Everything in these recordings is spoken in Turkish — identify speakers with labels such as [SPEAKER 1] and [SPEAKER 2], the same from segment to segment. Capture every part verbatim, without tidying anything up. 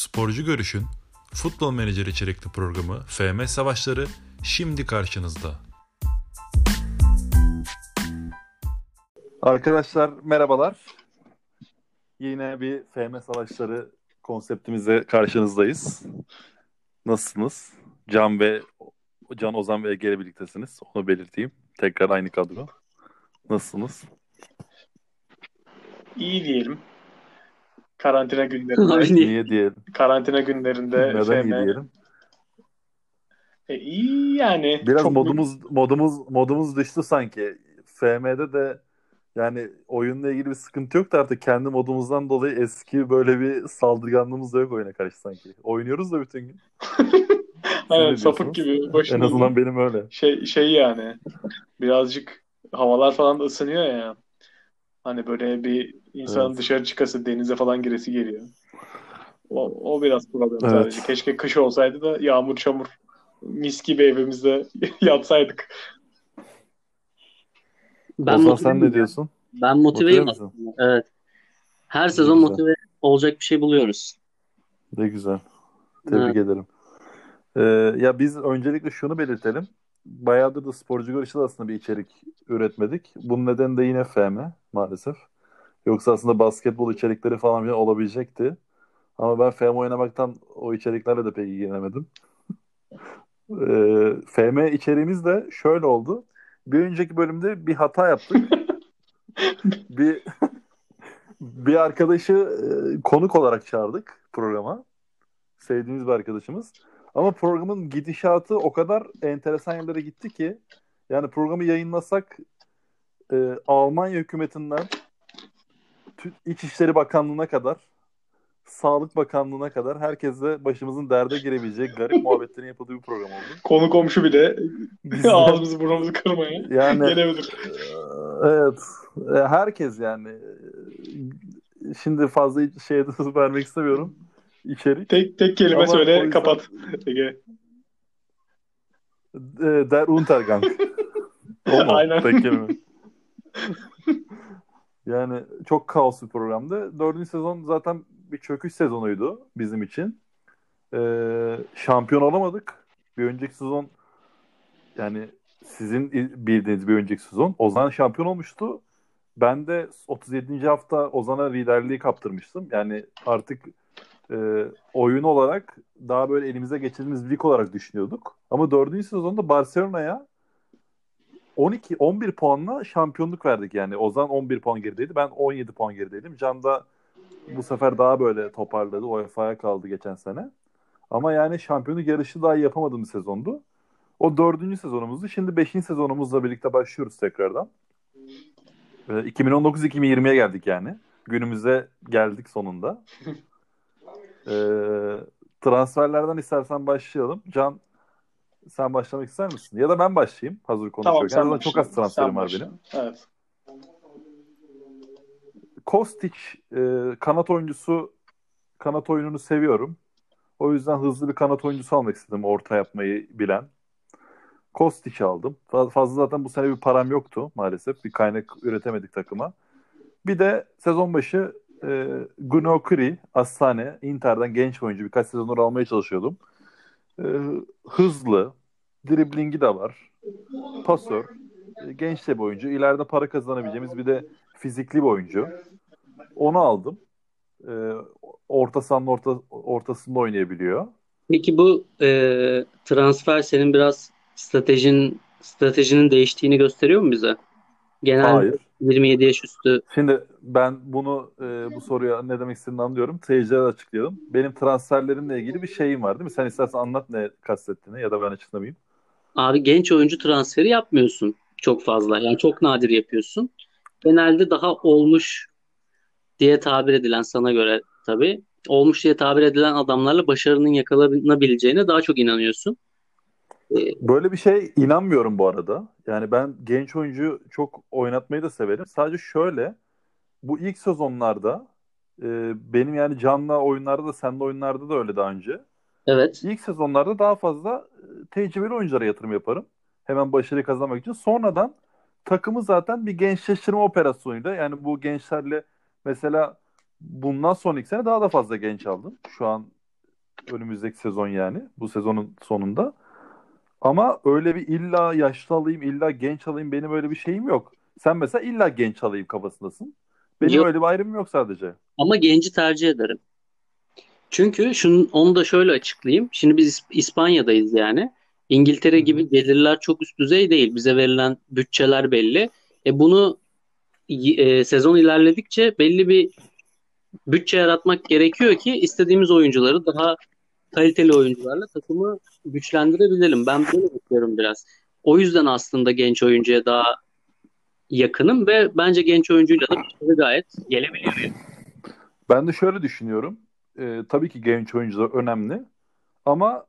[SPEAKER 1] Sporcu Görüş'ün Futbol Menajer içerikli programı F M Savaşları şimdi karşınızda.
[SPEAKER 2] Arkadaşlar merhabalar. Yine bir F M Savaşları konseptimizle karşınızdayız. Nasılsınız? Can ve Can Ozan ve Ege ile birliktesiniz. Onu belirteyim. Tekrar aynı kadro. Nasılsınız?
[SPEAKER 3] İyi diyelim. Karantina günlerinde.
[SPEAKER 2] Abi niye diyelim?
[SPEAKER 3] Karantina günlerinde.
[SPEAKER 2] Neden
[SPEAKER 3] F M...
[SPEAKER 2] iyi diyelim?
[SPEAKER 3] E, iyi yani.
[SPEAKER 2] Biraz
[SPEAKER 3] çok
[SPEAKER 2] modumuz modumuz modumuz düştü sanki. F M'de de yani oyunla ilgili bir sıkıntı yok da artık kendi modumuzdan dolayı eski böyle bir saldırganlığımız da yok oyuna karşı sanki. Oynuyoruz da bütün gün.
[SPEAKER 3] Evet, sapık gibi.
[SPEAKER 2] En azından benim öyle.
[SPEAKER 3] Şey, şey yani birazcık havalar falan da ısınıyor ya. Hani böyle bir insanın evet. dışarı çıkası, denize falan giresi geliyor. O, o biraz problem evet. sadece. Keşke kış olsaydı da yağmur çamur mis gibi evimizde yatsaydık.
[SPEAKER 4] Ben
[SPEAKER 2] Ozan sen ne diyorsun?
[SPEAKER 4] Ben motiveyim aslında. Evet. Her ne sezon güzel. Motive olacak bir şey buluyoruz.
[SPEAKER 2] Ne güzel. Tebrik evet. ederim. Ee, ya biz öncelikle şunu belirtelim. Bayağıdır da Sporcu Görüş'te aslında bir içerik üretmedik. Bunun nedeni de yine F M maalesef. Yoksa aslında basketbol içerikleri falan bile olabilecekti. Ama ben F M oynamaktan o içeriklerle de pek ilgilenemedim. ee, F M içeriğimiz de şöyle oldu. Bir önceki bölümde bir hata yaptık. bir bir arkadaşı e, konuk olarak çağırdık programa. Sevdiğimiz bir arkadaşımız. Ama programın gidişatı o kadar enteresan yerlere gitti ki yani programı yayınlasak e, Almanya hükümetinden İçişleri Bakanlığı'na kadar Sağlık Bakanlığı'na kadar herkesle başımızın derde girebileceği garip muhabbetlerin yapıldığı bir program oldu.
[SPEAKER 3] Konu komşu bile ağzımızı burnumuzu kırmaya
[SPEAKER 2] yani,
[SPEAKER 3] gelebilir.
[SPEAKER 2] Evet. Herkes yani. Şimdi fazla şeye de vermek istemiyorum. İçerik.
[SPEAKER 3] Tek tek kelime ama söyle yüzden... kapat. Ege.
[SPEAKER 2] Der Untergang. O mu?
[SPEAKER 3] Aynen.
[SPEAKER 2] Tek kelime. Yani çok kaos bir programdı. Dördüncü sezon zaten bir çöküş sezonuydu bizim için. Ee, şampiyon olamadık. Bir önceki sezon yani sizin bildiğiniz bir önceki sezon Ozan şampiyon olmuştu. Ben de otuz yedinci hafta Ozan'a liderliği kaptırmıştım. Yani artık e, oyun olarak daha böyle elimize geçirdiğimiz bir lig olarak düşünüyorduk. Ama dördüncü sezonda Barcelona'ya on iki on bir puanla şampiyonluk verdik yani. Ozan on bir puan gerideydi. Ben on yedi puan gerideydim. Can da bu sefer daha böyle toparladı. U E F A'ya kaldı geçen sene. Ama yani şampiyonluk yarışı daha iyi yapamadığımız sezondu. O dördüncü sezonumuzdu. Şimdi beşinci sezonumuzla birlikte başlıyoruz tekrardan. iki bin on dokuz iki bin yirmiye geldik yani. Günümüze geldik sonunda. Ee, transferlerden istersen başlayalım. Can sen başlamak ister misin? Ya da ben başlayayım hazır konuşuyorken.
[SPEAKER 3] Tamam,
[SPEAKER 2] çok az transferim var benim.
[SPEAKER 3] Evet.
[SPEAKER 2] Kostić e, kanat oyuncusu kanat oyununu seviyorum. O yüzden hızlı bir kanat oyuncusu almak istedim. Orta yapmayı bilen. Kostić aldım. Fazla zaten bu sene bir param yoktu maalesef. Bir kaynak üretemedik takıma. Bir de sezon başı e, Gunokuri, Astane, Inter'den genç oyuncu. Birkaç sezonlar almaya çalışıyordum. E, hızlı, driblingi de var. Pasör, e, genç de bir oyuncu. İleride para kazanabileceğimiz bir de fizikli bir oyuncu. Onu aldım. E, orta sahanın orta, ortasında oynayabiliyor.
[SPEAKER 4] Peki bu e, transfer senin biraz stratejin stratejinin değiştiğini gösteriyor mu bize? Genelde
[SPEAKER 2] Hayır.
[SPEAKER 4] yirmi yedi yaş üstü.
[SPEAKER 2] Şimdi ben bunu e, bu soruya ne demek istediğini anlıyorum. Seyircilere açıklayalım. Benim transferlerimle ilgili bir şeyim var değil mi? Sen istersen anlat ne kastettiğini ya da ben açıklamayayım.
[SPEAKER 4] Abi genç oyuncu transferi yapmıyorsun çok fazla. Yani çok nadir yapıyorsun. Genelde daha olmuş diye tabir edilen, sana göre tabii, olmuş diye tabir edilen adamlarla başarının yakalanabileceğine daha çok inanıyorsun.
[SPEAKER 2] Böyle bir şey inanmıyorum bu arada. Yani ben genç oyuncu çok oynatmayı da severim. Sadece şöyle, bu ilk sezonlarda e, benim yani Can'la oyunlarda da seninle oyunlarda da öyle daha önce.
[SPEAKER 4] Evet.
[SPEAKER 2] İlk sezonlarda daha fazla e, tecrübeli oyunculara yatırım yaparım. Hemen başarı kazanmak için. Sonradan takımı zaten bir gençleştirme operasyonuyla, yani bu gençlerle mesela bundan sonraki sene daha da fazla genç aldım. Şu an önümüzdeki sezon yani. Bu sezonun sonunda. Ama öyle bir illa yaşlı alayım, illa genç alayım benim öyle bir şeyim yok. Sen mesela illa genç alayım kafasındasın. Benim
[SPEAKER 4] Yok
[SPEAKER 2] öyle bir ayrımım yok sadece.
[SPEAKER 4] ama genci tercih ederim. Çünkü şunu, onu da şöyle açıklayayım. Şimdi biz İs- İspanya'dayız yani. İngiltere
[SPEAKER 2] Hı
[SPEAKER 4] gibi
[SPEAKER 2] hı.
[SPEAKER 4] gelirler çok üst düzey değil. Bize verilen bütçeler belli. E bunu y- e, sezon ilerledikçe belli bir bütçe yaratmak gerekiyor ki istediğimiz oyuncuları daha kaliteli oyuncularla takımı güçlendirebilelim. Ben böyle bakıyorum biraz. O yüzden aslında genç oyuncuya daha yakınım ve bence genç oyuncuyla da başarı gayet gelebiliyor.
[SPEAKER 2] Ben de şöyle düşünüyorum. Ee, tabii ki genç oyuncular önemli. Ama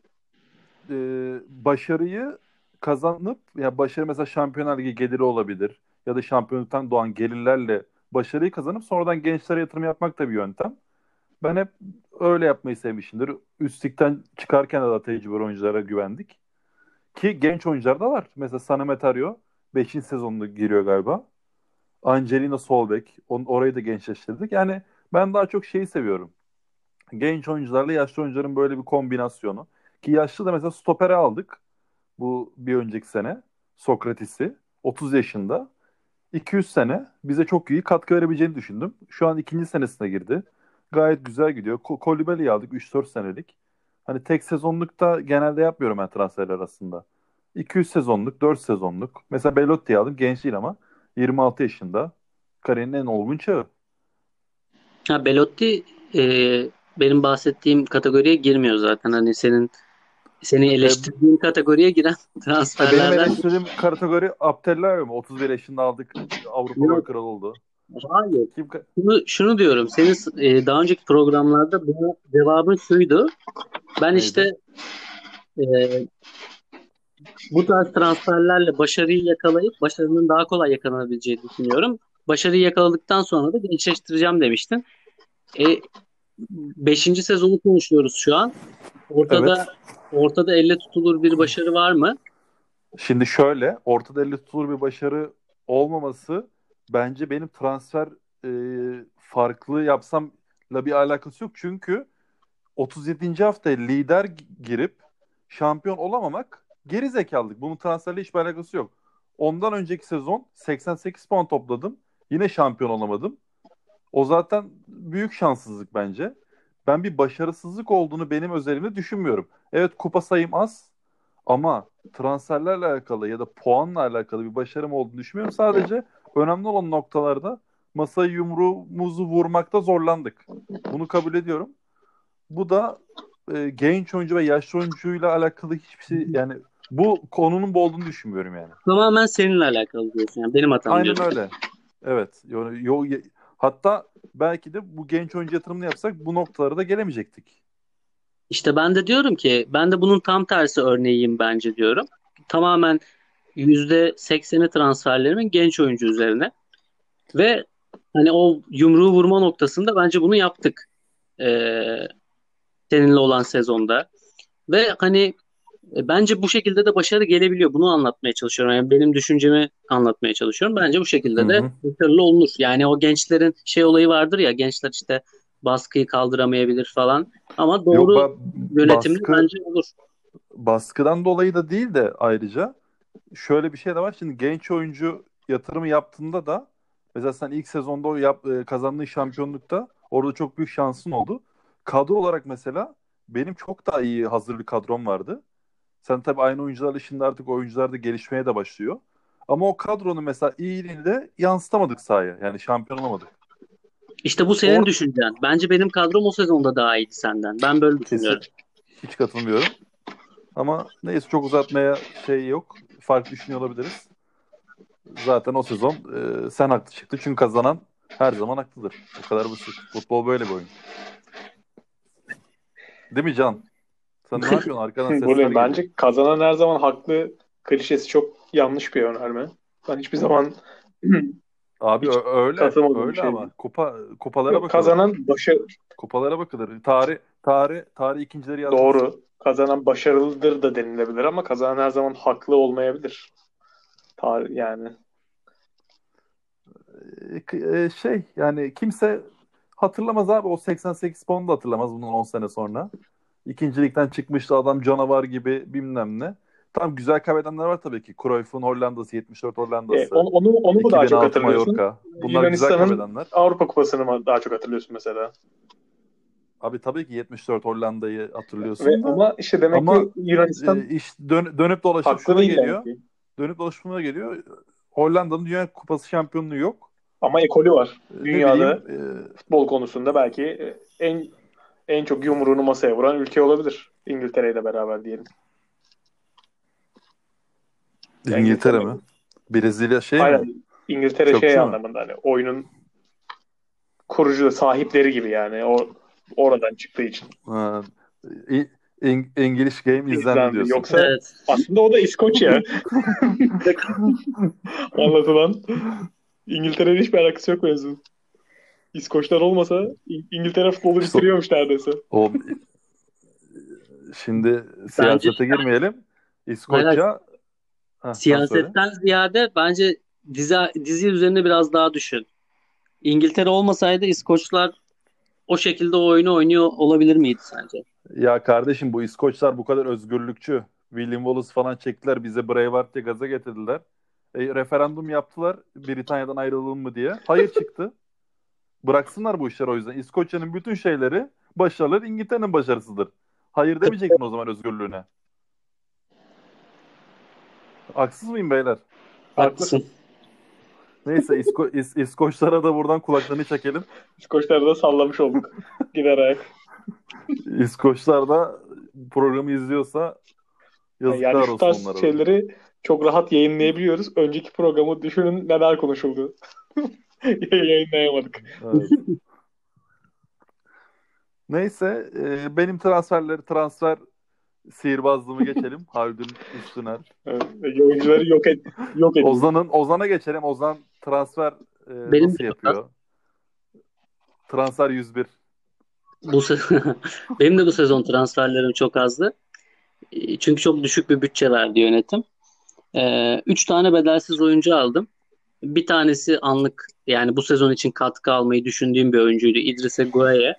[SPEAKER 2] e, başarıyı kazanıp ya başarı mesela Şampiyonlar Ligi geliri olabilir ya da şampiyonluktan doğan gelirlerle başarıyı kazanıp sonradan gençlere yatırım yapmak da bir yöntem. Ben hep öyle yapmayı sevmişimdir. Üst ligden çıkarken de tecrübeli oyunculara güvendik. Ki genç oyuncular da var. Mesela Sanem Tario beşinci sezonunda giriyor galiba. Angelina Solbek. On, orayı da gençleştirdik. Yani ben daha çok şeyi seviyorum. Genç oyuncularla yaşlı oyuncuların böyle bir kombinasyonu. Ki yaşlı da mesela stopere aldık. Bu bir önceki sene. Sokrates'i. otuz yaşında. iki yüz sene bize çok iyi katkı verebileceğini düşündüm. Şu an ikinci senesine girdi. Gayet güzel gidiyor. Ko- Kolibali'yi aldık üç dört senelik. Hani tek sezonlukta genelde yapmıyorum ben transferler arasında. iki yüz sezonluk, dört sezonluk. Mesela Belotti'yi aldım. Genç değil ama. yirmi altı yaşında. Kariyerin en olgun çağı.
[SPEAKER 4] Ha, Belotti e, benim bahsettiğim kategoriye girmiyor zaten. Hani senin seni
[SPEAKER 2] E,
[SPEAKER 4] eleştirdiğin kategoriye giren
[SPEAKER 2] e, benim
[SPEAKER 4] transferlerden
[SPEAKER 2] eleştirdiğim kategori Abdellah mı? otuz bir yaşında aldık. Avrupa gol
[SPEAKER 4] yok.
[SPEAKER 2] kralı oldu.
[SPEAKER 4] Hayır.
[SPEAKER 2] Kim? ka-
[SPEAKER 4] Şunu, şunu diyorum. Senin e, daha önceki programlarda buna cevabın şuydu. Ben
[SPEAKER 2] Neydi?
[SPEAKER 4] işte e, bu tarz transferlerle başarıyı yakalayıp başarının daha kolay yakalanabileceğini düşünüyorum. Başarıyı yakaladıktan sonra da gençleştireceğim demiştin. E, beşinci sezonu konuşuyoruz şu an. Ortada
[SPEAKER 2] Evet.
[SPEAKER 4] ortada elle tutulur bir başarı var mı?
[SPEAKER 2] Şimdi şöyle, ortada elle tutulur bir başarı olmaması bence benim transfer e, farklı yapsamla bir alakası yok. Çünkü otuz yedinci haftaya lider gi- girip şampiyon olamamak geri zekalılık. Bunun transferle hiçbir alakası yok. Ondan önceki sezon seksen sekiz puan topladım. Yine şampiyon olamadım. O zaten büyük şanssızlık bence. Ben bir başarısızlık olduğunu benim özelimde düşünmüyorum. Evet kupa sayım az ama transferlerle alakalı ya da puanla alakalı bir başarım olduğunu düşünmüyorum. Sadece önemli olan noktalarda masayı yumruğumuzu vurmakta zorlandık. Bunu kabul ediyorum. Bu da e, genç oyuncu ve yaşlı oyuncuyla alakalı hiçbir şey yani bu konunun bu olduğunu düşünmüyorum yani.
[SPEAKER 4] Tamamen seninle alakalı diyorsun. Yani benim hatam
[SPEAKER 2] Aynen
[SPEAKER 4] diyorsun.
[SPEAKER 2] öyle. Evet. Yani, yo, hatta belki de bu genç oyuncu yatırımını yapsak bu noktalara da gelemeyecektik.
[SPEAKER 4] İşte ben de diyorum ki ben de bunun tam tersi örneğiyim bence diyorum. Tamamen yüzde sekseni transferlerimin genç oyuncu üzerine. Ve hani o yumruğu vurma noktasında bence bunu yaptık. Ee, seninle olan sezonda. Ve hani e, bence bu şekilde de başarı gelebiliyor. Bunu anlatmaya çalışıyorum. Yani benim düşüncemi anlatmaya çalışıyorum. Bence bu
[SPEAKER 2] Hı
[SPEAKER 4] şekilde de
[SPEAKER 2] hı.
[SPEAKER 4] başarılı olunur. Yani o gençlerin şey olayı vardır ya, gençler işte baskıyı kaldıramayabilir falan. Ama
[SPEAKER 2] Yok
[SPEAKER 4] doğru
[SPEAKER 2] ba-
[SPEAKER 4] yönetimle
[SPEAKER 2] baskı
[SPEAKER 4] bence olur.
[SPEAKER 2] baskıdan dolayı da değil de ayrıca şöyle bir şey de var. Şimdi genç oyuncu yatırımı yaptığında da mesela sen ilk sezonda o yap, e, kazandığın şampiyonlukta orada çok büyük şansın oldu. Kadro olarak mesela benim çok daha iyi hazır bir kadrom vardı. Sen tabii aynı oyuncularla şimdi artık oyuncular da gelişmeye de başlıyor. Ama o kadronun mesela iyiliğini de yansıtamadık sahaya. Yani şampiyon olamadık.
[SPEAKER 4] İşte bu senin
[SPEAKER 2] Orada
[SPEAKER 4] düşüncen. Bence benim kadrom o sezonda daha iyiydi senden. Ben böyle
[SPEAKER 2] kesin
[SPEAKER 4] düşünüyorum.
[SPEAKER 2] hiç katılmıyorum. Ama neyse çok uzatmaya şey yok. Farklı düşünüyor olabiliriz. Zaten o sezon e, sen haklı çıktı. Çünkü kazanan her zaman haklıdır. O kadar basit. Futbol böyle bir oyun. Değil mi Can? Sen ne yapıyorsun? Arkadan sesler
[SPEAKER 3] Buradayım.
[SPEAKER 2] geliyor.
[SPEAKER 3] Bence kazanan her zaman haklı klişesi çok yanlış bir önerme. Ben hiçbir zaman
[SPEAKER 2] Abi
[SPEAKER 3] hiç
[SPEAKER 2] ö- öyle.
[SPEAKER 3] katılmadığım bir
[SPEAKER 2] Öyle
[SPEAKER 3] şey
[SPEAKER 2] ama
[SPEAKER 3] değil.
[SPEAKER 2] kupa kupalara
[SPEAKER 3] Yok,
[SPEAKER 2] bakılır.
[SPEAKER 3] kazanan başa
[SPEAKER 2] Kupalara bakılır. Tarih tarih tarih ikincileri yazmaz.
[SPEAKER 3] doğru. Kazanan başarılıdır da denilebilir ama kazanan her zaman haklı olmayabilir. Tarih yani.
[SPEAKER 2] E, k- e, şey yani kimse hatırlamaz abi. O seksen sekiz puanı da hatırlamaz bundan on sene sonra. İkinci ligden çıkmıştı adam canavar gibi bilmem ne. Tam güzel kaybedenler var tabii ki. Cruyff'un Hollanda'sı, yetmiş dört
[SPEAKER 3] E,
[SPEAKER 2] Hollanda'sı,
[SPEAKER 3] onu, onu, onu mu daha çok
[SPEAKER 2] iki bin altı
[SPEAKER 3] hatırlıyorsun?
[SPEAKER 2] Mallorca. Bunlar güzel
[SPEAKER 3] Yunanistan'ın
[SPEAKER 2] kaybedenler.
[SPEAKER 3] Avrupa Kupası'nı mı daha çok hatırlıyorsun mesela?
[SPEAKER 2] Abi tabii ki yetmiş dört Hollanda'yı
[SPEAKER 3] Ve
[SPEAKER 2] hatırlıyorsun da
[SPEAKER 3] ama işte demek
[SPEAKER 2] ama
[SPEAKER 3] ki Yunanistan
[SPEAKER 2] e, iş dön- dönüp dolaşıp
[SPEAKER 3] haklı
[SPEAKER 2] şuna
[SPEAKER 3] değil demek
[SPEAKER 2] geliyor.
[SPEAKER 3] ki.
[SPEAKER 2] Dönüp dolaşıp şuna geliyor. Hollanda'nın Dünya Kupası şampiyonluğu yok.
[SPEAKER 3] Ama ekolü var.
[SPEAKER 2] E, ne
[SPEAKER 3] Dünyada
[SPEAKER 2] bileyim e,
[SPEAKER 3] futbol konusunda belki e, en en çok yumruğunu masaya vuran ülke olabilir. İngiltere ile beraber diyelim. Ya
[SPEAKER 2] İngiltere
[SPEAKER 3] İngiltere
[SPEAKER 2] mi? Brezilya şey
[SPEAKER 3] Aynen.
[SPEAKER 2] mi?
[SPEAKER 3] İngiltere şey
[SPEAKER 2] Çöpçü mü?
[SPEAKER 3] anlamında hani oyunun kurucu sahipleri gibi yani o oradan çıktığı için
[SPEAKER 2] Ha, İ- İng- English Game izlendi
[SPEAKER 3] izlendi.
[SPEAKER 2] diyorsun.
[SPEAKER 3] Yoksa
[SPEAKER 4] Evet.
[SPEAKER 3] aslında o da İskoçya anlatılan. İngiltere'nin hiçbir alakası yok mevzu. İskoçlar olmasa İ- İngiltere futbolu
[SPEAKER 2] İşte
[SPEAKER 3] bitiriyormuş neredeyse.
[SPEAKER 2] o şimdi
[SPEAKER 4] Bence
[SPEAKER 2] siyasete girmeyelim.
[SPEAKER 4] hayır, hayır.
[SPEAKER 2] İskoçya ha, sen söyle.
[SPEAKER 4] Siyasetten ziyade bence dizi, dizi üzerine biraz daha düşün. İngiltere olmasaydı İskoçlar o şekilde o oyunu oynuyor olabilir miydi sence?
[SPEAKER 2] Ya kardeşim bu İskoçlar bu kadar özgürlükçü. William Wallace falan çektiler bize Braveheart diye gaza getirdiler. E, referandum yaptılar Britanya'dan ayrılalım mı diye. Hayır çıktı. Bıraksınlar bu işleri o yüzden. İskoçya'nın bütün şeyleri, başarıları İngiltere'nin başarısıdır. Hayır demeyecektin o zaman özgürlüğüne. Haksız mıyım beyler?
[SPEAKER 4] Haklısın.
[SPEAKER 2] Neyse İsko İs- İskoçlara da buradan kulaklarını çekelim.
[SPEAKER 3] İskoçları da sallamış olduk. Gider ayak.
[SPEAKER 2] İskoçlar da programı izliyorsa yazıklar
[SPEAKER 3] Yani şu
[SPEAKER 2] olsun
[SPEAKER 3] tarz
[SPEAKER 2] onlara da.
[SPEAKER 3] şeyleri çok rahat yayınlayabiliyoruz. Önceki programı düşünün neler konuşuldu. Yayınlayamadık.
[SPEAKER 2] Evet. Neyse e, benim transferleri transfer sihirbazlığımı geçelim. Haldun Üstüner.
[SPEAKER 3] Evet. Oyuncuları yok et yok ediyor.
[SPEAKER 2] Ozan'ın Ozan'a geçelim. Ozan transfer e,
[SPEAKER 4] Benim
[SPEAKER 2] nasıl
[SPEAKER 4] de
[SPEAKER 2] yapıyor? Transfer yüz bir.
[SPEAKER 4] bu se- benim de bu sezon transferlerim çok azdı. E, Çünkü çok düşük bir bütçe verdi yönetim. Ee, üç tane bedelsiz oyuncu aldım. Bir tanesi anlık yani bu sezon için katkı almayı düşündüğüm bir oyuncuydu. İdrisse Gueye.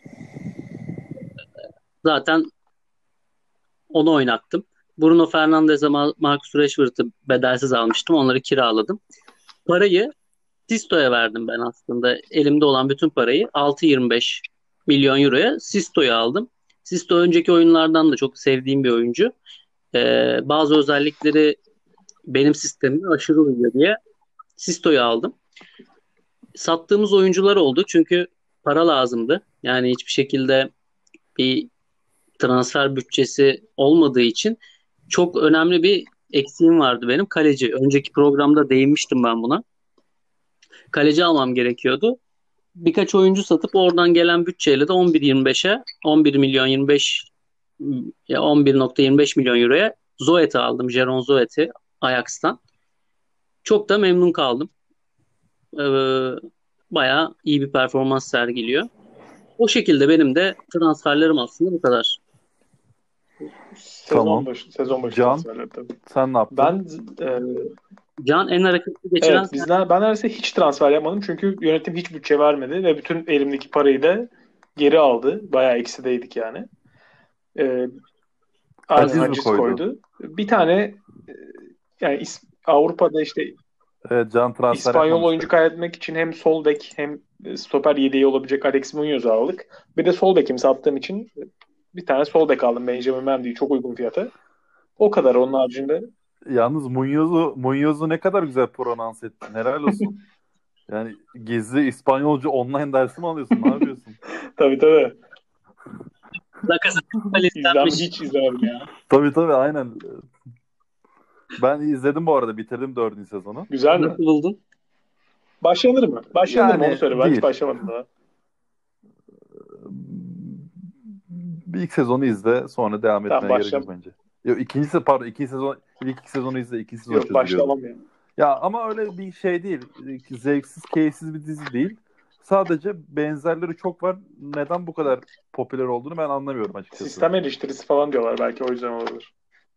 [SPEAKER 4] Zaten onu oynattım. Bruno Fernandes'e Ma- Marcus Rashford'u bedelsiz almıştım. Onları kiraladım. Parayı Sisto'ya verdim ben aslında. Elimde olan bütün parayı altı virgül yirmi beş milyon euroya Sisto'ya aldım. Sisto önceki oyunlardan da çok sevdiğim bir oyuncu. Ee, bazı özellikleri benim sistemime aşırı uyuyor diye Sisto'yu aldım. Sattığımız oyuncular oldu çünkü para lazımdı. Yani hiçbir şekilde bir transfer bütçesi olmadığı için çok önemli bir eksiğim vardı benim. Kaleci. Önceki programda değinmiştim ben buna. Kaleci almam gerekiyordu. Birkaç oyuncu satıp oradan gelen bütçeyle de on bir yirmi beşe on bir milyon yirmi beş ya on bir nokta yirmi beş milyon euroya Zoet'i aldım. Jeroen Zoet'i Ajax'tan. Çok da memnun kaldım. Ee, bayağı iyi bir performans sergiliyor. O şekilde benim de transferlerim aslında bu kadar.
[SPEAKER 3] Sezon
[SPEAKER 2] Tamam.
[SPEAKER 3] başı, sezon başı
[SPEAKER 2] Can?
[SPEAKER 3] transferleri tabii.
[SPEAKER 2] Sen ne yaptın?
[SPEAKER 3] Ben e,
[SPEAKER 4] Can en hareketli geçiren
[SPEAKER 3] evet bizden ben neredeyse hiç transfer yapmadım çünkü yönetim hiç bütçe vermedi ve bütün elimdeki parayı da geri aldı. Bayağı eksideydik yani. E, aynen
[SPEAKER 2] Haciz mi
[SPEAKER 3] haciz
[SPEAKER 2] koydu?
[SPEAKER 3] koydu. Bir tane e, yani İs- Avrupa'da işte
[SPEAKER 2] Evet, Can transfer
[SPEAKER 3] İspanyol
[SPEAKER 2] yapmamıştı.
[SPEAKER 3] oyuncu kaydetmek için hem sol bek hem stoper yedeği olabilecek Alex Muñoz'u aldık. Bir de sol bekimi sattığım için bir tane sol bek aldım Benjamin Mendy'yi çok uygun fiyata. O kadar onun haricinde.
[SPEAKER 2] Yalnız Muñoz'u Muñoz'u ne kadar güzel pronans ettin. Helal olsun. Yani gizli İspanyolca online dersi mi alıyorsun? Ne yapıyorsun?
[SPEAKER 3] Tabii tabii.
[SPEAKER 4] La Casa de Papel
[SPEAKER 3] İzlenme
[SPEAKER 4] istenmiş.
[SPEAKER 3] hiç izlemedim ya.
[SPEAKER 2] Tabii tabii aynen. Ben izledim bu arada. Bitirdim dördüncü sezonu.
[SPEAKER 3] Güzel mi?
[SPEAKER 4] Nasıl buldun?
[SPEAKER 3] Başlanır mı? Başlanır mı?
[SPEAKER 2] Yani
[SPEAKER 3] Onu söyle. Ben
[SPEAKER 2] değil.
[SPEAKER 3] hiç başlamadım daha.
[SPEAKER 2] Bir ilk sezonu izle sonra devam etmeye
[SPEAKER 3] Tamam
[SPEAKER 2] gerek yok
[SPEAKER 3] başlam.
[SPEAKER 2] bence. Yok ikincisi pardon ikinci sezon ilk iki sezonu izle ikinci sezonu
[SPEAKER 3] Yok
[SPEAKER 2] çözülüyordu.
[SPEAKER 3] başlamam ya.
[SPEAKER 2] Ya ama öyle bir şey değil. Zevksiz, keyifsiz bir dizi değil. Sadece benzerleri çok var. Neden bu kadar popüler olduğunu ben anlamıyorum açıkçası.
[SPEAKER 3] Sistem eleştirisi falan diyorlar. Belki o yüzden olabilir.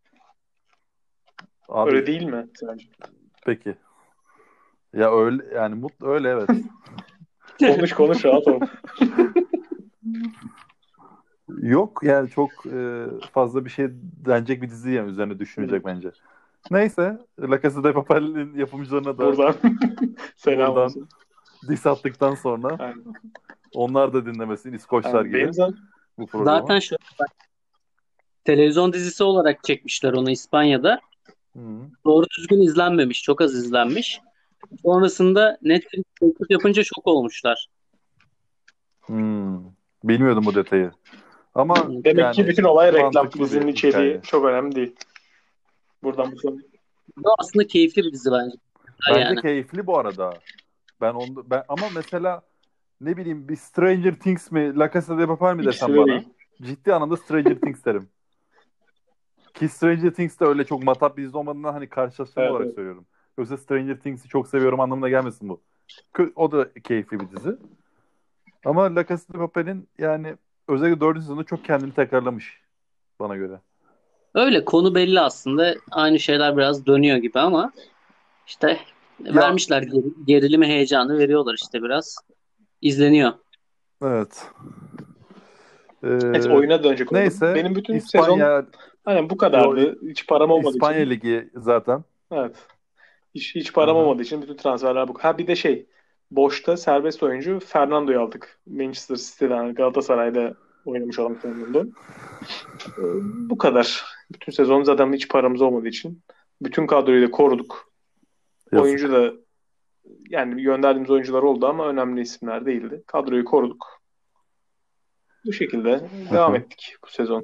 [SPEAKER 2] Abi,
[SPEAKER 3] Öyle değil mi sence?
[SPEAKER 2] peki. Ya öyle yani mutlu öyle evet.
[SPEAKER 3] Konuş konuş rahat ol.
[SPEAKER 2] Yok yani çok e, fazla bir şey denecek bir dizi yani üzerine düşünecek bence. Neyse, La Casa de Papel'in yapımcılarına da
[SPEAKER 3] Buradan selam
[SPEAKER 2] buradan
[SPEAKER 3] olsun.
[SPEAKER 2] diss attıktan sonra
[SPEAKER 3] Aynen.
[SPEAKER 2] onlar da dinlemesin İskoçlar
[SPEAKER 3] Aynen.
[SPEAKER 2] gibi
[SPEAKER 3] Benim zaten
[SPEAKER 2] bu programı.
[SPEAKER 4] Zaten şu televizyon dizisi olarak çekmişler onu İspanya'da.
[SPEAKER 2] Hı.
[SPEAKER 4] Doğru düzgün izlenmemiş. Çok az izlenmiş. Sonrasında Netflix teklif yapınca şok olmuşlar.
[SPEAKER 2] Hmm. Bilmiyordum bu detayı. Ama
[SPEAKER 3] demek
[SPEAKER 2] yani
[SPEAKER 3] ki bütün olay reklam.
[SPEAKER 2] mantıklı bir
[SPEAKER 3] Dizinin içeriği
[SPEAKER 2] hikaye.
[SPEAKER 3] çok önemli değil. Buradan bu sonu.
[SPEAKER 4] Bu aslında keyifli bir dizi bence.
[SPEAKER 2] Bence
[SPEAKER 4] Yani.
[SPEAKER 2] keyifli bu arada. Ben onu ben ama mesela ne bileyim bir Stranger Things mi La Casa de Papel mi
[SPEAKER 3] İkisi
[SPEAKER 2] desem
[SPEAKER 3] de
[SPEAKER 2] bana
[SPEAKER 3] değil.
[SPEAKER 2] ciddi anlamda Stranger Things derim. Ki Stranger Things de öyle çok matap bir dizi olmadığından hani karşılaştırma
[SPEAKER 3] Evet,
[SPEAKER 2] olarak
[SPEAKER 3] evet.
[SPEAKER 2] söylüyorum. Yoksa Stranger Things'i çok seviyorum anlamına gelmesin bu. Kö- O da keyifli bir dizi. Ama La Casa de Papel'in yani özellikle dördüncü sezonu çok kendini tekrarlamış bana göre.
[SPEAKER 4] Öyle konu belli aslında. Aynı şeyler biraz dönüyor gibi ama işte
[SPEAKER 2] Ya
[SPEAKER 4] vermişler ger- gerilimi heyecanı veriyorlar işte biraz. İzleniyor.
[SPEAKER 2] evet.
[SPEAKER 3] Evet,
[SPEAKER 2] Ee,
[SPEAKER 3] oyuna dönecek oldum.
[SPEAKER 2] neyse
[SPEAKER 3] Benim bütün sezon
[SPEAKER 2] İspanya
[SPEAKER 3] aynen bu
[SPEAKER 2] yo,
[SPEAKER 3] kadardı. Hiç param olmadığı
[SPEAKER 2] İspanya
[SPEAKER 3] için.
[SPEAKER 2] Ligi zaten.
[SPEAKER 3] Evet. Hiç, hiç param
[SPEAKER 2] Aha.
[SPEAKER 3] olmadığı için bütün transferler bu. Ha bir de şey. Boşta serbest oyuncu Fernando'yu aldık. Manchester City'den Galatasaray'da oynamış olan Fernando. Ee, Bu kadar. Bütün sezon zaten hiç paramız olmadığı için. Bütün kadroyu da koruduk. Oyuncu
[SPEAKER 2] Yazık.
[SPEAKER 3] da yani gönderdiğimiz oyuncular oldu ama önemli isimler değildi. Kadroyu koruduk. Bu şekilde devam
[SPEAKER 2] Aha.
[SPEAKER 3] ettik bu sezon.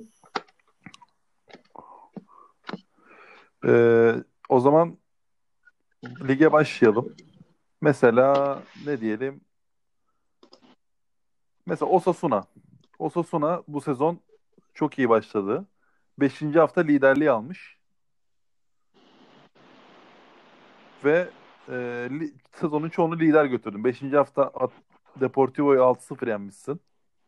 [SPEAKER 2] Ee, o zaman lige başlayalım. Mesela ne diyelim? Mesela Osasuna. Osasuna bu sezon çok iyi başladı. Beşinci hafta liderliği almış. Ve e, li- sezonun çoğunu lider götürdün. Beşinci hafta At- Deportivo'yu altı sıfır yenmişsin.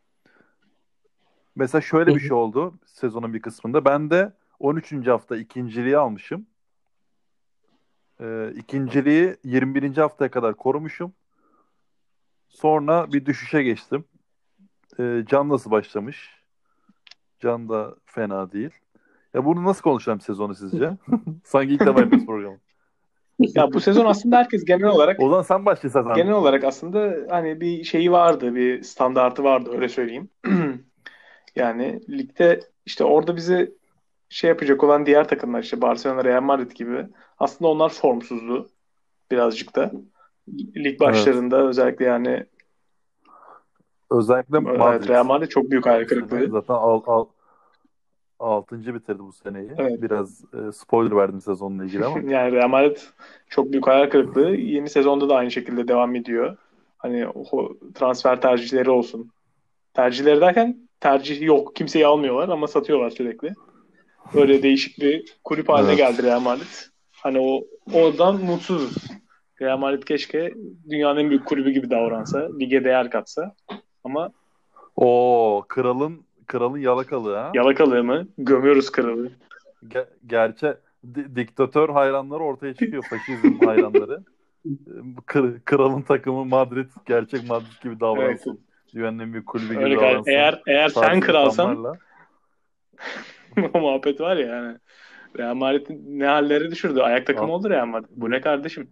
[SPEAKER 2] Mesela şöyle bir şey oldu sezonun bir kısmında. Ben de on üçüncü hafta ikinciliği almışım. E, ikinciliği yirmi birinci haftaya kadar korumuşum. Sonra bir düşüşe geçtim. E, Can nasıl başlamış? Can da fena değil. Ya bunu nasıl konuşalım sezonu sizce? Sanki ilk defa yapıyoruz programı.
[SPEAKER 3] Ya bu sezon aslında herkes genel olarak
[SPEAKER 2] O zaman sen başla istersen.
[SPEAKER 3] genel olarak aslında hani bir şeyi vardı, bir standartı vardı öyle söyleyeyim. Yani ligde işte orada bizi şey yapacak olan diğer takımlar işte Barcelona, Real Madrid gibi aslında onlar formsuzdu birazcık da. Lig
[SPEAKER 2] Evet.
[SPEAKER 3] başlarında özellikle yani
[SPEAKER 2] Özellikle
[SPEAKER 3] evet,
[SPEAKER 2] Madrid
[SPEAKER 3] Real Madrid çok büyük hayal
[SPEAKER 2] bu sene.
[SPEAKER 3] kırıklığı.
[SPEAKER 2] Zaten al, al, altıncı bitirdi bu seneyi.
[SPEAKER 3] Evet.
[SPEAKER 2] Biraz e, spoiler verdim sezonla ilgili ama.
[SPEAKER 3] Yani Real Madrid çok büyük hayal kırıklığı. Yeni sezonda da aynı şekilde devam ediyor. Hani o transfer tercihleri olsun. Tercihleri derken tercih yok. Kimseyi almıyorlar ama satıyorlar sürekli. Böyle değişik bir kulüp haline
[SPEAKER 2] Evet.
[SPEAKER 3] geldi Real Madrid. Hani o oradan mutsuzuz. Real Madrid keşke dünyanın en büyük kulübü gibi davransa, lige değer katsa. Ama
[SPEAKER 2] O kralın kralın yalakalığı ha.
[SPEAKER 3] yalakalığı mı? Gömüyoruz kralı.
[SPEAKER 2] Ge- gerçe di- diktatör hayranları ortaya çıkıyor. Faşizm hayranları. Kır- kralın takımı Madrid gerçek Madrid gibi
[SPEAKER 3] Evet.
[SPEAKER 2] davransın. Dünyanın en büyük kulübü gibi
[SPEAKER 3] Öyle galiba.
[SPEAKER 2] davransın.
[SPEAKER 3] Eğer eğer sen
[SPEAKER 2] Tarzı
[SPEAKER 3] kralsan
[SPEAKER 2] ithamlarla.
[SPEAKER 3] o muhabbet var ya yani. Real Madrid ne halleri düşürdü. Ayak takımı
[SPEAKER 2] Al-
[SPEAKER 3] oldu Real Madrid. Bu ne kardeşim?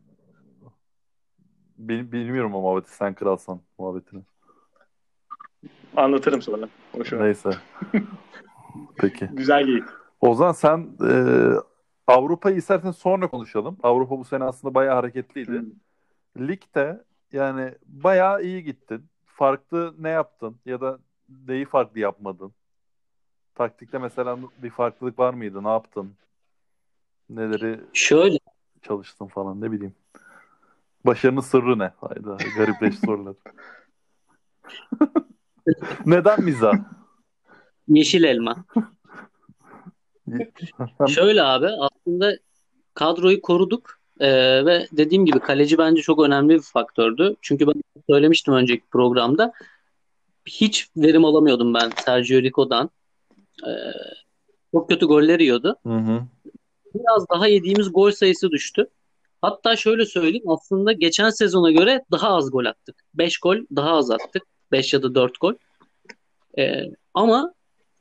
[SPEAKER 2] Bil- bilmiyorum o muhabbeti sen kralsan muhabbetini.
[SPEAKER 3] Anlatırım sonra. Boş ver.
[SPEAKER 2] Neyse. Peki.
[SPEAKER 3] Güzel geyik.
[SPEAKER 2] O zaman sen e, Avrupa'yı istersen sonra konuşalım. Avrupa bu sene aslında bayağı hareketliydi.
[SPEAKER 3] Hmm.
[SPEAKER 2] Ligde yani bayağı iyi gittin. Farklı ne yaptın ya da neyi farklı yapmadın? Taktikte mesela bir farklılık var mıydı? Ne yaptın? Neleri
[SPEAKER 4] Şöyle
[SPEAKER 2] çalıştın falan ne bileyim. Başarının sırrı ne? Hayda garipleş sorular. Neden mizah?
[SPEAKER 4] yeşil elma. Şöyle abi aslında kadroyu koruduk. Ee, ve dediğim gibi kaleci bence çok önemli bir faktördü. Çünkü ben söylemiştim önceki programda. Hiç verim alamıyordum ben Sergio Rico'dan. Ee, çok kötü goller yiyordu.
[SPEAKER 2] Hı hı.
[SPEAKER 4] Biraz daha yediğimiz gol sayısı düştü. Hatta şöyle söyleyeyim aslında geçen sezona göre daha az gol attık. beş gol daha az attık. beş ya da dört gol. Ee, ama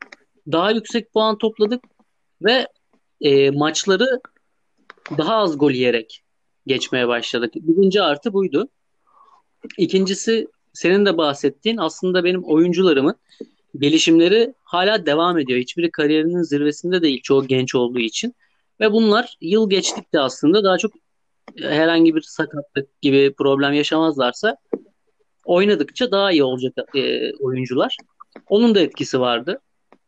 [SPEAKER 4] daha yüksek puan topladık ve e, maçları daha az gol yiyerek geçmeye başladık. Birinci artı buydu. İkincisi senin de bahsettiğin aslında benim oyuncularımın gelişimleri hala devam ediyor. Hiçbiri kariyerinin zirvesinde değil çoğu genç olduğu için. Ve bunlar yıl geçtikçe aslında daha çok herhangi bir sakatlık gibi problem yaşamazlarsa oynadıkça daha iyi olacak e, oyuncular. Onun da etkisi vardı.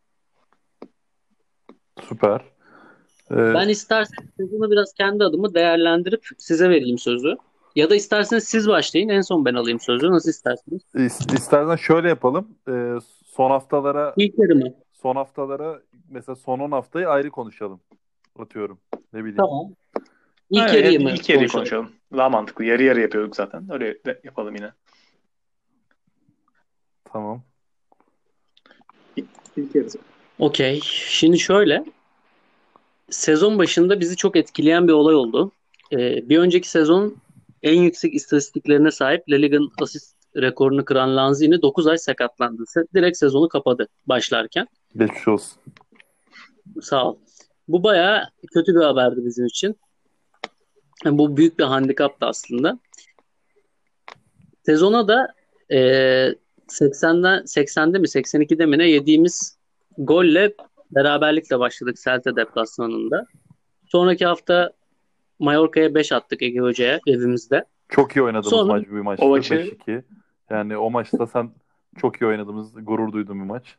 [SPEAKER 2] Süper. Ee,
[SPEAKER 4] Ben isterseniz sözümü biraz kendi adımı değerlendirip size vereyim sözü. Ya da isterseniz siz başlayın, en son ben alayım sözü. Nasıl isterseniz?
[SPEAKER 2] is- istersen şöyle yapalım. Ee, son haftalara
[SPEAKER 4] İlk yarı mı?
[SPEAKER 2] son haftalara mesela son on haftayı ayrı konuşalım. Atıyorum. Ne bileyim.
[SPEAKER 4] Tamam. İlk
[SPEAKER 3] Aynen,
[SPEAKER 4] yarıyı
[SPEAKER 3] hep
[SPEAKER 4] mı
[SPEAKER 3] ilk yarıyı
[SPEAKER 4] konuşalım?
[SPEAKER 3] konuşalım. Daha mantıklı. Yarı yarı yapıyorduk zaten. Öyle de yapalım yine.
[SPEAKER 2] Tamam.
[SPEAKER 3] İlk yarı.
[SPEAKER 4] Okey. Şimdi şöyle. Sezon başında bizi çok etkileyen bir olay oldu. Ee, bir önceki sezon en yüksek istatistiklerine sahip La Liga'nın asist rekorunu kıran Lanzini dokuz ay sakatlandı. Se- Direkt sezonu kapadı başlarken.
[SPEAKER 2] Geçmiş olsun.
[SPEAKER 4] Sağ ol. Bu bayağı kötü bir haberdi bizim için. Yani bu büyük bir handikaptı aslında. Sezona da e, seksenden seksende mi seksen ikide mi ne yediğimiz golle beraberlikle başladık Celta deplasmanında. Sonraki hafta Mallorca'ya beş attık Ege Hoca'ya evimizde.
[SPEAKER 2] Çok iyi oynadığımız
[SPEAKER 4] Sonra
[SPEAKER 2] maç bir maçtı.
[SPEAKER 3] O maçı
[SPEAKER 2] beş iki. Yani o maçta sen çok iyi oynadığımız, gurur duyduğum bir maç.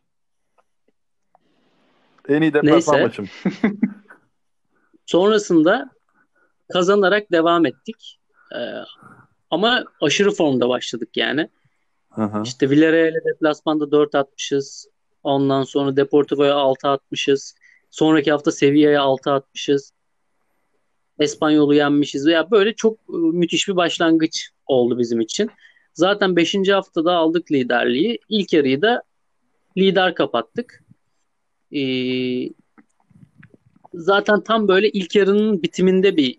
[SPEAKER 2] En iyi deplasman
[SPEAKER 4] neyse
[SPEAKER 2] maçım.
[SPEAKER 4] sonrasında kazanarak devam ettik. Ee, ama aşırı formda başladık yani.
[SPEAKER 2] Hı hı.
[SPEAKER 4] İşte Villarreal'e deplasmanda dört atmışız. Ondan sonra Deportivo'ya altı atmışız. Sonraki hafta Sevilla'ya altı atmışız. Espanyol'u yenmişiz. Ya böyle çok e, müthiş bir başlangıç oldu bizim için. Zaten beşinci haftada aldık liderliği. İlk yarıyı da lider kapattık. Ee, zaten tam böyle ilk yarının bitiminde bir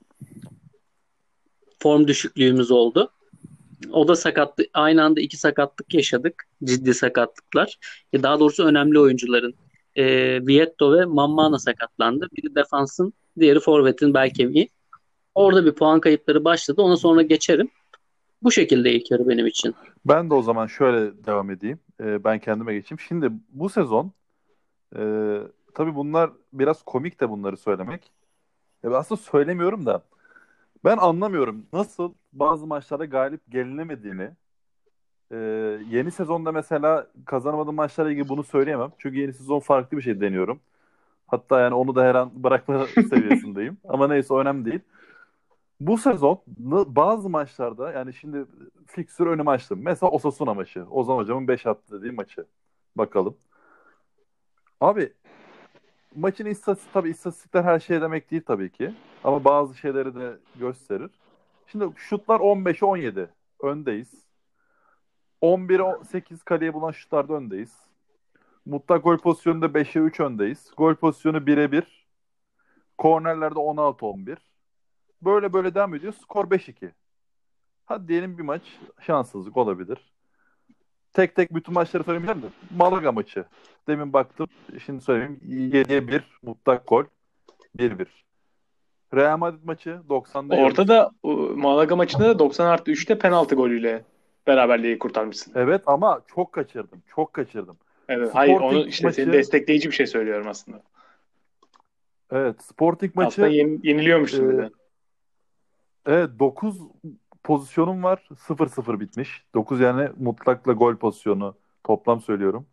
[SPEAKER 4] form düşüklüğümüz oldu. O da sakatlık, aynı anda iki sakatlık yaşadık. Ciddi sakatlıklar. Ya daha doğrusu önemli oyuncuların. E, Vietto ve Mammana sakatlandı. Biri defansın, diğeri forvetin bel kemiği. Orada bir puan kayıpları başladı. Ona sonra geçerim. Bu şekilde ilk yarı benim için.
[SPEAKER 2] Ben de o zaman şöyle devam edeyim. Ee, ben kendime geçeyim. Şimdi bu sezon e, tabii bunlar biraz komik de bunları söylemek. E, aslında söylemiyorum da ben anlamıyorum nasıl bazı maçlarda galip gelinemediğini. E, yeni sezonda mesela kazanamadığım maçlarla ilgili bunu söyleyemem. Çünkü yeni sezon farklı bir şey deniyorum. Hatta yani onu da her an bırakma seviyesindeyim. Ama neyse o önemli değil. Bu sezon n- bazı maçlarda yani şimdi fiksür önüme açtım. Mesela Osasuna maçı. Ozan hocamın beş attı dediği maçı. Bakalım. Abi maçın istatistik tabii istatistikler her şey demek değil tabii ki. Ama bazı şeyleri de gösterir. Şimdi şutlar on beşe on yedi. Öndeyiz. on bire sekiz kaleye bulan şutlarda öndeyiz. Mutlak gol pozisyonunda beşe üç öndeyiz. Gol pozisyonu bire bir. Kornerlerde on altı on bir. Böyle böyle devam ediyor. Skor beş iki. Hadi diyelim bir maç şanssızlık olabilir. Tek tek bütün maçları söylemeyeceğim de Malaga maçı. Demin baktım. Şimdi söyleyeyim. yediye bir mutlak gol. bir bir. Real Madrid maçı doksanda yiyoruz.
[SPEAKER 3] ortada o, Malaga maçında da doksan artı üçte penaltı golüyle beraberliği kurtarmışsın.
[SPEAKER 2] Evet ama çok kaçırdım. Çok kaçırdım.
[SPEAKER 3] Evet,
[SPEAKER 2] Sporting
[SPEAKER 3] hayır onu işte
[SPEAKER 2] maçı,
[SPEAKER 3] seni destekleyici bir şey söylüyorum aslında.
[SPEAKER 2] evet Sporting maçı
[SPEAKER 3] Aslında yen, yeniliyormuşsun bir
[SPEAKER 2] e,
[SPEAKER 3] de.
[SPEAKER 2] evet dokuz pozisyonum var. sıfır sıfır bitmiş. dokuz yani mutlakla gol pozisyonu toplam söylüyorum.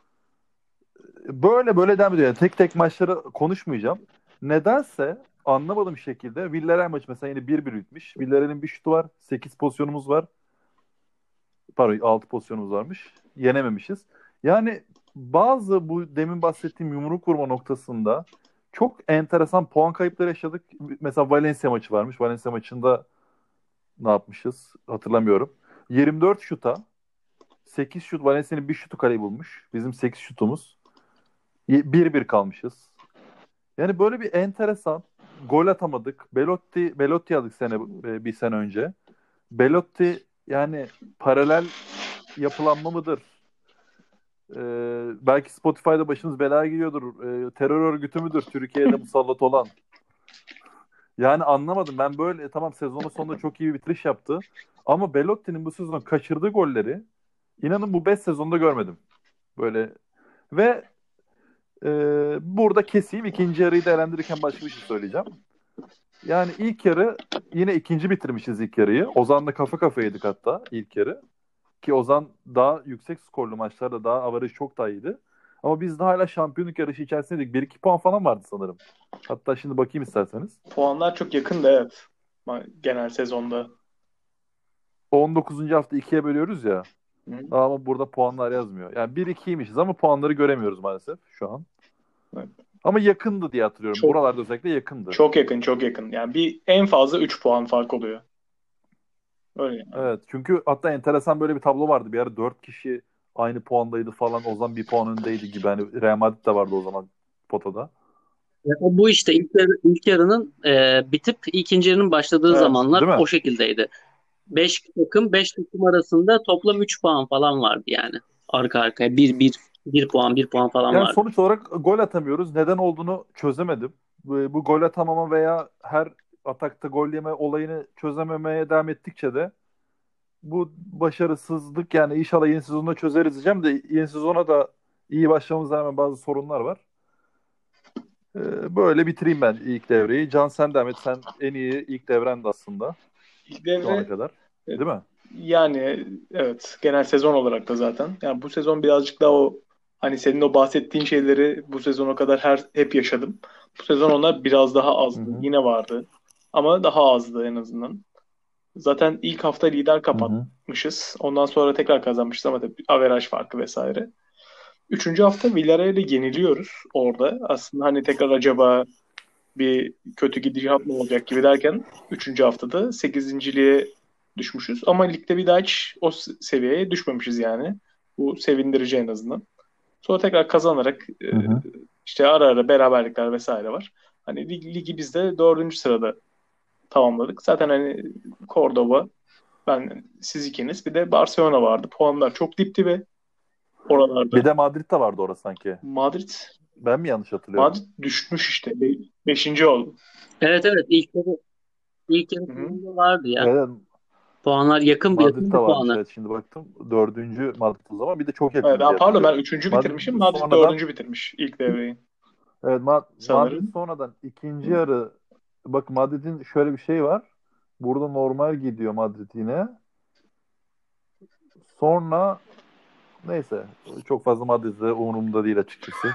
[SPEAKER 2] Böyle böyle devam ediyor. Yani tek tek maçları konuşmayacağım. Nedense anlamadığım şekilde Villarreal maçı mesela yine bir bir bitmiş. Villarreal'in bir şutu var. sekiz pozisyonumuz var. Pardon altı pozisyonumuz varmış. Yenememişiz. Yani bazı bu demin bahsettiğim yumruk vurma noktasında çok enteresan puan kayıpları yaşadık. Mesela Valencia maçı varmış. Valencia maçında ne yapmışız? Hatırlamıyorum. yirmi dört şuta sekiz şut Valencia'nın bir şutu kaleyi bulmuş. Bizim sekiz şutumuz. bir bir kalmışız. Yani böyle bir enteresan gol atamadık. Belotti Belotti aldık sene e, bir sene önce. Belotti yani paralel yapılanma mıdır? e, belki Spotify'da başınız belaya giriyordur. E, terör örgütü müdür Türkiye'de musallat olan? Yani anlamadım. Ben böyle tamam sezonun sonunda çok iyi bir bitiriş yaptı. Ama Belotti'nin bu sezon kaçırdığı golleri inanın bu beş sezonda görmedim. Böyle ve e, burada keseyim. İkinci yarıyı değerlendirirken başka bir şey söyleyeceğim. Yani ilk yarı yine ikinci bitirmişiz ilk yarıyı. Ozan'la kafa kafayaydık hatta ilk yarı. Ki Ozan daha yüksek skorlu maçlarda daha avaraj çok daha iyiydi. Ama biz de hala şampiyonluk yarışı içerisindeydik. bir iki puan falan vardı sanırım. Hatta şimdi bakayım isterseniz.
[SPEAKER 3] Puanlar çok yakındı evet. Genel sezonda.
[SPEAKER 2] on dokuzuncu hafta ikiye bölüyoruz ya.
[SPEAKER 3] Hı.
[SPEAKER 2] Ama burada puanlar yazmıyor. Yani bir ikiymişiz ama puanları göremiyoruz maalesef şu an.
[SPEAKER 3] Evet.
[SPEAKER 2] Ama yakındı diye hatırlıyorum.
[SPEAKER 3] Çok,
[SPEAKER 2] Buralarda özellikle yakındı.
[SPEAKER 3] Çok yakın, çok yakın. Yani bir en fazla üç puan fark oluyor. Öyle yani.
[SPEAKER 2] Evet. Çünkü hatta enteresan böyle bir tablo vardı. Bir ara dört kişi aynı puandaydı falan. Ozan bir puan öndeydi gibi. Hani Real Madrid de vardı o zaman potada.
[SPEAKER 4] O bu işte ilk, yarı, ilk yarının e, bitip ikinci yarının başladığı
[SPEAKER 3] Evet,
[SPEAKER 4] zamanlar
[SPEAKER 2] değil mi?
[SPEAKER 4] o şekildeydi. beş takım beş takım arasında toplam üç puan falan vardı yani. Arka arkaya bir bir bir puan bir puan falan
[SPEAKER 2] Yani
[SPEAKER 4] vardı.
[SPEAKER 2] sonuç olarak gol atamıyoruz. Neden olduğunu çözemedim. Bu, bu gol atamama veya her atakta gol yeme olayını çözememeye devam ettikçe de bu başarısızlık yani inşallah yeni sezonda çözeriz diyeceğim de yeni sezona da iyi başlamamıza rağmen bazı sorunlar var. Ee, böyle bitireyim ben ilk devreyi. Can sen devam et. Sen en iyi ilk devrendi aslında.
[SPEAKER 3] İlk
[SPEAKER 2] Şu ana
[SPEAKER 3] devre
[SPEAKER 2] kadar. Değil mi?
[SPEAKER 3] yani evet genel sezon olarak da zaten. Yani bu sezon birazcık daha o hani senin o bahsettiğin şeyleri bu sezona kadar her hep yaşadım. Bu sezon onlar biraz daha azdı.
[SPEAKER 2] Hı hı.
[SPEAKER 3] Yine vardı. Ama daha azdı en azından. Zaten ilk hafta lider
[SPEAKER 2] Hı hı.
[SPEAKER 3] kapatmışız. Ondan sonra tekrar kazanmışız ama tabii averaj farkı vesaire. Üçüncü hafta Villarreal'e yeniliyoruz orada. Aslında hani tekrar acaba bir kötü gidişat mı olacak gibi derken üçüncü haftada sekizinciliğe düşmüşüz. Ama ligde bir daha hiç o seviyeye düşmemişiz yani. Bu sevindirici en azından. Sonra tekrar kazanarak
[SPEAKER 2] Hı hı.
[SPEAKER 3] işte ara ara beraberlikler vesaire var. Hani lig, ligi biz de dördüncü sırada tamamladık. Zaten hani Cordoba, ben, siz ikiniz bir de Barcelona vardı. Puanlar çok dip dibe oralarda.
[SPEAKER 2] Bir de Madrid de vardı orası sanki.
[SPEAKER 3] Madrid
[SPEAKER 2] Ben mi yanlış hatırlıyorum?
[SPEAKER 3] Madrid düşmüş işte. Be- beşinci oldu.
[SPEAKER 4] Evet evet ilk yarı ilk yarı
[SPEAKER 3] Hı hı.
[SPEAKER 4] sonunda vardı ya.
[SPEAKER 2] Evet,
[SPEAKER 4] Puanlar yakın bir yakın
[SPEAKER 2] Madrid
[SPEAKER 4] bir
[SPEAKER 2] de varmış.
[SPEAKER 4] puanı.
[SPEAKER 2] Evet, şimdi baktım. Dördüncü Madrid o zaman. Bir de çok yakın
[SPEAKER 3] Evet,
[SPEAKER 2] diye
[SPEAKER 3] aa, pardon ben
[SPEAKER 2] hatırlıyorum.
[SPEAKER 3] üçüncü
[SPEAKER 2] Madrid
[SPEAKER 3] bitirmişim. Madrid
[SPEAKER 2] sonradan
[SPEAKER 3] dördüncü bitirmiş ilk devreyi
[SPEAKER 2] evet, Ma- Madrid
[SPEAKER 3] sanırım.
[SPEAKER 2] sonradan ikinci yarı bak Madrid'in şöyle bir şey var. Burada normal gidiyor Madrid yine. Sonra neyse çok fazla Madrid'de umurumda değil açıkçası.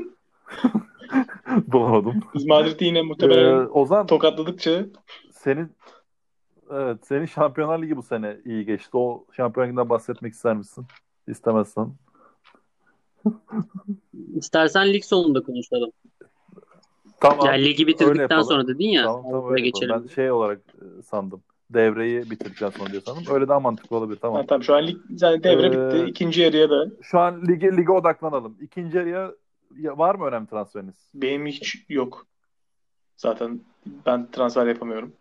[SPEAKER 2] Bulamadım.
[SPEAKER 3] Biz Madrid'i yine
[SPEAKER 2] Ee,
[SPEAKER 3] muhtemelen
[SPEAKER 2] Ozan
[SPEAKER 3] tokatladıkça
[SPEAKER 2] senin evet senin Şampiyonlar Ligi bu sene iyi geçti. O Şampiyonlar Ligi'nden bahsetmek ister misin? İstemezsen.
[SPEAKER 4] İstersen lig sonunda konuşalım.
[SPEAKER 2] Tamam.
[SPEAKER 4] Yani ligi
[SPEAKER 2] Öyle
[SPEAKER 4] bitirdikten
[SPEAKER 2] yapalım.
[SPEAKER 4] sonra dedin ya
[SPEAKER 2] Tamam tamam
[SPEAKER 4] Avrupa'ya
[SPEAKER 2] öyle yapalım. Ben
[SPEAKER 4] geçelim.
[SPEAKER 2] şey olarak e, sandım. Devreyi bitirdikten sonra diye sandım. Öyle daha mantıklı olabilir.
[SPEAKER 3] ha,
[SPEAKER 2] Tamam.
[SPEAKER 3] tamam şu an lig yani devre bitti.
[SPEAKER 2] Ee,
[SPEAKER 3] İkinci yarıya da
[SPEAKER 2] şu an lige lige odaklanalım. İkinci yarıya ya, var mı önemli transferiniz?
[SPEAKER 3] benim hiç yok. Zaten ben transfer yapamıyorum.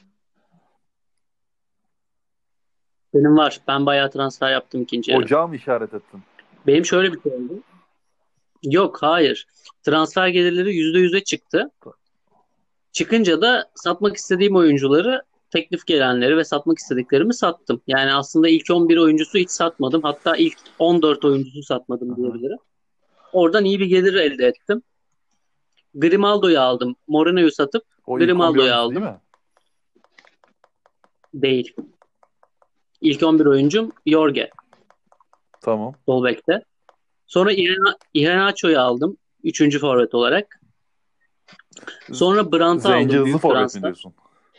[SPEAKER 4] Benim var. Ben bayağı transfer yaptım ikinci yarı.
[SPEAKER 2] Ocağı mı işaret ettin?
[SPEAKER 4] Benim şöyle bir şey oldu. Yok hayır. Transfer gelirleri yüzde yüze çıktı. Çıkınca da satmak istediğim oyuncuları teklif gelenleri ve satmak istediklerimi sattım. Yani aslında ilk on bir oyuncusu hiç satmadım. Hatta ilk on dört oyuncusu satmadım
[SPEAKER 2] Hı hı.
[SPEAKER 4] diyebilirim. Oradan iyi bir gelir elde ettim. Grimaldo'yu aldım. Mourinho'yu satıp
[SPEAKER 2] O ilk on bir
[SPEAKER 4] Grimaldo'yu
[SPEAKER 2] oyuncusu değil
[SPEAKER 4] aldım.
[SPEAKER 2] mi?
[SPEAKER 4] Değil. İlk on bir oyuncum Jorge.
[SPEAKER 2] Tamam.
[SPEAKER 4] Sol bekte. Sonra İhana- Iheanacho'yu aldım. Üçüncü forvet olarak. Sonra Brandt'ı
[SPEAKER 2] Zenci
[SPEAKER 4] aldım.
[SPEAKER 2] hızlı
[SPEAKER 4] Büyük
[SPEAKER 2] forvet mi
[SPEAKER 4] transfer.
[SPEAKER 2] diyorsun?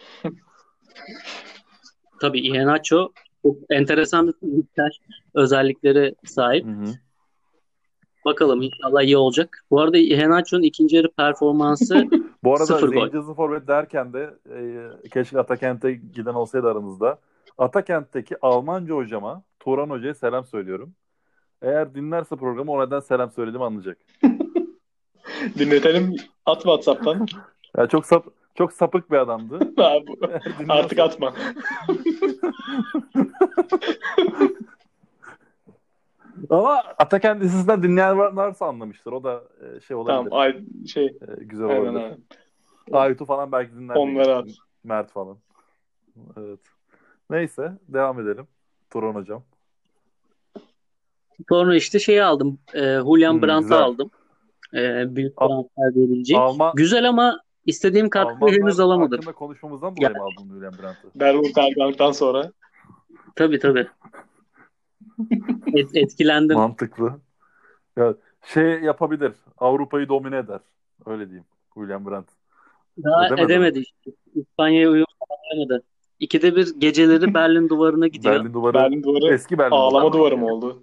[SPEAKER 4] Tabii Iheanacho çok enteresan bir fiziksel özellikleri sahip.
[SPEAKER 2] Hı hı.
[SPEAKER 4] Bakalım inşallah iyi olacak. Bu arada Iheanacho'nun ikinci yarı performansı
[SPEAKER 2] Bu arada
[SPEAKER 4] sıfır gol.
[SPEAKER 2] Zenci hızlı forvet derken de e, keşke Atakent'e giden olsaydı aranızda. Atakent'teki Almanca hocama Turan Hoca'ya selam söylüyorum. Eğer dinlerse programı o neden selam söylediğimi anlayacak.
[SPEAKER 3] Dinletelim. At WhatsApp'tan.
[SPEAKER 2] Yani çok sap çok sapık bir adamdı.
[SPEAKER 3] Ha, bu-
[SPEAKER 2] Eğer dinliyorsa-
[SPEAKER 3] Artık atma.
[SPEAKER 2] Ama Atakan dizisinden dinleyen varsa anlamıştır. O da e, şey
[SPEAKER 3] Tamam.
[SPEAKER 2] olabilir.
[SPEAKER 3] Ay, şey
[SPEAKER 2] E, güzel
[SPEAKER 3] aynen
[SPEAKER 2] olabilir.
[SPEAKER 3] aynen.
[SPEAKER 2] Aytu falan belki dinler diye.
[SPEAKER 3] Onları at.
[SPEAKER 2] Mert falan. Evet. Neyse devam edelim. Turan hocam.
[SPEAKER 4] Sonra işte şeyi aldım. E, Julian
[SPEAKER 2] Hmm,
[SPEAKER 4] Brandt'ı
[SPEAKER 2] güzel.
[SPEAKER 4] aldım. E, büyük
[SPEAKER 2] A-
[SPEAKER 4] transfer diyebilecek.
[SPEAKER 2] Alman
[SPEAKER 4] Güzel ama istediğim katkıyı
[SPEAKER 2] Almanlar
[SPEAKER 4] henüz alamadım.
[SPEAKER 2] hakkında konuşmamızdan
[SPEAKER 4] Ya,
[SPEAKER 2] dolayı mı aldın William Brandt'ı?
[SPEAKER 3] Berwin Ergang'dan sonra.
[SPEAKER 4] tabii tabii. Et, etkilendim.
[SPEAKER 2] Mantıklı. Ya, şey yapabilir. Avrupa'yı domine eder. Öyle diyeyim. William Brandt.
[SPEAKER 4] Daha
[SPEAKER 2] Edemedi mi?
[SPEAKER 4] edemedi işte. İspanya'ya uyum sağlayamadı. İkide bir geceleri Berlin duvarına gidiyor.
[SPEAKER 2] Berlin duvarı
[SPEAKER 3] Berlin duvarı
[SPEAKER 2] eski Berlin
[SPEAKER 3] ağlama
[SPEAKER 2] duvarı.
[SPEAKER 3] duvarı mı oldu?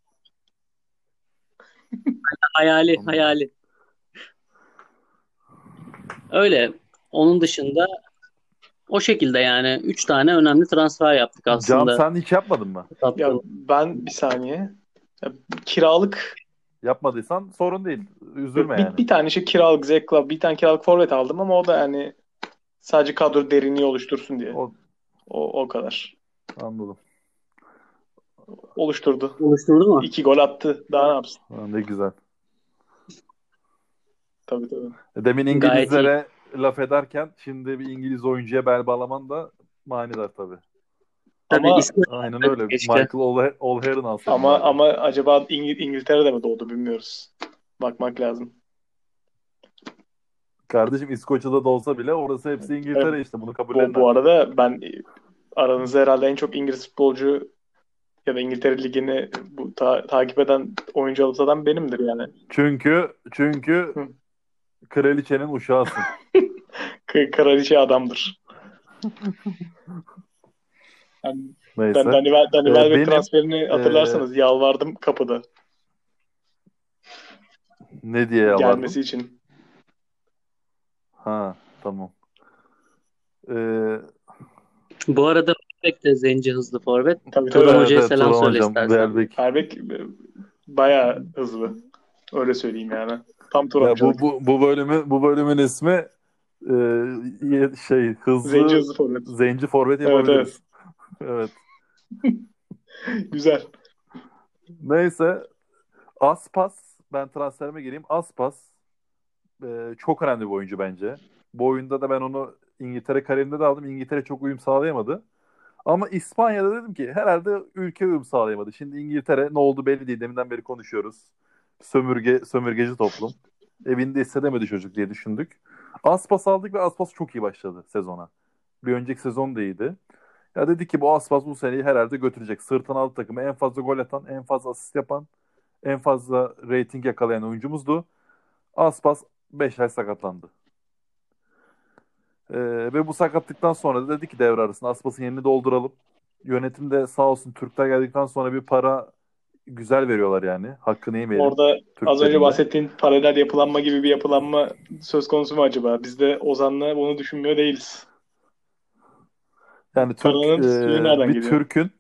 [SPEAKER 4] Hayali,
[SPEAKER 2] Anladım.
[SPEAKER 4] hayali. Öyle. Onun dışında o şekilde yani üç tane önemli transfer yaptık
[SPEAKER 2] Can
[SPEAKER 4] aslında.
[SPEAKER 2] sen hiç yapmadın mı?
[SPEAKER 3] Ya ben bir saniye. Ya, kiralık
[SPEAKER 2] Yapmadıysan sorun değil. Üzülme
[SPEAKER 3] bir,
[SPEAKER 2] yani.
[SPEAKER 3] bir tane şey kiralık Zekla, bir tane kiralık forvet aldım ama o da yani sadece kadro derinliği oluştursun diye.
[SPEAKER 2] O,
[SPEAKER 3] O, o kadar.
[SPEAKER 2] anladım.
[SPEAKER 3] Oluşturdu.
[SPEAKER 4] Oluşturdu mu?
[SPEAKER 3] İki gol attı. Daha ne yapsın?
[SPEAKER 2] Ha, ne güzel.
[SPEAKER 3] Tabii tabii.
[SPEAKER 2] Demin
[SPEAKER 4] Gayet
[SPEAKER 2] İngilizlere laf ederken şimdi bir İngiliz oyuncuya bel bağlaman da manidar tabii.
[SPEAKER 4] Tabii
[SPEAKER 3] Ama
[SPEAKER 4] İsmail
[SPEAKER 2] Aynen öyle.
[SPEAKER 4] keşke.
[SPEAKER 2] Michael O'Hare- O'Hare'ın alsaydın.
[SPEAKER 3] ama
[SPEAKER 2] bari.
[SPEAKER 3] ama acaba İngil- İngiltere'de mi doğdu bilmiyoruz. Bakmak lazım.
[SPEAKER 2] Kardeşim İskoçya'da da olsa bile orası hepsi İngiltere
[SPEAKER 3] Evet.
[SPEAKER 2] işte. Bunu
[SPEAKER 3] Bu,
[SPEAKER 2] kabullenir.
[SPEAKER 3] bu arada ben aranızda herhalde en çok İngiliz futbolcu ya da İngiltere Ligi'ni bu ta- takip eden oyuncu alıp satan benimdir yani.
[SPEAKER 2] Çünkü çünkü
[SPEAKER 3] Hı.
[SPEAKER 2] kraliçenin uşağısın.
[SPEAKER 3] K- kraliçe adamdır. Yani
[SPEAKER 2] Neyse.
[SPEAKER 3] ben Dani, Wel- Dani
[SPEAKER 2] Ee,
[SPEAKER 3] Welbeck
[SPEAKER 2] benim
[SPEAKER 3] transferini hatırlarsanız yalvardım kapıda
[SPEAKER 2] ne diye yalvardın?
[SPEAKER 3] gelmesi için.
[SPEAKER 2] Ha, tamam. Ee,
[SPEAKER 4] Bu arada Welbeck de zenci hızlı forvet.
[SPEAKER 3] Tabii
[SPEAKER 4] Turan
[SPEAKER 3] tabii.
[SPEAKER 2] evet,
[SPEAKER 4] Hoca'ya
[SPEAKER 2] evet,
[SPEAKER 4] selam
[SPEAKER 2] Turan
[SPEAKER 4] söyle
[SPEAKER 2] hocam.
[SPEAKER 4] istersen.
[SPEAKER 2] Welbeck.
[SPEAKER 3] Welbeck e, bayağı hızlı. Öyle söyleyeyim yani. Tam
[SPEAKER 2] Ya
[SPEAKER 3] Turamcılık.
[SPEAKER 2] bu bu bu bölümü bu bölümün ismi e, ye- şey hızlı
[SPEAKER 3] Zenci hızlı forvet.
[SPEAKER 2] zenci forvet
[SPEAKER 3] Evet
[SPEAKER 2] yapabiliriz. Evet.
[SPEAKER 3] Güzel.
[SPEAKER 2] Neyse, Aspas, ben transferime gireyim. Aspas e, çok önemli bir oyuncu bence. Bu oyunda da ben onu İngiltere kariyerimde de aldım. İngiltere çok uyum sağlayamadı. Ama İspanya'da dedim ki herhalde ülke uyum sağlayamadı. Şimdi İngiltere ne oldu belli değil. Deminden beri konuşuyoruz. Sömürge, sömürgeci toplum. Evinde hissedemedi çocuk diye düşündük. Aspas aldık ve Aspas çok iyi başladı sezona. Bir önceki sezon da iyiydi. Ya dedi ki bu Aspas bu seneyi herhalde götürecek. Sırtına aldı takımı. En fazla gol atan, en fazla asist yapan, en fazla reyting yakalayan oyuncumuzdu. Aspas beş ay sakatlandı. Ee, ve bu sakatlıktan sonra da dedi ki devre arasında Aspas'ın yerini dolduralım. Yönetim de sağ olsun Türkler geldikten sonra bir para güzel veriyorlar yani. Hakkını yemeyelim.
[SPEAKER 3] Orada az
[SPEAKER 2] Türklerin
[SPEAKER 3] önce
[SPEAKER 2] de.
[SPEAKER 3] bahsettiğin paralel yapılanma gibi bir yapılanma söz konusu mu acaba? Biz de Ozan'la bunu düşünmüyor değiliz.
[SPEAKER 2] Yani Türk
[SPEAKER 3] Paranın
[SPEAKER 2] e,
[SPEAKER 3] suyu nereden
[SPEAKER 2] bir
[SPEAKER 3] geliyor?
[SPEAKER 2] Türk'ün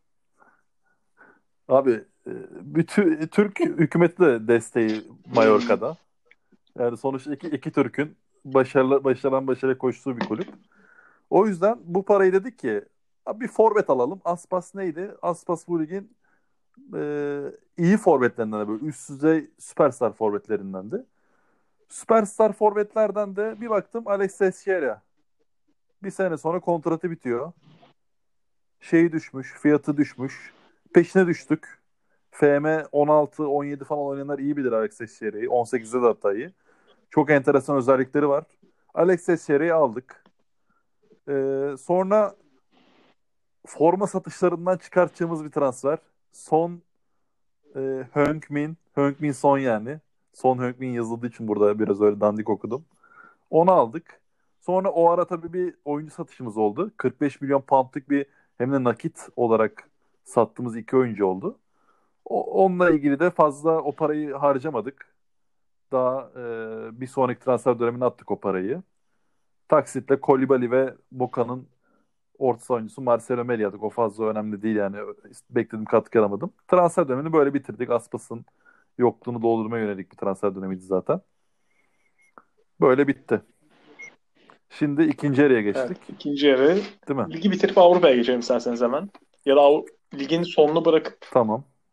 [SPEAKER 2] abi e, bir tü- Türk hükümeti de desteği Mallorca'da. Yani sonuçta iki, iki Türk'ün başarılı, başaran başarıya koştuğu bir kulüp. O yüzden bu parayı dedik ki abi bir forvet alalım. Aspas neydi? Aspas bu ligin e, iyi forvetlerinden de böyle üst düzey süperstar forvetlerindendi. Süperstar forvetlerden de bir baktım Alex Teixeira. Bir sene sonra kontratı bitiyor. Şeyi düşmüş, fiyatı düşmüş. Peşine düştük. F M on altı on yedi falan oynayanlar iyi bilir Alex Teixeira'yı. on sekizde de hatta iyi. Çok enteresan özellikleri var. Alex Teixeira'yı aldık. Ee, sonra forma satışlarından çıkartacağımız bir transfer. Son e, Heung-min. Heung-min Son yani. Son Heung-min yazıldığı için burada biraz öyle dandik okudum. Onu aldık. Sonra o ara tabii bir oyuncu satışımız oldu. kırk beş milyon poundluk bir hem de nakit olarak sattığımız iki oyuncu oldu. O, onunla ilgili de fazla o parayı harcamadık. Daha e, bir sonraki transfer dönemine attık o parayı. Taksitle Koulibaly ve Boca'nın orta saha oyuncusu Marcelo Melli aldık. O fazla önemli değil yani. Beklediğim katkı alamadım. Transfer dönemini böyle bitirdik. Aspas'ın yokluğunu doldurmaya yönelik bir transfer dönemiydi zaten. Böyle bitti. Şimdi ikinci yarıya geçtik.
[SPEAKER 3] Evet, ikinci yarı.
[SPEAKER 2] Değil mi?
[SPEAKER 3] Ligi bitirip Avrupa'ya geçelim isterseniz hemen. Ya da Avru- ligin sonunu bırakıp
[SPEAKER 2] Tamam.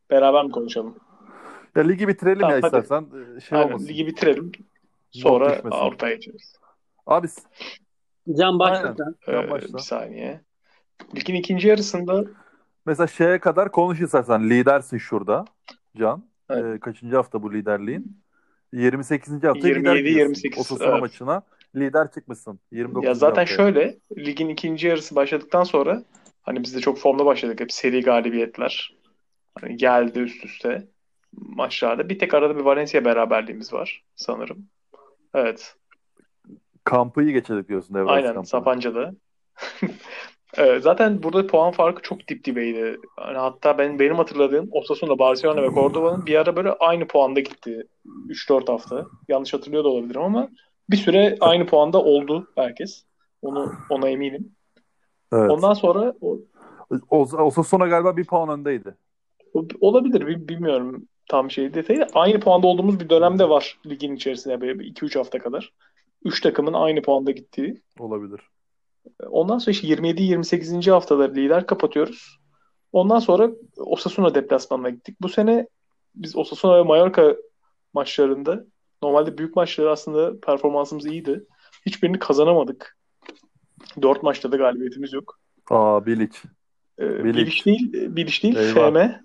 [SPEAKER 3] Beraber mi konuşalım?
[SPEAKER 2] Ya ligi bitirelim
[SPEAKER 3] Tamam,
[SPEAKER 2] ya
[SPEAKER 3] hadi.
[SPEAKER 2] istersen. Ee, Şey
[SPEAKER 3] Aynen,
[SPEAKER 2] olmasın.
[SPEAKER 3] ligi bitirelim.
[SPEAKER 2] Not
[SPEAKER 3] Sonra
[SPEAKER 2] düşmesin.
[SPEAKER 3] Avrupa'ya geçeriz.
[SPEAKER 2] Abi s-
[SPEAKER 4] Can başla
[SPEAKER 2] aynen.
[SPEAKER 4] sen.
[SPEAKER 2] Can
[SPEAKER 3] Ee,
[SPEAKER 2] başla.
[SPEAKER 3] bir saniye. Ligin ikinci yarısında
[SPEAKER 2] Mesela şeye kadar konuş istersen. Lidersin şurada Can.
[SPEAKER 3] evet,
[SPEAKER 2] Ee, kaçıncı hafta bu liderliğin? yirmi sekizinci haftaya lider
[SPEAKER 3] yirmi yedi
[SPEAKER 2] gidiyorsun.
[SPEAKER 3] yirmi sekiz.
[SPEAKER 2] Osasuna
[SPEAKER 3] Evet.
[SPEAKER 2] maçına lider çıkmışsın.
[SPEAKER 3] Ya
[SPEAKER 2] yirmi dokuzuncu
[SPEAKER 3] zaten
[SPEAKER 2] haftaya.
[SPEAKER 3] şöyle, ligin ikinci yarısı başladıktan sonra hani biz de çok formda başladık. Hep seri galibiyetler. Hani geldi üst üste maçlarda. Bir tek arada bir Valencia beraberliğimiz var sanırım. Evet.
[SPEAKER 2] Kampı iyi geçirdik diyorsun, devre arası
[SPEAKER 3] Aynen,
[SPEAKER 2] kampını.
[SPEAKER 3] Sapanca'da. Evet, zaten burada puan farkı çok dip dibeydi. Yani hatta ben benim hatırladığım Osasuna, Barcelona ve Cordoba'nın bir ara böyle aynı puanda gitti. üç dört hafta. Yanlış hatırlıyor da olabilirim ama bir süre aynı puanda oldu herkes. Onu ona eminim.
[SPEAKER 2] Evet.
[SPEAKER 3] Ondan sonra o-
[SPEAKER 2] Os- Osasuna galiba bir puan öndeydi.
[SPEAKER 3] o- olabilir, bi- bilmiyorum tam şey detayı. Aynı puanda olduğumuz bir dönemde var ligin içerisinde böyle iki üç hafta kadar. üç takımın aynı puanda gittiği.
[SPEAKER 2] Olabilir.
[SPEAKER 3] Ondan sonra işte yirmi yedi yirmi sekizinci haftaları lider kapatıyoruz. Ondan sonra Osasuna deplasmanına gittik. Bu sene biz Osasuna ve Mallorca maçlarında normalde büyük maçları aslında performansımız iyiydi. Hiçbirini kazanamadık. Dört maçta da galibiyetimiz yok.
[SPEAKER 2] Aa, Bilic.
[SPEAKER 3] Ee,
[SPEAKER 2] Bilic.
[SPEAKER 3] Bilic değil, Bilic değil,
[SPEAKER 2] Eyvah.
[SPEAKER 3] F M.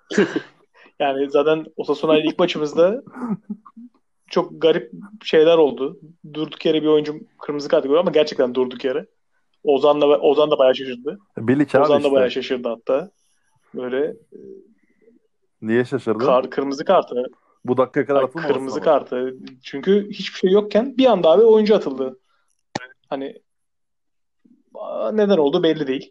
[SPEAKER 3] Yani zaten Osasuna ile ilk maçımızda çok garip şeyler oldu. Durduk yere bir oyuncu kırmızı kart gördü ama gerçekten durduk yere. Ozan da Ozan da bayağı şaşırdı.
[SPEAKER 2] Bilic abi
[SPEAKER 3] Ozan da
[SPEAKER 2] işte.
[SPEAKER 3] bayağı şaşırdı hatta. Böyle
[SPEAKER 2] Niye şaşırdı?
[SPEAKER 3] kar, kırmızı kartı.
[SPEAKER 2] Bu dakikaya kadar
[SPEAKER 3] Ay,
[SPEAKER 2] atılmaması
[SPEAKER 3] kırmızı
[SPEAKER 2] ama.
[SPEAKER 3] kartı. Çünkü hiçbir şey yokken bir anda abi oyuncu atıldı. Hani aa, neden oldu belli değil.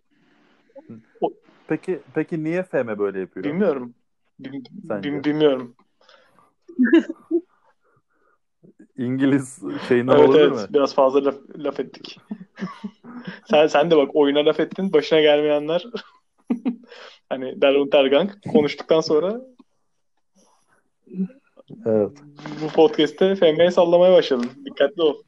[SPEAKER 2] Peki peki niye F M böyle yapıyor
[SPEAKER 3] Bilmiyorum. Bil-
[SPEAKER 2] sence?
[SPEAKER 3] bil- bilmiyorum.
[SPEAKER 2] İngiliz şeyinden
[SPEAKER 3] Evet
[SPEAKER 2] olabilir
[SPEAKER 3] evet
[SPEAKER 2] mi?
[SPEAKER 3] biraz fazla laf, laf ettik. Sen sen de bak oyuna laf ettin. Başına gelmeyenler hani Darwin Tergang konuştuktan sonra
[SPEAKER 2] Evet.
[SPEAKER 3] bu podcast'te F M'ye sallamaya başladın. Dikkatli ol.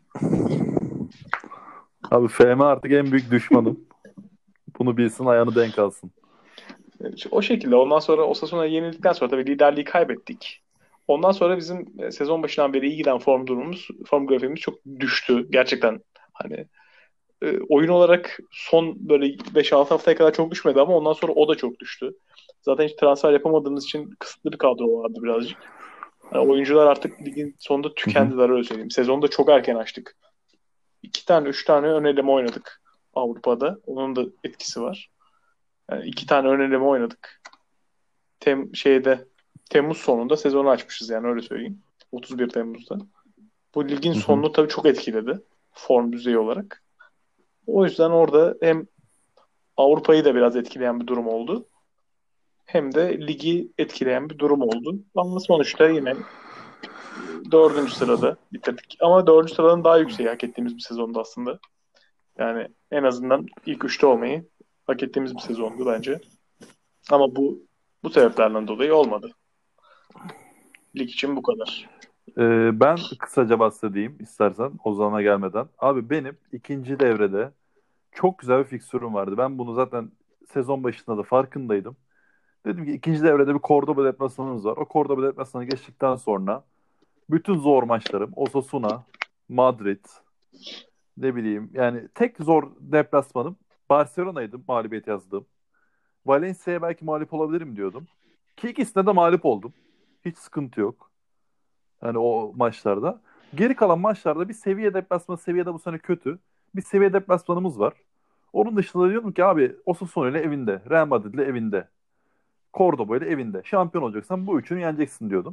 [SPEAKER 2] Abi F M artık en büyük düşmanım. Bunu bilsin, ayağını denk alsın.
[SPEAKER 3] O şekilde ondan sonra Osasuna'ya yenildikten sonra tabii liderliği kaybettik. Ondan sonra bizim e, sezon başından beri iyi giden form durumumuz, form grafiğimiz çok düştü. Gerçekten hani e, oyun olarak son böyle beş altı haftaya kadar çok düşmedi ama ondan sonra o da çok düştü. Zaten hiç transfer yapamadığımız için kısıtlı bir kadro vardı birazcık. Yani oyuncular artık ligin sonunda tükendiler, öyle söyleyeyim. Sezonu da çok erken açtık. İki tane, üç tane ön eleme oynadık Avrupa'da. Onun da etkisi var. Yani iki tane ön eleme oynadık. Tem şeyde Temmuz sonunda sezonu açmışız yani, öyle söyleyeyim. otuz bir Temmuz'da. Bu ligin
[SPEAKER 2] Hı hı.
[SPEAKER 3] sonunu tabii çok etkiledi form düzeyi olarak. O yüzden orada hem Avrupa'yı da biraz etkileyen bir durum oldu. Hem de ligi etkileyen bir durum oldu. Ama sonuçta yine dördüncü sırada bitirdik. Ama dördüncü sıranın daha yükseği hak ettiğimiz bir sezondu aslında. Yani en azından ilk üçte olmayı hak ettiğimiz bir sezondu bence. Ama bu bu sebeplerden dolayı olmadı. Lig için bu kadar.
[SPEAKER 2] Ee, ben kısaca bahsedeyim istersen Ozan'a gelmeden. Abi benim ikinci devrede çok güzel bir fikstürüm vardı. Ben bunu zaten sezon başında da farkındaydım. Dedim ki ikinci devrede bir Cordoba deplasmanımız var. O Cordoba deplasmanı geçtikten sonra bütün zor maçlarım Osasuna, Madrid, ne bileyim yani tek zor deplasmanım Barcelona'ydı, mağlubiyet yazdığım. Valencia'ya belki mağlup olabilirim diyordum. Ki ikisine de mağlup oldum. Hiç sıkıntı yok. Yani o maçlarda. Geri kalan maçlarda bir seviye deplasmanı, seviyede bu sene kötü. Bir seviye deplasmanımız var. Onun dışında diyorum ki abi Osasuna ile evinde, Real Madrid ile evinde, Cordoba ile evinde. Şampiyon olacaksan bu üçünü yeneceksin diyordum.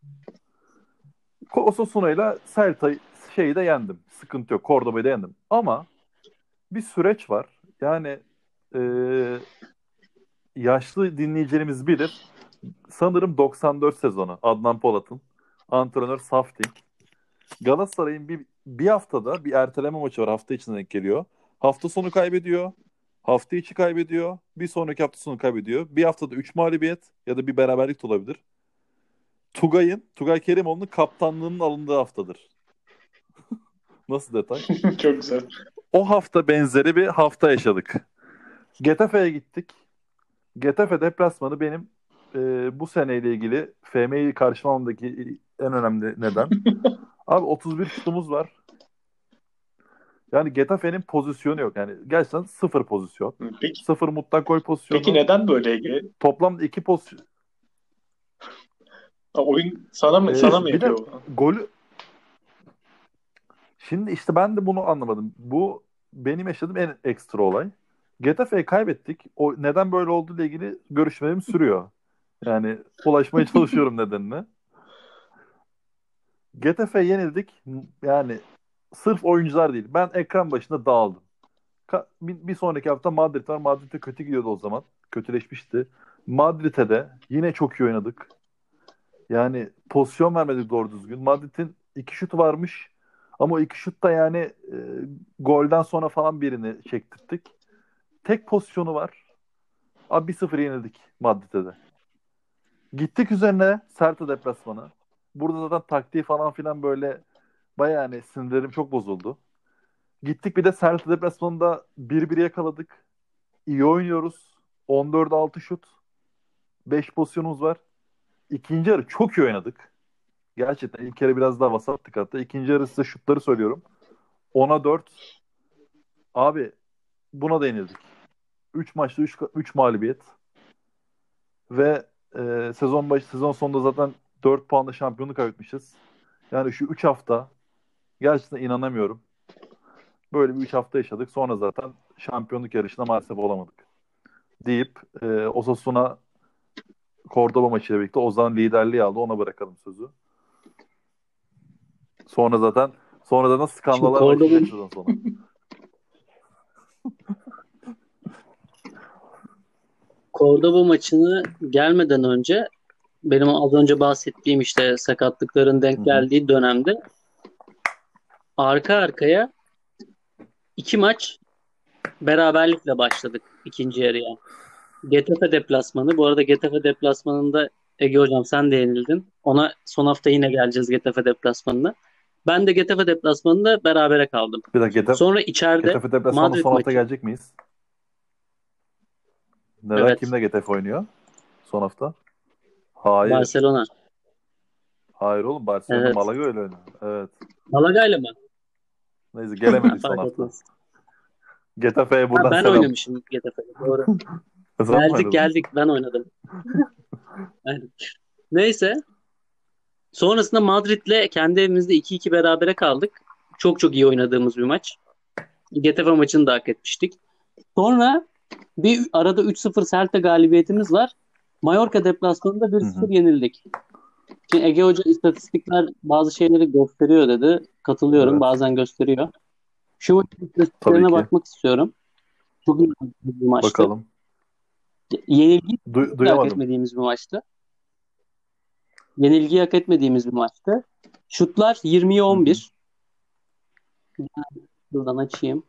[SPEAKER 2] Osasuna ile Celta şeyi de yendim. Sıkıntı yok. Cordoba'yı da yendim. Ama bir süreç var. Yani eee, yaşlı dinleyicilerimiz bilir. Sanırım doksan dört sezonu Adnan Polat'ın. Antrenör Saftik. Galatasaray'ın bir, bir haftada bir erteleme maçı var. Hafta içine denk geliyor. Hafta sonu kaybediyor. Hafta içi kaybediyor. Bir sonraki hafta sonu kaybediyor. Bir haftada üç mağlubiyet ya da bir beraberlik de olabilir. Tugay'ın, Tugay Kerimoğlu'nun kaptanlığının alındığı haftadır. Nasıl detay?
[SPEAKER 3] Çok güzel.
[SPEAKER 2] O hafta benzeri bir hafta yaşadık. Getafe'ye gittik. Getafe deplasmanı benim e, bu seneyle ilgili F M'yi karşılamamdaki en önemli neden. Abi otuz bir şutumuz var. Yani Getafe'nin pozisyonu yok. Yani gerçekten sıfır pozisyon.
[SPEAKER 3] Peki,
[SPEAKER 2] Sıfır mutlak gol
[SPEAKER 3] peki
[SPEAKER 2] pozisyonu.
[SPEAKER 3] neden böyle Ege?
[SPEAKER 2] Toplamda iki pozisyon.
[SPEAKER 3] Ha, oyun sana mı
[SPEAKER 2] Ee,
[SPEAKER 3] sana mı
[SPEAKER 2] bir de
[SPEAKER 3] yapıyor bunu?
[SPEAKER 2] golü şimdi işte ben de bunu anlamadım. Bu benim yaşadığım en ekstra olay. Getafe'yi kaybettik. O neden böyle olduğu ile ilgili görüşmelerim sürüyor. Yani ulaşmaya çalışıyorum nedenine. Getafe'ye yenildik. Yani sırf oyuncular değil. Ben ekran başında dağıldım. Ka- bir, bir sonraki hafta Madrid var. Madrid'de kötü gidiyordu o zaman. Kötüleşmişti. Madrid'e de yine çok iyi oynadık. Yani pozisyon vermedik doğru düzgün. Madrid'in iki şutu varmış. Ama o iki şut da yani e, golden sonra falan birini çektirdik. Tek pozisyonu var. Abi bir sıfır yenildik Madrid'e de. Gittik üzerine Celta deplasmanı. Burada zaten taktiği falan filan böyle bayağı yani sinirlerim çok bozuldu. Gittik bir de Celta deplasmanında bir bir yakaladık. İyi oynuyoruz. on dörde altı şut. beş pozisyonumuz var. İkinci yarı çok iyi oynadık. Gerçekten ilk kere biraz daha vasattık hatta. İkinci yarı size şutları söylüyorum. ona dört. Abi buna da yenildik. üç maçta üç üç mağlubiyet. Ve e, sezon başı sezon sonunda zaten dört puanla şampiyonluk kaybetmişiz. Yani şu üç hafta gerçekten inanamıyorum. Böyle bir üç hafta yaşadık. Sonra zaten şampiyonluk yarışına maalesef olamadık. Deyip e, Osasuna Cordoba maçıyla birlikte Ozan liderliği aldı. Ona bırakalım sözü. Sonra zaten sonra zaten
[SPEAKER 4] Şimdi
[SPEAKER 2] skandallar
[SPEAKER 4] Cordoba,
[SPEAKER 2] başlayacak sezon sonu.
[SPEAKER 4] Cordoba maçını gelmeden önce benim az önce bahsettiğim işte sakatlıkların
[SPEAKER 2] Hı
[SPEAKER 4] denk
[SPEAKER 2] hı.
[SPEAKER 4] geldiği dönemde arka arkaya iki maç beraberlikle başladık ikinci yarıya. Getafe deplasmanı. Bu arada Getafe deplasmanında Ege hocam sen de yenildin. Ona son hafta yine geleceğiz Getafe deplasmanına. Ben de Getafe deplasmanında berabere kaldım.
[SPEAKER 2] Bir dakika Getaf
[SPEAKER 4] Sonra içeride
[SPEAKER 2] Getafe deplasmanı
[SPEAKER 4] Madrid
[SPEAKER 2] son hafta
[SPEAKER 4] maçı.
[SPEAKER 2] gelecek miyiz? Neden?
[SPEAKER 4] Evet.
[SPEAKER 2] Kimle Getafe oynuyor son hafta? Hayır.
[SPEAKER 4] Barcelona.
[SPEAKER 2] Hayır oğlum. Barcelona
[SPEAKER 4] Evet.
[SPEAKER 2] Malaga öyle oynuyor. Evet.
[SPEAKER 4] Malaga'yla mı?
[SPEAKER 2] Neyse gelemedik son
[SPEAKER 4] Fark
[SPEAKER 2] hafta.
[SPEAKER 4] etmez.
[SPEAKER 2] Getafe'ye
[SPEAKER 4] Ha,
[SPEAKER 2] buradan
[SPEAKER 4] ben
[SPEAKER 2] selam.
[SPEAKER 4] oynamışım Getafe'de. Doğru.
[SPEAKER 2] Sen mi
[SPEAKER 4] Geldik
[SPEAKER 2] oynadın?
[SPEAKER 4] geldik. Ben oynadım. Yani. Neyse. Sonrasında Madrid'le kendi evimizde iki iki berabere kaldık. Çok çok iyi oynadığımız bir maç. Getafe maçını da hak etmiştik. Sonra bir arada üç sıfır Celta galibiyetimiz var. Mallorca deplasmanında bir
[SPEAKER 2] Hı
[SPEAKER 4] sıfır
[SPEAKER 2] hı.
[SPEAKER 4] yenildik. Şimdi Ege Hoca istatistikler bazı şeyleri gösteriyor dedi. Katılıyorum.
[SPEAKER 2] Evet.
[SPEAKER 4] Bazen gösteriyor. Şu maçın
[SPEAKER 2] Tabii
[SPEAKER 4] istatistiklerine
[SPEAKER 2] ki.
[SPEAKER 4] bakmak istiyorum. Çok iyi bir maçtı.
[SPEAKER 2] Bakalım.
[SPEAKER 4] Yenilgi
[SPEAKER 2] Du-
[SPEAKER 4] hak
[SPEAKER 2] duyamadım.
[SPEAKER 4] etmediğimiz bir maçtı. Yenilgiyi hak etmediğimiz bir maçtı. Şutlar yirmiye
[SPEAKER 2] Hı hı.
[SPEAKER 4] on bir. Buradan açayım.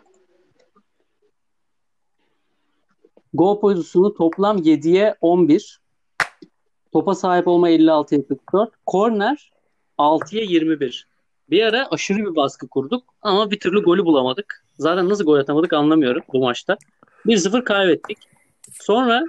[SPEAKER 4] Gol pozisyonu toplam yediye on bir. Topa sahip olma elli altıya kırk dört. Korner altıya yirmi bir. Bir ara aşırı bir baskı kurduk ama bir türlü golü bulamadık. Zaten nasıl gol atamadık anlamıyorum bu maçta. bir sıfır kaybettik. Sonra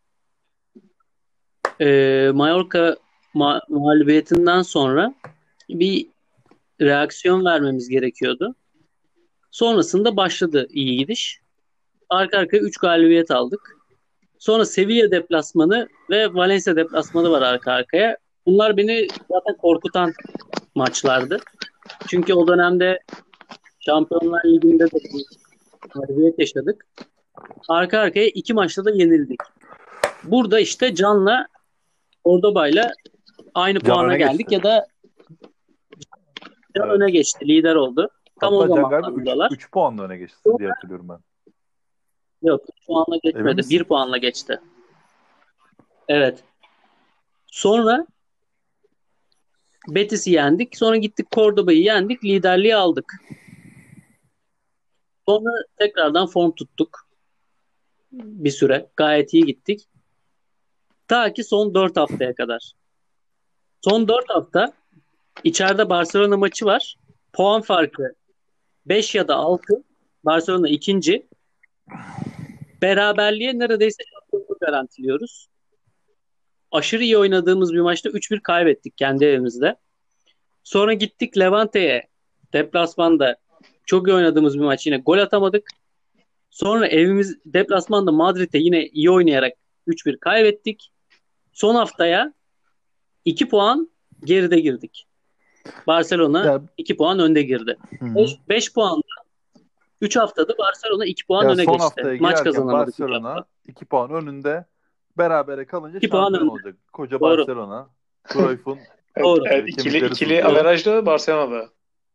[SPEAKER 4] e, Mallorca ma- mağlubiyetinden sonra bir reaksiyon vermemiz gerekiyordu. Sonrasında başladı iyi gidiş. Arka arkaya üç galibiyet aldık. Sonra Sevilla deplasmanı ve Valencia deplasmanı var arka arkaya. Bunlar beni zaten korkutan maçlardı. Çünkü o dönemde Şampiyonlar Ligi'nde de bir mağlubiyet yaşadık. Arka arkaya iki maçta da yenildik. Burada işte Can'la Cordoba'yla aynı
[SPEAKER 2] Can
[SPEAKER 4] puana
[SPEAKER 2] öne
[SPEAKER 4] geldik
[SPEAKER 2] geçti.
[SPEAKER 4] ya da Can
[SPEAKER 2] Evet.
[SPEAKER 4] öne geçti, lider oldu. Tam o
[SPEAKER 2] Hatta Can galiba üç
[SPEAKER 4] zamanlardalar.
[SPEAKER 2] üç puanla öne geçti diye hatırlıyorum ben.
[SPEAKER 4] Yok, üç puanla
[SPEAKER 2] Emin
[SPEAKER 4] geçmedi. bir
[SPEAKER 2] misin?
[SPEAKER 4] puanla geçti. Evet. Sonra Betis'i yendik. Sonra gittik Cordoba'yı yendik. Liderliği aldık. Sonra tekrardan form tuttuk bir süre. Gayet iyi gittik. Ta ki son dört haftaya kadar. Son dört hafta içeride Barcelona maçı var. Puan farkı beş ya da altı. Barcelona ikinci. Beraberliğe neredeyse şampiyonluğu garantiliyoruz. aşırı iyi oynadığımız bir maçta üç bir kaybettik kendi evimizde. Sonra gittik Levante'ye deplasmanda çok iyi oynadığımız bir maç, yine gol atamadık. Sonra evimiz deplasmanda Madrid'de yine iyi oynayarak üç bir kaybettik. Son haftaya iki puan geride girdik. Barcelona
[SPEAKER 2] Ya,
[SPEAKER 4] iki puan önde girdi.
[SPEAKER 2] hı hı.
[SPEAKER 4] beş puan üç haftada Barcelona iki puan
[SPEAKER 2] Ya
[SPEAKER 4] öne
[SPEAKER 2] son
[SPEAKER 4] geçti.
[SPEAKER 2] haftaya
[SPEAKER 4] Maç
[SPEAKER 2] girerken
[SPEAKER 4] kazanamadık üç hafta.
[SPEAKER 2] Barcelona iki puan önünde, berabere kalınca
[SPEAKER 4] iki puan
[SPEAKER 2] şampiyon
[SPEAKER 4] önde.
[SPEAKER 2] olacak. Koca
[SPEAKER 4] Doğru.
[SPEAKER 2] Barcelona. Cruyff'un
[SPEAKER 3] Evet,
[SPEAKER 4] Doğru.
[SPEAKER 3] evet,
[SPEAKER 2] e,
[SPEAKER 3] ikili
[SPEAKER 2] kemikleri
[SPEAKER 3] ikili
[SPEAKER 2] sızlıyor.
[SPEAKER 3] averajda Barcelona'da.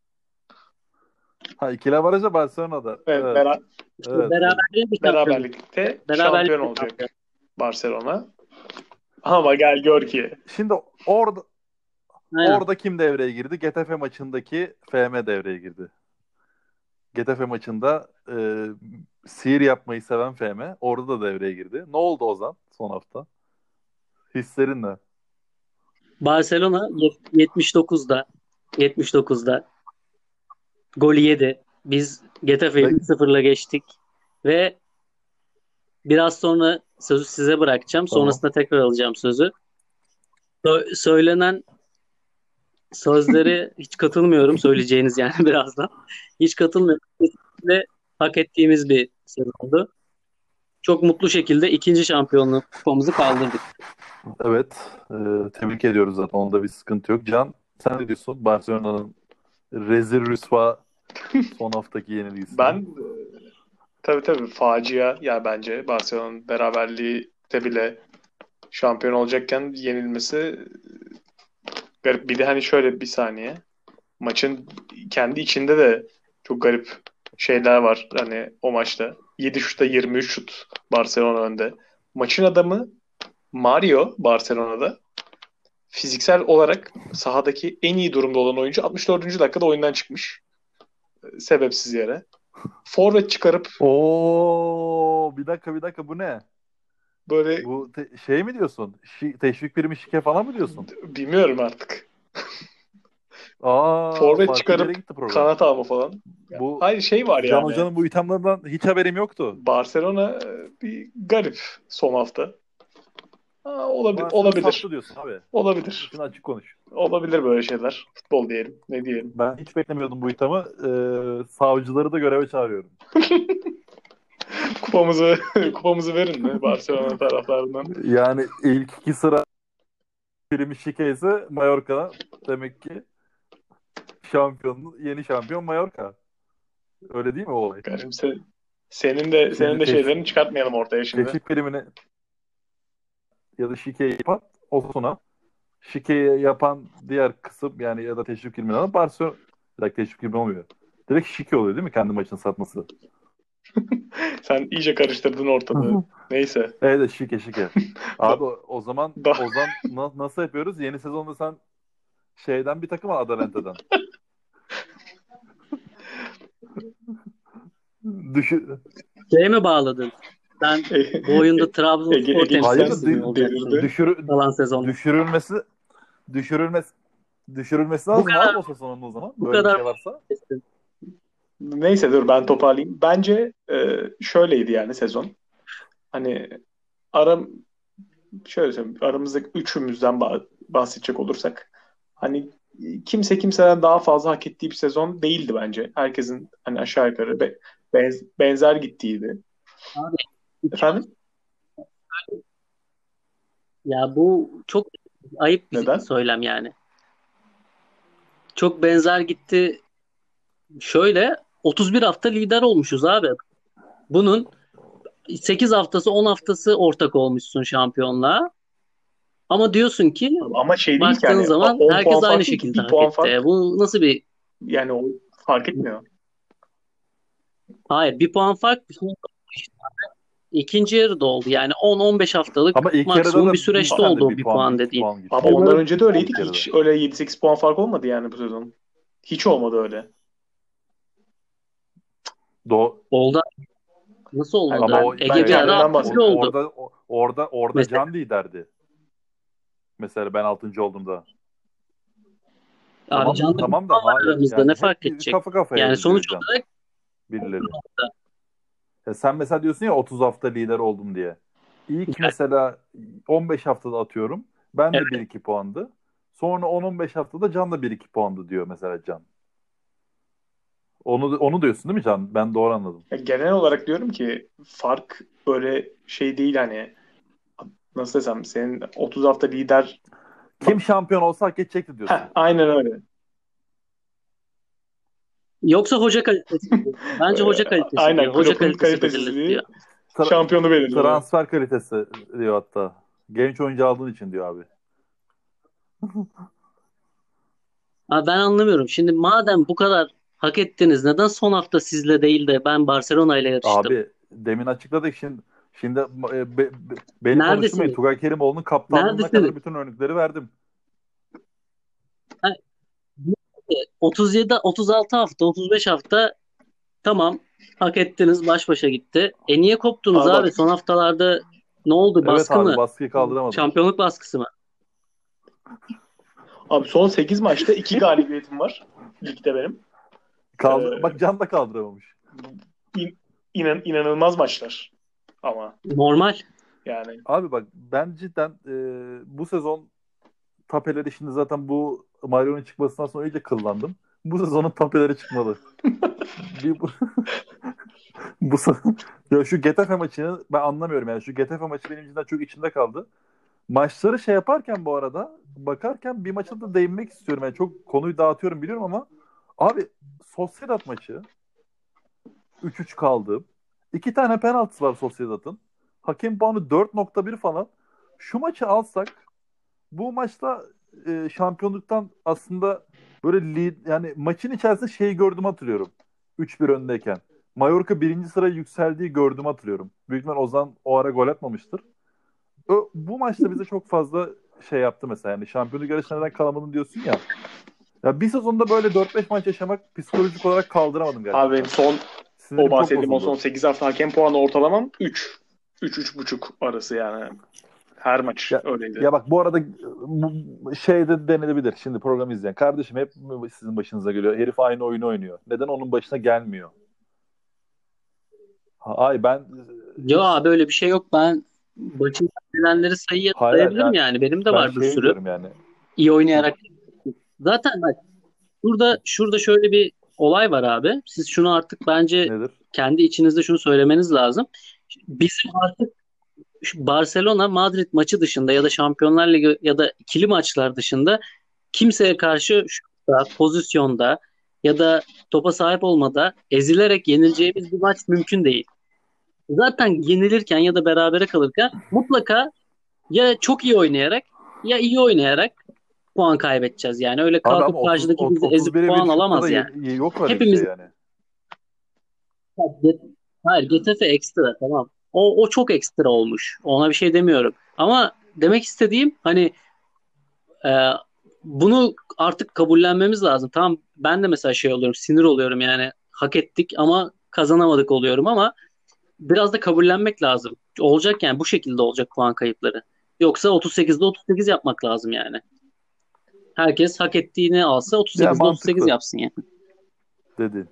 [SPEAKER 2] Ha, ikili avarajda Barcelona'da.
[SPEAKER 3] Evet,
[SPEAKER 2] Evet.
[SPEAKER 3] bera-
[SPEAKER 4] İşte
[SPEAKER 2] Evet.
[SPEAKER 4] beraberliğe bir şampiyon.
[SPEAKER 3] beraberlikte
[SPEAKER 4] Beraberlikte
[SPEAKER 3] şampiyon olacak
[SPEAKER 4] şampiyon.
[SPEAKER 3] Barcelona. Ama gel gör ki
[SPEAKER 2] Şimdi orada
[SPEAKER 4] Aynen.
[SPEAKER 2] orada kim devreye girdi? Getafe maçındaki F M devreye girdi. Getafe maçında e, sihir yapmayı seven F M orada da devreye girdi. Ne oldu Ozan son hafta? Hislerin ne?
[SPEAKER 4] Barcelona yetmiş dokuzda yetmiş dokuzda golü yedi. Biz Getafe'yi
[SPEAKER 2] Ve-
[SPEAKER 4] bir sıfırla geçtik ve biraz sonra sözü size bırakacağım.
[SPEAKER 2] Tamam.
[SPEAKER 4] Sonrasında tekrar alacağım sözü. Sö- söylenen sözleri hiç katılmıyorum, söyleyeceğiniz yani birazdan. Hiç katılmıyorum. Kesinlikle hak ettiğimiz bir sezondu. Çok mutlu şekilde ikinci şampiyonluk kupamızı kaldırdık.
[SPEAKER 2] Evet. e, tebrik ediyoruz zaten. Onda bir sıkıntı yok. Can, sen ne diyorsun? Barcelona'nın rezil rüsva son haftaki yenilgisi.
[SPEAKER 3] ben e, tabii tabii facia ya bence Barcelona'nın beraberliği de bile şampiyon olacakken yenilmesi e, garip. Bir de hani şöyle bir saniye. Maçın kendi içinde de çok garip şeyler var hani o maçta. yedi şutta yirmi üç şut Barcelona önde. Maçın adamı Mario Barcelona'da fiziksel olarak sahadaki en iyi durumda olan oyuncu altmış dördüncü dakikada oyundan çıkmış. Sebepsiz yere. Forvet çıkarıp
[SPEAKER 2] Oo, bir dakika bir dakika bu ne?
[SPEAKER 3] böyle
[SPEAKER 2] Bu te- şey mi diyorsun? Şi- teşvik primi şike falan mı diyorsun?
[SPEAKER 3] bilmiyorum artık.
[SPEAKER 2] Aa,
[SPEAKER 3] Forvet
[SPEAKER 2] farklı bir
[SPEAKER 3] çıkarıp
[SPEAKER 2] yere gitti program.
[SPEAKER 3] kanat alma falan.
[SPEAKER 2] Bu
[SPEAKER 3] Hayır şey var
[SPEAKER 2] Can
[SPEAKER 3] yani.
[SPEAKER 2] Hoca'nın bu ithamlarından hiç haberim yoktu.
[SPEAKER 3] Barcelona e, bir garip son hafta. Ha, olabi-
[SPEAKER 2] Barcelona
[SPEAKER 3] olabilir.
[SPEAKER 2] sattı diyorsun abi.
[SPEAKER 3] Olabilir.
[SPEAKER 2] Şimdi açık konuş.
[SPEAKER 3] Olabilir böyle şeyler. Futbol diyelim. Ne diyelim.
[SPEAKER 2] Ben hiç beklemiyordum bu ithamı. Ee, savcıları da göreve çağırıyorum.
[SPEAKER 3] Kupamızı kupamızı verin mi Barcelona taraflarından?
[SPEAKER 2] Yani ilk iki sıra primi şike ise Mallorca, demek ki şampiyon, yeni şampiyon Mallorca. Öyle değil mi o olay?
[SPEAKER 3] Garipse. Senin de senin
[SPEAKER 2] Şimdi
[SPEAKER 3] de
[SPEAKER 2] teş-
[SPEAKER 3] şeylerini çıkartmayalım ortaya şimdi.
[SPEAKER 2] Teşvik primini ya da şikeyi yapan Osasuna. Şikeyi yapan diğer kısım, yani ya da teşvik primini alan Barcelona. Bir dakika, teşvik primi olmuyor. Direkt şike oluyor değil mi kendi maçını satması?
[SPEAKER 3] Sen iyice karıştırdın ortalığı. Neyse.
[SPEAKER 2] Evet, şike şike. Abi o, o zaman
[SPEAKER 3] Da-
[SPEAKER 2] Ozan na- nasıl yapıyoruz? Yeni sezonda sen şeyden bir takım al, Atalante'den. Düşü...
[SPEAKER 4] Şeye mi bağladın? Sen bu oyunda Trabzonspor
[SPEAKER 3] Ege- Ege
[SPEAKER 2] Hayır,
[SPEAKER 4] temsilcisi mi
[SPEAKER 2] dü-
[SPEAKER 4] olacaksın
[SPEAKER 3] delirdi.
[SPEAKER 2] düşür,
[SPEAKER 4] kalan sezonda?
[SPEAKER 2] düşürülmesi düşürülmesi düşürülmesi lazım abi o sezonun o zaman.
[SPEAKER 4] bu
[SPEAKER 2] Böyle
[SPEAKER 4] kadar-
[SPEAKER 2] bir şey varsa.
[SPEAKER 3] Neyse dur ben toparlayayım. Bence e, şöyleydi yani sezon. Hani aram şöyle söyleyeyim. Aramızdaki üçümüzden bah- bahsedecek olursak hani kimse kimseden daha fazla hak ettiği bir sezon değildi bence. Herkesin hani aşağı yukarı be- benz- benzer gittiğiydi.
[SPEAKER 4] Abi,
[SPEAKER 3] Efendim?
[SPEAKER 4] Ya bu çok ayıp bir
[SPEAKER 3] Neden?
[SPEAKER 4] söylem yani. Çok benzer gitti. Şöyle otuz bir hafta lider olmuşuz abi. Bunun sekiz haftası on haftası ortak olmuşsun şampiyonluğa. Ama diyorsun ki
[SPEAKER 3] Ama şey değil ki
[SPEAKER 4] baktığın
[SPEAKER 3] hani
[SPEAKER 4] zaman
[SPEAKER 3] on puan
[SPEAKER 4] herkes
[SPEAKER 3] fark
[SPEAKER 4] aynı
[SPEAKER 3] değil ki,
[SPEAKER 4] şekilde
[SPEAKER 3] bir
[SPEAKER 4] hak
[SPEAKER 3] puan
[SPEAKER 4] etti.
[SPEAKER 3] fark.
[SPEAKER 4] Bu nasıl bir
[SPEAKER 3] Yani o fark etmiyor.
[SPEAKER 4] hayır, bir puan fark bir şey yok işte. İkinci yarıda oldu. Yani on on beş haftalık
[SPEAKER 2] Ama ilk yarıda
[SPEAKER 4] maksimum
[SPEAKER 2] da
[SPEAKER 4] bir süreçte
[SPEAKER 2] sen de
[SPEAKER 4] oldu o
[SPEAKER 2] bir
[SPEAKER 4] bir
[SPEAKER 2] puan,
[SPEAKER 4] puan
[SPEAKER 2] iki
[SPEAKER 4] dediğin.
[SPEAKER 2] puan gitti.
[SPEAKER 3] Ama ondan önce de öyleydi
[SPEAKER 2] İlk
[SPEAKER 3] ki
[SPEAKER 2] yarıda.
[SPEAKER 3] hiç öyle yedi sekiz puan fark olmadı yani bu sezon. Hiç olmadı öyle.
[SPEAKER 2] Do
[SPEAKER 4] Oldu. Nasıl olmadı?
[SPEAKER 2] Ama o
[SPEAKER 4] Ege
[SPEAKER 3] ben
[SPEAKER 4] bir ara
[SPEAKER 3] kendimden
[SPEAKER 4] altıncı
[SPEAKER 3] bahsediyorum.
[SPEAKER 4] oldu.
[SPEAKER 2] orada o- orada orada
[SPEAKER 4] Mesela.
[SPEAKER 2] Can liderdi. Mesela ben altıncı olduğumda.
[SPEAKER 4] Abi
[SPEAKER 2] Tamam,
[SPEAKER 4] canlı
[SPEAKER 2] tamam da hayır.
[SPEAKER 4] aramızda
[SPEAKER 2] Yani
[SPEAKER 4] ne
[SPEAKER 2] hep
[SPEAKER 4] fark
[SPEAKER 2] bir
[SPEAKER 4] edecek?
[SPEAKER 2] kafa kafaya
[SPEAKER 4] Yani
[SPEAKER 2] gidiyor
[SPEAKER 4] sonuç
[SPEAKER 2] Can,
[SPEAKER 4] olarak
[SPEAKER 2] birileri. Ya sen mesela diyorsun ya otuz hafta lider oldum diye. İlk mesela on beş haftada atıyorum. Ben de
[SPEAKER 4] Evet.
[SPEAKER 2] bir iki puandı. Sonra on on beş haftada Can da bir iki puandı diyor mesela Can. Onu onu diyorsun değil mi Can? Ben doğru anladım.
[SPEAKER 3] Ya genel olarak diyorum ki fark böyle şey değil hani nasıl desem senin otuz hafta lider.
[SPEAKER 2] Kim şampiyon olsa hak edecekti diyorsun.
[SPEAKER 3] Heh, aynen öyle.
[SPEAKER 4] Yoksa hoca kalitesi. Bence hoca
[SPEAKER 3] Ee,
[SPEAKER 4] kalitesi
[SPEAKER 3] aynen
[SPEAKER 4] diyor. Hoca
[SPEAKER 3] Klopp'un
[SPEAKER 4] kalitesi belirledi diyor.
[SPEAKER 3] kalitesizliği
[SPEAKER 2] Tra-
[SPEAKER 3] şampiyonu belirliyor.
[SPEAKER 2] transfer kalitesi diyor hatta. Genç oyuncu aldığın için diyor abi.
[SPEAKER 4] Abi ben anlamıyorum. Şimdi madem bu kadar hak ettiniz neden son hafta sizle değil de ben Barcelona ile yarıştım?
[SPEAKER 2] Abi demin açıkladık şimdi. Şimdi e, be- be- beni konuşturmayın.
[SPEAKER 4] Neredesiniz?
[SPEAKER 2] Tugay Kerimoğlu'nun kaptanlığına
[SPEAKER 4] Neredesiniz?
[SPEAKER 2] kadar bütün örnekleri verdim.
[SPEAKER 4] Ha, otuz yedi, otuz altı hafta, otuz beş hafta tamam hak ettiniz baş başa gitti. E niye koptunuz
[SPEAKER 3] Abi
[SPEAKER 4] abi?
[SPEAKER 3] bak,
[SPEAKER 4] Son haftalarda ne oldu?
[SPEAKER 2] Evet
[SPEAKER 4] Baskı
[SPEAKER 2] abi
[SPEAKER 4] mı?
[SPEAKER 2] baskıyı kaldıramadım.
[SPEAKER 4] Şampiyonluk baskısı mı?
[SPEAKER 3] abi son sekiz maçta iki galibiyetim var ligde benim.
[SPEAKER 2] Kaldı,
[SPEAKER 3] Ee,
[SPEAKER 2] Bak Can da kaldıramamış.
[SPEAKER 3] İn, inan, inanılmaz maçlar ama
[SPEAKER 4] Normal.
[SPEAKER 3] yani
[SPEAKER 2] Abi bak ben cidden e, bu sezon tapeleri şimdi zaten bu Mario'nun çıkmasından sonra iyice kıllandım. Bu sezonun tapeleri çıkmalı. Bir, bu, bu se- ya şu Getafe maçını ben anlamıyorum yani. Şu Getafe maçı benim cidden çok içimde kaldı. Maçları şey yaparken bu arada bakarken bir maça da değinmek istiyorum. Yani çok konuyu dağıtıyorum biliyorum ama abi Sociedad maçı üç üç kaldı. İki tane penaltısı var Sociedad'ın. Hakem puanı dört nokta bir falan. Şu maçı alsak bu maçta e, şampiyonluktan aslında böyle lead, yani maçın içerisinde şeyi gördüm hatırlıyorum. üç bir öndeyken. Mallorca birinci sıraya yükseldiği gördüm hatırlıyorum. Büyük ihtimal Ozan o ara gol atmamıştır. Ö- bu maçta bize çok fazla şey yaptı mesela. Yani şampiyonluk yarışına neden kalamadın diyorsun ya. Ya bir sezonda böyle dört beş maç yaşamak psikolojik olarak kaldıramadım gerçekten.
[SPEAKER 3] abi benim son
[SPEAKER 2] Sinirim
[SPEAKER 3] o
[SPEAKER 2] çok
[SPEAKER 3] bahsettiğim o
[SPEAKER 2] bozuldu.
[SPEAKER 3] son sekiz hafta hakem puanı ortalamam üç. üç üç buçuk arası yani. Her maç
[SPEAKER 2] Ya,
[SPEAKER 3] öyleydi.
[SPEAKER 2] ya bak bu arada bu şey de denilebilir. Şimdi programı izleyen. Kardeşim hep sizin başınıza geliyor. Herif aynı oyunu oynuyor. Neden onun başına gelmiyor? Ha- Ay ben
[SPEAKER 4] Yo
[SPEAKER 2] hiç
[SPEAKER 4] abi öyle bir şey yok. Ben başına gelenleri sayıya
[SPEAKER 2] hayır hayır,
[SPEAKER 4] sayabilirim
[SPEAKER 2] yani
[SPEAKER 4] yani. Benim de
[SPEAKER 2] ben
[SPEAKER 4] var bir
[SPEAKER 2] şey
[SPEAKER 4] sürü.
[SPEAKER 2] diyorum yani.
[SPEAKER 4] İyi oynayarak. Zaten bak burada şurada şöyle bir olay var abi. Siz şunu artık bence
[SPEAKER 2] Nedir?
[SPEAKER 4] kendi içinizde şunu söylemeniz lazım. Bizim artık şu Barcelona Madrid maçı dışında ya da Şampiyonlar Ligi ya da ikili maçlar dışında kimseye karşı şutta, pozisyonda ya da topa sahip olmada ezilerek yenileceğimiz bir maç mümkün değil. Zaten yenilirken ya da berabere kalırken mutlaka ya çok iyi oynayarak ya iyi oynayarak puan kaybedeceğiz. Yani öyle
[SPEAKER 2] Abi ama
[SPEAKER 4] kalkıp
[SPEAKER 2] otuz,
[SPEAKER 4] karşıdaki bizi ezip
[SPEAKER 2] otuz bire bir
[SPEAKER 4] puan
[SPEAKER 2] şutta da
[SPEAKER 4] alamaz yani.
[SPEAKER 2] ye- yok öyle bir
[SPEAKER 4] Hepimiz
[SPEAKER 2] şey yani.
[SPEAKER 4] hayır Getafe ekstra tamam. O, o çok ekstra olmuş. Ona bir şey demiyorum. Ama demek istediğim hani e, bunu artık kabullenmemiz lazım. Tamam ben de mesela şey oluyorum sinir oluyorum yani hak ettik ama kazanamadık oluyorum ama biraz da kabullenmek lazım. Olacak yani bu şekilde olacak puan kayıpları. Yoksa otuz sekizde otuz sekiz yapmak lazım yani. Herkes hak ettiğini alsa
[SPEAKER 2] Ya
[SPEAKER 4] otuz sekizde otuz sekiz
[SPEAKER 2] mantıklı
[SPEAKER 4] yapsın yani.
[SPEAKER 2] dedi.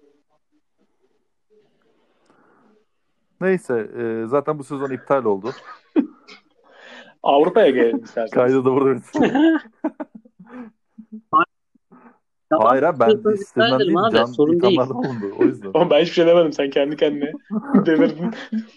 [SPEAKER 2] Neyse e, zaten bu sezon iptal oldu.
[SPEAKER 3] Avrupa'ya gelelim isterseniz.
[SPEAKER 2] Kaydı da burada bitirdim.
[SPEAKER 4] Tamam,
[SPEAKER 2] Hayır abi ben
[SPEAKER 4] istiyorsanız iptal
[SPEAKER 2] istemem
[SPEAKER 4] edelim
[SPEAKER 2] değil.
[SPEAKER 4] abi.
[SPEAKER 2] Can
[SPEAKER 4] Sorun değil.
[SPEAKER 2] ithamlarda bulundu. O yüzden.
[SPEAKER 3] Ama ben hiçbir şey demedim. Sen kendi kendine delirdin.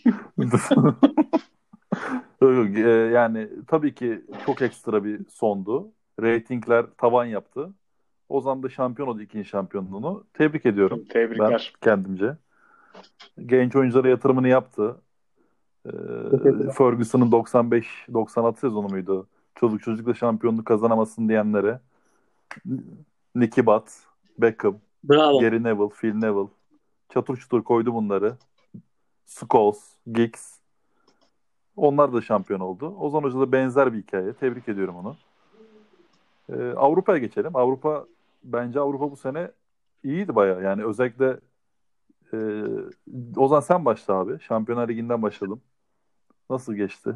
[SPEAKER 2] Yok, yok, e, yani tabii ki çok ekstra bir sondu. Ratingler tavan yaptı. Ozan da şampiyon oldu ikinci şampiyonluğunu. Tebrik ediyorum ben
[SPEAKER 3] Tebrikler.
[SPEAKER 2] kendimce. Genç oyunculara yatırımını yaptı. Ee,
[SPEAKER 4] Teşekkürler.
[SPEAKER 2] Ferguson'ın doksan beş doksan altı sezonu muydu? Çocuk çocukla şampiyonluk kazanamasın diyenlere. Nicky Butt, Beckham,
[SPEAKER 4] Bravo.
[SPEAKER 2] Gary Neville, Phil Neville. Çatır çutur koydu bunları. Scholes, Giggs. Onlar da şampiyon oldu. Ozan Hoca da benzer bir hikaye. Tebrik ediyorum onu. Ee, Avrupa'ya geçelim. Avrupa bence Avrupa bu sene iyiydi bayağı. Yani özellikle e, Ozan sen başla abi. Şampiyonlar Ligi'nden başladım. Nasıl geçti?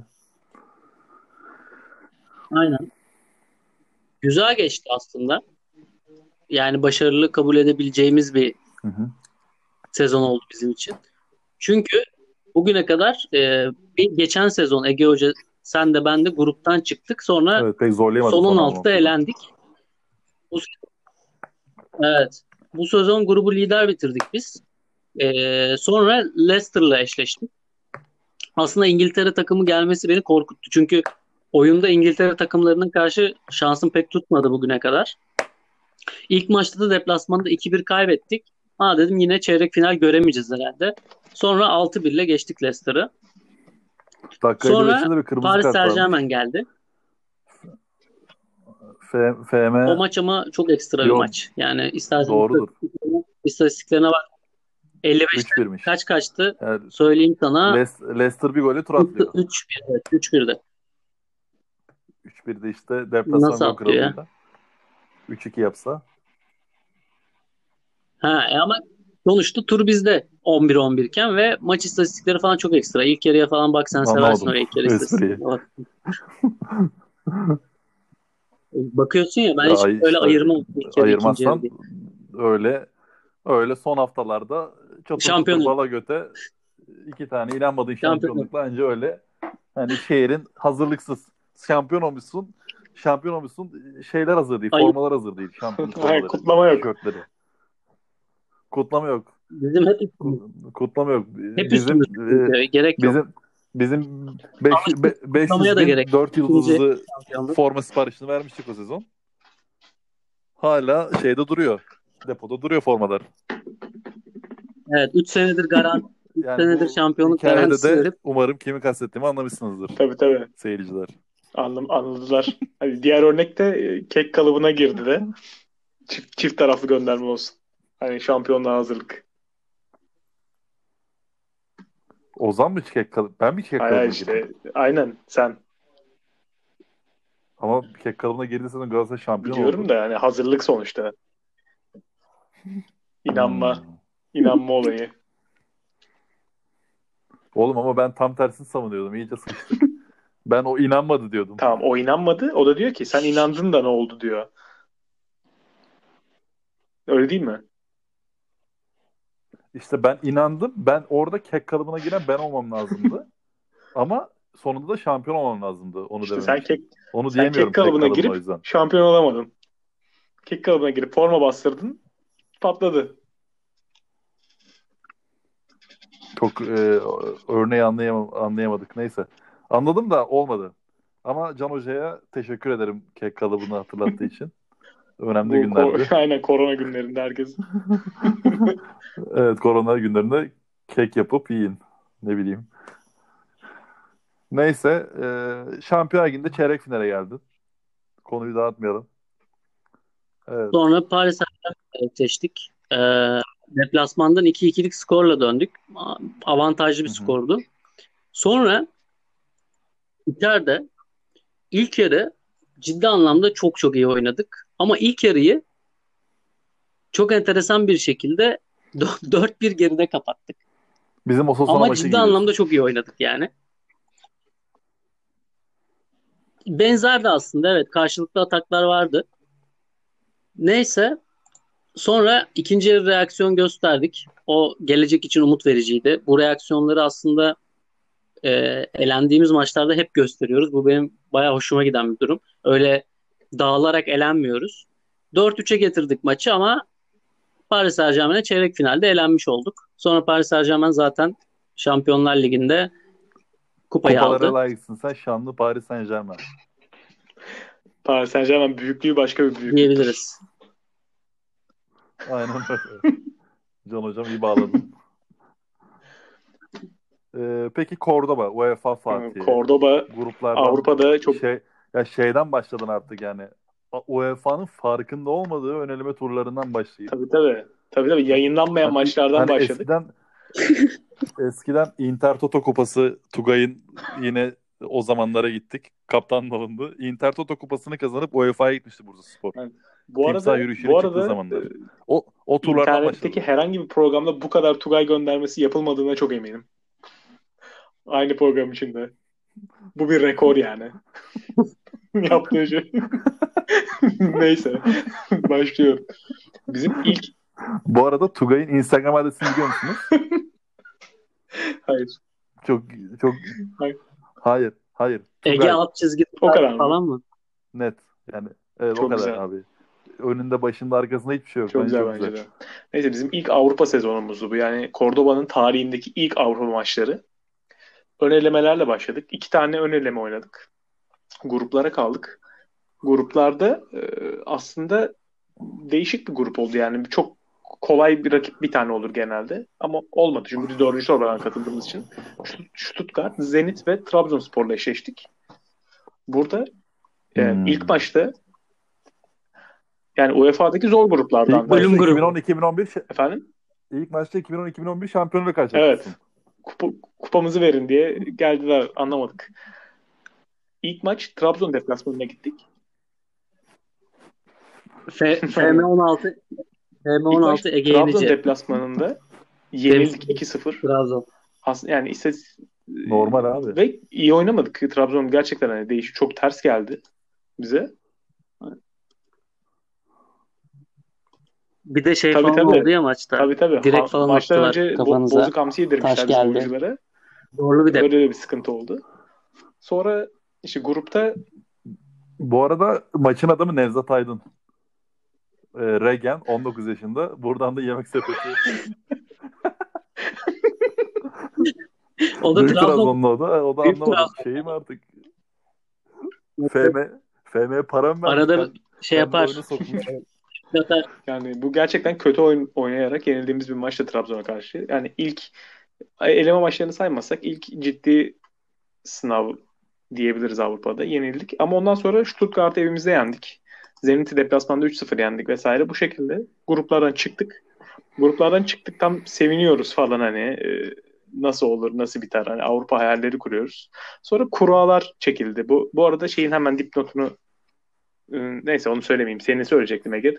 [SPEAKER 4] Aynen. Güzel geçti aslında. Yani başarılı kabul edebileceğimiz bir
[SPEAKER 2] Hı hı.
[SPEAKER 4] sezon oldu bizim için. Çünkü bugüne kadar e, bir geçen sezon Ege Hoca Sen de ben de gruptan çıktık. Sonra
[SPEAKER 2] Evet, pek zorlayamadı
[SPEAKER 4] son on
[SPEAKER 2] son
[SPEAKER 4] altıda
[SPEAKER 2] altıda.
[SPEAKER 4] elendik. Bu, evet. Bu sezon grubu lider bitirdik biz. Ee, sonra Leicester'la eşleştik. Aslında İngiltere takımı gelmesi beni korkuttu. Çünkü oyunda İngiltere takımlarına karşı şansım pek tutmadı bugüne kadar. İlk maçta da deplasmanda iki bir kaybettik. Ha dedim yine çeyrek final göremeyeceğiz herhalde. Sonra altı bir ile geçtik Leicester'ı.
[SPEAKER 2] Dakika
[SPEAKER 4] Sonra
[SPEAKER 2] elli beşte de bir kırmızı
[SPEAKER 4] Paris
[SPEAKER 2] kart varmış.
[SPEAKER 4] Saint-Germain geldi.
[SPEAKER 2] F- FM
[SPEAKER 4] O maç ama çok ekstra bir
[SPEAKER 2] Yok.
[SPEAKER 4] maç. Yani istersen
[SPEAKER 2] Doğrudur.
[SPEAKER 4] istatistiklerine bak. elli beş
[SPEAKER 2] üç birmiş.
[SPEAKER 4] kaç kaçtı?
[SPEAKER 2] Yani
[SPEAKER 4] Söyleyeyim sana.
[SPEAKER 2] Les- Leicester bir golü tur atlıyor.
[SPEAKER 4] üç bir evet, üç birde.
[SPEAKER 2] üç birde işte deplasman
[SPEAKER 4] Nasıl
[SPEAKER 2] gol
[SPEAKER 4] atlıyor ya?
[SPEAKER 2] kralıyla. üç iki yapsa.
[SPEAKER 4] Ha, e ama sonuçta tur bizde on bir on bir iken ve maç istatistikleri falan çok ekstra. İlk yarıya falan bak, sen seversin
[SPEAKER 2] Anlamadım
[SPEAKER 4] o ilk yarı
[SPEAKER 2] espriyi.
[SPEAKER 4] istatistiklerine bak. Bakıyorsun ya, ben
[SPEAKER 2] Ya
[SPEAKER 4] hiç öyle
[SPEAKER 2] işte
[SPEAKER 4] ayırmam ilk yarı ikinci yarı
[SPEAKER 2] ayırmazsan
[SPEAKER 4] diye.
[SPEAKER 2] öyle öyle son haftalarda çatır
[SPEAKER 4] Şampiyon
[SPEAKER 2] çutur
[SPEAKER 4] olur.
[SPEAKER 2] bala göte iki tane inanmadığın
[SPEAKER 4] Şampiyon olur.
[SPEAKER 2] şampiyonlukla anca öyle hani şehrin hazırlıksız şampiyon olmuşsun. Şampiyon olmuşsun. Şeyler hazır değil.
[SPEAKER 4] Ayıp.
[SPEAKER 2] Formalar hazır değil. Şampiyonluk
[SPEAKER 3] Hayır,
[SPEAKER 2] formaları.
[SPEAKER 3] kutlama yok.
[SPEAKER 2] Tişörtleri. Kutlama yok.
[SPEAKER 4] Bizim hep üstümüz.
[SPEAKER 2] Ku- Kutlama yok.
[SPEAKER 4] Hep
[SPEAKER 2] Bizim
[SPEAKER 4] üstümüz.
[SPEAKER 2] e,
[SPEAKER 4] Gerek yok.
[SPEAKER 2] bizim bizim beş
[SPEAKER 4] Ama
[SPEAKER 2] be- beş
[SPEAKER 4] kutlamaya
[SPEAKER 2] yüz
[SPEAKER 4] da
[SPEAKER 2] bin
[SPEAKER 4] gerek yok.
[SPEAKER 2] dört
[SPEAKER 4] İkinci
[SPEAKER 2] yıldızlı
[SPEAKER 4] şampiyonluk.
[SPEAKER 2] forma siparişini vermiştik o sezon. Hala şeyde duruyor. Depoda duruyor formalar.
[SPEAKER 4] Evet, üç senedir garanti. üç
[SPEAKER 2] Yani
[SPEAKER 4] senedir
[SPEAKER 2] bu
[SPEAKER 4] şampiyonluk
[SPEAKER 2] hikayede
[SPEAKER 4] garantisi
[SPEAKER 2] de
[SPEAKER 4] verip
[SPEAKER 2] umarım kimi kastettiğimi anlamışsınızdır
[SPEAKER 3] Tabii tabii.
[SPEAKER 2] seyirciler.
[SPEAKER 3] Anlam anladılar. Hani diğer örnek de e, kek kalıbına girdi de. Çift, çift taraflı gönderme olsun. Hani şampiyonluğa hazırlık.
[SPEAKER 2] Ozan mı kek kalıbı? Ben mi kek
[SPEAKER 3] Hayır
[SPEAKER 2] kalıbına
[SPEAKER 3] işte.
[SPEAKER 2] girdim?
[SPEAKER 3] Aynen sen.
[SPEAKER 2] Ama kek kalıbına girdiysen Galatasaray şampiyon
[SPEAKER 3] Biliyorum
[SPEAKER 2] oldu.
[SPEAKER 3] da yani hazırlık sonuçta. İnanma.
[SPEAKER 2] Hmm.
[SPEAKER 3] İnanma olayı.
[SPEAKER 2] Oğlum ama ben tam tersini savunuyordum. İyice sıkıştık. Ben o inanmadı diyordum.
[SPEAKER 3] Tamam, o inanmadı. O da diyor ki sen inandın da ne oldu diyor. Öyle değil mi?
[SPEAKER 2] İşte ben inandım. Ben orada kek kalıbına giren ben olmam lazımdı. Ama sonunda da şampiyon olmam lazımdı. Onu
[SPEAKER 3] İşte
[SPEAKER 2] demem
[SPEAKER 3] sen
[SPEAKER 2] için.
[SPEAKER 3] kek,
[SPEAKER 2] Onu
[SPEAKER 3] sen
[SPEAKER 2] diyemiyorum
[SPEAKER 3] kek
[SPEAKER 2] kek
[SPEAKER 3] kalıbına
[SPEAKER 2] kalıbına o
[SPEAKER 3] girip
[SPEAKER 2] yüzden.
[SPEAKER 3] şampiyon olamadın. Kek kalıbına girip forma bastırdın. Patladı.
[SPEAKER 2] Çok e, örneği anlayam anlayamadık. Neyse. Anladım da olmadı. Ama Can Hoca'ya teşekkür ederim kek kalıbını hatırlattığı için. Önemli
[SPEAKER 3] Bu
[SPEAKER 2] günlerdi.
[SPEAKER 3] ko- aynen korona günlerinde herkes.
[SPEAKER 2] Evet, korona günlerinde kek yapıp yiyin. Ne bileyim. Neyse. E, Şampiyonlar Ligi'nde çeyrek finale geldin. Konuyu dağıtmayalım. Evet.
[SPEAKER 4] sonra Paris Saint-Germain'le eşleştik. Ee, deplasmandan iki ikilik skorla döndük. A- Avantajlı bir
[SPEAKER 2] Hı hı.
[SPEAKER 4] skordu. Sonra içeride ilk yarı ciddi anlamda çok çok iyi oynadık. Ama ilk yarıyı çok enteresan bir şekilde dört bir geride kapattık.
[SPEAKER 2] Bizim Osasuna
[SPEAKER 4] Ama
[SPEAKER 2] maçı
[SPEAKER 4] ciddi
[SPEAKER 2] gibi
[SPEAKER 4] anlamda
[SPEAKER 2] diyorsun.
[SPEAKER 4] çok iyi oynadık yani. Benzerdi aslında, evet, karşılıklı ataklar vardı. Neyse, sonra ikinci yarı reaksiyon gösterdik. O gelecek için umut vericiydi. Bu reaksiyonları aslında e, elendiğimiz maçlarda hep gösteriyoruz. Bu benim bayağı hoşuma giden bir durum. Öyle dağılarak elenmiyoruz. dört üçe getirdik maçı ama Paris Saint-Germain'e çeyrek finalde elenmiş olduk. Sonra Paris Saint-Germain zaten Şampiyonlar Ligi'nde kupayı
[SPEAKER 2] Kupalara
[SPEAKER 4] aldı
[SPEAKER 2] layıksın sen, şanlı Paris Saint-Germain.
[SPEAKER 3] Paris Saint-Germain büyüklüğü başka bir büyüklüktür.
[SPEAKER 4] diyebiliriz.
[SPEAKER 2] Aynen öyle. Can Hocam iyi bağladın. Ee, peki Cordoba, UEFA Fatih'i.
[SPEAKER 3] Cordoba
[SPEAKER 2] Gruplardan
[SPEAKER 3] Avrupa'da çok
[SPEAKER 2] şey ya şeyden başladın artık yani. U E F A'nın farkında olmadığı ön eleme turlarından başlayıp.
[SPEAKER 3] tabii tabii. Tabii tabii yayınlanmayan
[SPEAKER 2] Hani,
[SPEAKER 3] maçlardan
[SPEAKER 2] hani
[SPEAKER 3] başladık.
[SPEAKER 2] eskiden eskiden Inter Toto Kupası, Tugay'ın yine o zamanlara gittik. Kaptan alındı. Inter Toto Kupası'nı kazanıp U E F A'ya gitmişti Bursaspor.
[SPEAKER 3] Yani bu
[SPEAKER 2] Timsah
[SPEAKER 3] arada
[SPEAKER 2] yürüyüşüne
[SPEAKER 3] bu
[SPEAKER 2] çıktığı
[SPEAKER 3] arada
[SPEAKER 2] zamanlar.
[SPEAKER 3] e,
[SPEAKER 2] O o turlardan
[SPEAKER 3] internetteki
[SPEAKER 2] başladı.
[SPEAKER 3] herhangi bir programda bu kadar Tugay göndermesi yapılmadığına çok eminim. Aynı program içinde. Bu bir rekor yani. Yaptığı şey. Neyse. Başlıyorum. Bizim ilk
[SPEAKER 2] Bu arada Tugay'ın Instagram adresini biliyor musunuz?
[SPEAKER 3] hayır.
[SPEAKER 2] Çok çok
[SPEAKER 3] Hayır.
[SPEAKER 2] hayır. Hayır.
[SPEAKER 4] Ege
[SPEAKER 2] Tugay.
[SPEAKER 4] alt çizgi
[SPEAKER 3] O kadar mı?
[SPEAKER 4] falan mı?
[SPEAKER 2] Net. Yani evet, o
[SPEAKER 3] Çok
[SPEAKER 2] kadar
[SPEAKER 3] güzel.
[SPEAKER 2] abi. Önünde başında arkasında hiçbir şey yok.
[SPEAKER 3] Çok
[SPEAKER 2] Bence
[SPEAKER 3] güzel
[SPEAKER 2] çok
[SPEAKER 3] bence
[SPEAKER 2] güzel.
[SPEAKER 3] de. Neyse bizim ilk Avrupa sezonumuzdu bu. Yani Cordoba'nın tarihindeki ilk Avrupa maçları. Ön elemelerle başladık. İki tane ön eleme oynadık. Gruplara kaldık. Gruplarda e, aslında değişik bir grup oldu. Yani çok kolay bir rakip bir tane olur genelde. Ama olmadı. Çünkü biz dördüncü olarak katıldığımız için. Stuttgart, Zenit ve Trabzonspor'la eşleştik. Burada e,
[SPEAKER 2] Hmm.
[SPEAKER 3] ilk maçta yani U E F A'daki zor gruplardan
[SPEAKER 2] İlk maçta
[SPEAKER 4] Bölüm grubu.
[SPEAKER 2] iki bin on iki bin on bir
[SPEAKER 3] efendim.
[SPEAKER 2] ilk maçta iki bin on iki bin on bir şampiyonuyla
[SPEAKER 3] Evet.
[SPEAKER 2] karşılaşmışsın.
[SPEAKER 3] Kupa, kupamızı verin diye geldiler. Anlamadık. İlk maç Trabzon deplasmanına gittik.
[SPEAKER 4] F- FM on altı F M
[SPEAKER 3] İlk
[SPEAKER 4] on
[SPEAKER 3] maç
[SPEAKER 4] altı Ege
[SPEAKER 3] Trabzon
[SPEAKER 4] Yenice.
[SPEAKER 3] deplasmanında yenildik iki sıfır.
[SPEAKER 4] Trabzon.
[SPEAKER 3] Aslında yani istatis-
[SPEAKER 2] Normal abi.
[SPEAKER 3] ve iyi oynamadık. Trabzon gerçekten hani değişik, çok ters geldi bize.
[SPEAKER 4] Bir de şey
[SPEAKER 3] Tabii,
[SPEAKER 4] falan
[SPEAKER 3] tabii.
[SPEAKER 4] oldu ya maçta.
[SPEAKER 3] Tabii tabii.
[SPEAKER 4] Direkt
[SPEAKER 3] Ha-
[SPEAKER 4] falan
[SPEAKER 3] maçtan
[SPEAKER 4] attılar
[SPEAKER 3] önce bo-
[SPEAKER 4] kafanıza.
[SPEAKER 3] bozuk hamsi yedirmişler
[SPEAKER 4] Taş
[SPEAKER 3] bizim
[SPEAKER 4] geldi.
[SPEAKER 3] oyunculara.
[SPEAKER 4] Zorlu bir de.
[SPEAKER 3] Öyle de bir sıkıntı oldu. Sonra işte grupta
[SPEAKER 2] Bu arada maçın adamı Nevzat Aydın. Ee, Regen on dokuz yaşında. Buradan da yemek sepeti.
[SPEAKER 4] O da
[SPEAKER 2] Büyük
[SPEAKER 4] Trabzon.
[SPEAKER 2] Trabzonlu o da. O da
[SPEAKER 4] Büyük
[SPEAKER 2] anlamadı.
[SPEAKER 4] Trabzon.
[SPEAKER 2] Şeyim artık. F M F M'ye para mı vermiş?
[SPEAKER 4] Arada
[SPEAKER 2] Kend-
[SPEAKER 4] şey
[SPEAKER 2] kendi
[SPEAKER 4] yapar.
[SPEAKER 2] oyunu sokmuş.
[SPEAKER 4] Yatar.
[SPEAKER 3] yani bu gerçekten kötü oyun oynayarak yenildiğimiz bir maçtı Trabzon'a karşı. Yani ilk eleme maçlarını saymazsak ilk ciddi sınav diyebiliriz Avrupa'da. Yenildik. Ama ondan sonra Stuttgart'ı evimizde yendik. Zenit'i deplasmanda üç sıfır yendik vesaire. Bu şekilde gruplardan çıktık. Gruplardan çıktık, tam seviniyoruz falan hani e, nasıl olur, nasıl biter, hani Avrupa hayalleri kuruyoruz. Sonra kurallar çekildi. Bu bu arada şeyin hemen dipnotunu e, neyse onu söylemeyeyim. Seni söyleyecektim Ege'de.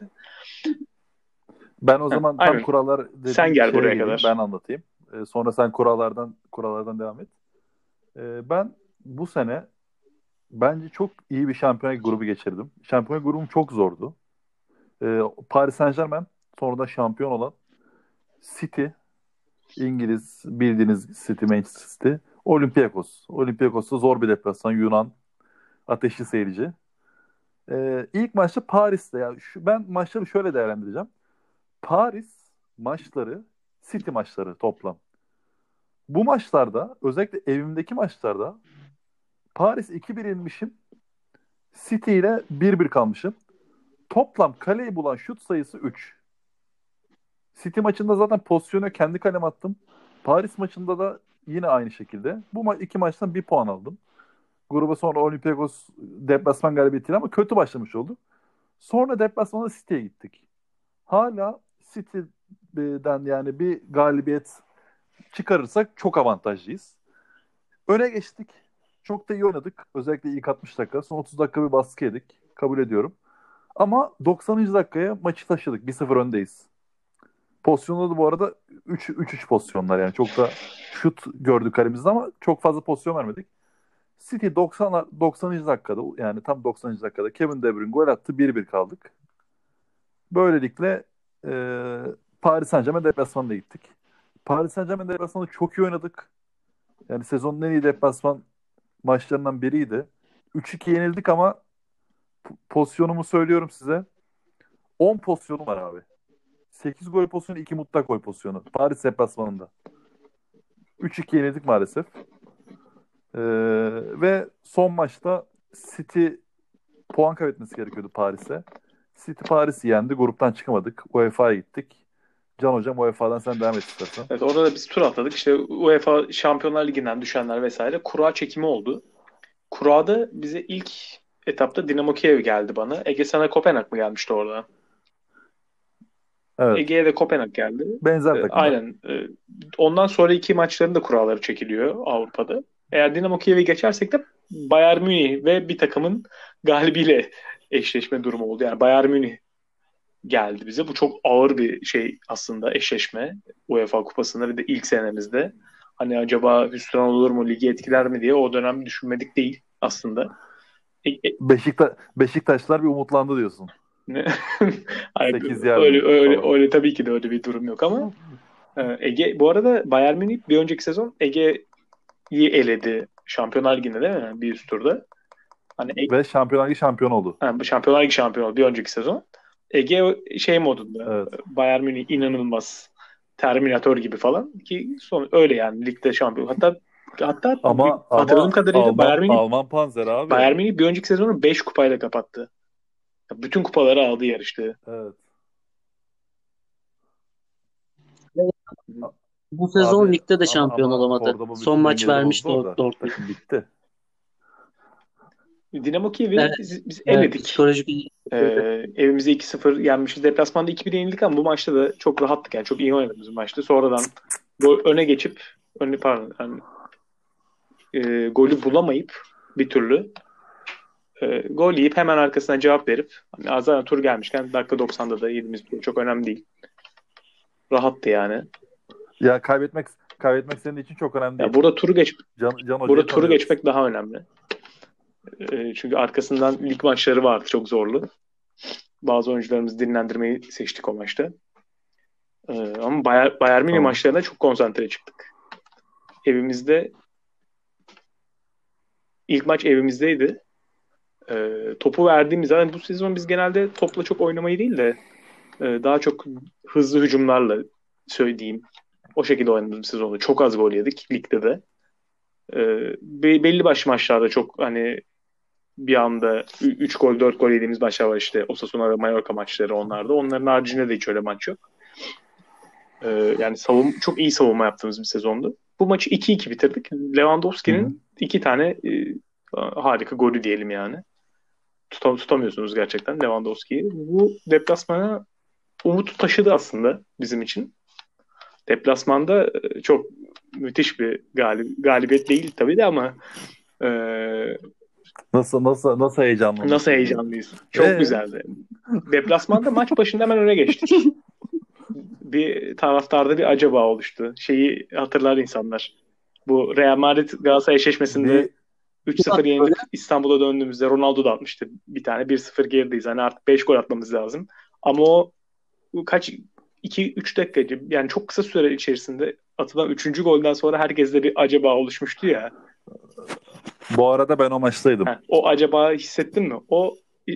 [SPEAKER 2] Ben o
[SPEAKER 3] Heh,
[SPEAKER 2] zaman tam
[SPEAKER 3] aynen.
[SPEAKER 2] kurallar dediğin
[SPEAKER 3] Sen gel
[SPEAKER 2] şeye
[SPEAKER 3] buraya
[SPEAKER 2] geleyim.
[SPEAKER 3] kadar.
[SPEAKER 2] Ben anlatayım. Ee, sonra sen kurallardan kurallardan devam et. Ee, ben bu sene bence çok iyi bir şampiyonluk grubu geçirdim. Şampiyonluk grubum çok zordu. Ee, Paris Saint-Germain, sonra da şampiyon olan City, İngiliz bildiğiniz City, Manchester City, Olympiakos. Olympiakos da zor bir deplasman, Yunan ateşli seyirci. Ee, ilk maçta Paris'te, ya şu, ben maçları şöyle değerlendireceğim. Paris maçları, City maçları toplam. Bu maçlarda, özellikle evimdeki maçlarda Paris iki bir yenilmişim. City ile bir bir kalmışım. Toplam kaleyi bulan şut sayısı üç. City maçında zaten pozisyonu kendi kaleme attım. Paris maçında da yine aynı şekilde. Bu ma- iki maçtan bir puan aldım. Gruba sonra Olympiakos deplasman galibiyetiyle ama kötü başlamış oldu. Sonra deplasmana City'ye gittik. Hala City'den yani bir galibiyet çıkarırsak çok avantajlıyız. Öne geçtik. Çok da iyi oynadık. Özellikle ilk altmış dakika. Son otuz dakika bir baskı yedik. Kabul ediyorum. Ama doksanıncı dakikaya maçı taşıdık. bir sıfır öndeyiz. Pozisyonda da bu arada üç üç pozisyonlar, yani çok da şut gördük kalemizde ama çok fazla pozisyon vermedik. City doksan doksanıncı dakikada, yani tam doksanıncı dakikada Kevin De Bruyne gol attı, bir bir kaldık. Böylelikle e, Paris Saint-Germain deplasmanına gittik. Paris Saint-Germain deplasmanında çok iyi oynadık. Yani sezonun en iyi deplasman maçlarından biriydi. üç iki yenildik ama pozisyonumu söylüyorum size. on pozisyonu var abi. sekiz gol pozisyonu, iki mutlak gol pozisyonu. Paris deplasmanında. üç iki yenildik maalesef. Ee, ve son maçta City puan kaybetmesi gerekiyordu Paris'e. City Paris'i yendi. Gruptan çıkamadık. U E F A'ya gittik. Can hocam, U E F A'dan sen devam et istersen.
[SPEAKER 3] Evet, orada da biz tur atladık. İşte UEFA Şampiyonlar Ligi'nden düşenler vesaire kura çekimi oldu. Kurada bize ilk etapta Dinamo Kiev geldi bana. Ege, sana Kopenhag mı gelmişti orada?
[SPEAKER 2] Evet.
[SPEAKER 3] Ege'ye de Kopenhag geldi.
[SPEAKER 2] Benzer
[SPEAKER 3] Ee,
[SPEAKER 2] takımlar.
[SPEAKER 3] aynen. Ee, ondan sonra iki maçların da kuralları çekiliyor Avrupa'da. Eğer Dinamo Kiev'i geçersek de Bayern Münih ve bir takımın galibiyle eşleşme durumu oldu. Yani Bayern Münih geldi bize. Bu çok ağır bir şey aslında, eşleşme UEFA Kupası'nda bir de ilk senemizde. Hani acaba hüsran olur mu, ligi etkiler mi diye o dönem düşünmedik değil aslında. E, e,
[SPEAKER 2] Beşiktaş, Beşiktaşlar bir umutlandı diyorsun.
[SPEAKER 3] ne? Hayır,
[SPEAKER 2] sekiz yer
[SPEAKER 3] öyle,
[SPEAKER 2] mi
[SPEAKER 3] öyle,
[SPEAKER 2] falan.
[SPEAKER 3] öyle tabii ki de öyle bir durum yok ama e, Ege bu arada Bayern Münih bir önceki sezon Ege'yi eledi Şampiyonlar Ligi'nde değil mi? Bir üst turda. Hani e-
[SPEAKER 2] Ve Şampiyonlar Ligi şampiyon oldu.
[SPEAKER 3] ha, bu Şampiyonlar Ligi şampiyonu oldu bir önceki sezon. Ege şey modunda.
[SPEAKER 2] Evet.
[SPEAKER 3] Bayern Münih inanılmaz. Terminator gibi falan ki son öyle yani ligde şampiyon. Hatta hatta
[SPEAKER 2] Ama
[SPEAKER 3] hatırladığım
[SPEAKER 2] ama
[SPEAKER 3] kadarıyla Bayern
[SPEAKER 2] Alman
[SPEAKER 3] Münih
[SPEAKER 2] Alman Panzer abi.
[SPEAKER 3] Bayern Münih bir önceki sezonu beş kupayla kapattı. Bütün kupaları aldı yarıştı.
[SPEAKER 2] Evet.
[SPEAKER 4] Bu sezon
[SPEAKER 2] Abi
[SPEAKER 4] ligde de
[SPEAKER 2] ama
[SPEAKER 4] şampiyon
[SPEAKER 2] ama
[SPEAKER 4] olamadı.
[SPEAKER 2] Kordoba
[SPEAKER 4] Son
[SPEAKER 2] bütün
[SPEAKER 4] maç
[SPEAKER 2] dengeleri
[SPEAKER 4] vermişti
[SPEAKER 2] bozdu
[SPEAKER 4] o
[SPEAKER 2] orada.
[SPEAKER 4] Dortmund.
[SPEAKER 2] Takım bitti.
[SPEAKER 3] Dinamo Kiev'i
[SPEAKER 4] Evet,
[SPEAKER 3] biz, biz
[SPEAKER 4] evet,
[SPEAKER 3] eledik.
[SPEAKER 4] psikolojik
[SPEAKER 3] Ee, evimizde iki sıfır yenmişiz. Deplasmanda iki bir yenildik ama bu maçta da çok rahattık yani. Çok iyi oynadığımız bir maçtı. Sonradan gol öne geçip önü pardon yani, e, golü bulamayıp bir türlü e, gol yiyip hemen arkasına cevap verip hani Azar'a tur gelmişken dakika doksan'da da yediğimiz gol çok önemli değil. Rahattı yani.
[SPEAKER 2] Ya kaybetmek kaybetmek senin için çok önemli değil.
[SPEAKER 3] Ya burada turu geç
[SPEAKER 2] Can, Can Hoca'yı
[SPEAKER 3] burada turu
[SPEAKER 2] tanıyoruz.
[SPEAKER 3] geçmek daha önemli. E, çünkü arkasından lig maçları vardı çok zorlu. Bazı oyuncularımızı dinlendirmeyi seçtik o maçta. E, ama Bayer, Bayern Münih
[SPEAKER 2] Tamam.
[SPEAKER 3] maçlarına çok konsantre çıktık. Evimizde ilk maç evimizdeydi. E, topu verdiğimiz yani bu sezon biz genelde topla çok oynamayı değil de e, daha çok hızlı hücumlarla söyleyeyim. O şekilde oynadığımız bir sezonda. Çok az gol yedik ligde de. E, be- belli başlı maçlarda çok hani bir anda üç gol dört gol yediğimiz maçlar var işte. Osasuna ve Mallorca maçları onlarda. Onların haricinde de hiç öyle maç yok. E, yani savun çok iyi savunma yaptığımız bir sezondu. Bu maçı iki iki bitirdik. Lewandowski'nin
[SPEAKER 2] Hı hı.
[SPEAKER 3] iki tane e, harika golü diyelim yani. Tutam, tutamıyorsunuz gerçekten Lewandowski'yi. Bu deplasmana umut taşıdı aslında bizim için. Deplasmanda e, çok müthiş bir galib galibiyet değil tabii de ama e,
[SPEAKER 2] Nasıl nasıl nasıl heyecanlı?
[SPEAKER 3] nasıl heyecanlıyız. Çok
[SPEAKER 2] Ee?
[SPEAKER 3] güzeldi. Deplasmanda maç başında hemen öne geçtik. Bir taraftarda bir acaba oluştu. Şeyi hatırlar insanlar. Bu Real Madrid Galatasaray eşleşmesinde
[SPEAKER 2] Bir
[SPEAKER 3] üç sıfır yenilip İstanbul'a döndüğümüzde Ronaldo da atmıştı bir tane. bir sıfır gerideyiz. Hani artık beş gol atmamız lazım. Ama o kaç iki üç dakika yani çok kısa süre içerisinde atılan üçüncü golden sonra herkeste bir acaba oluşmuştu ya.
[SPEAKER 2] bu arada ben o maçtaydım.
[SPEAKER 3] Ha, o acaba hissettin mi? O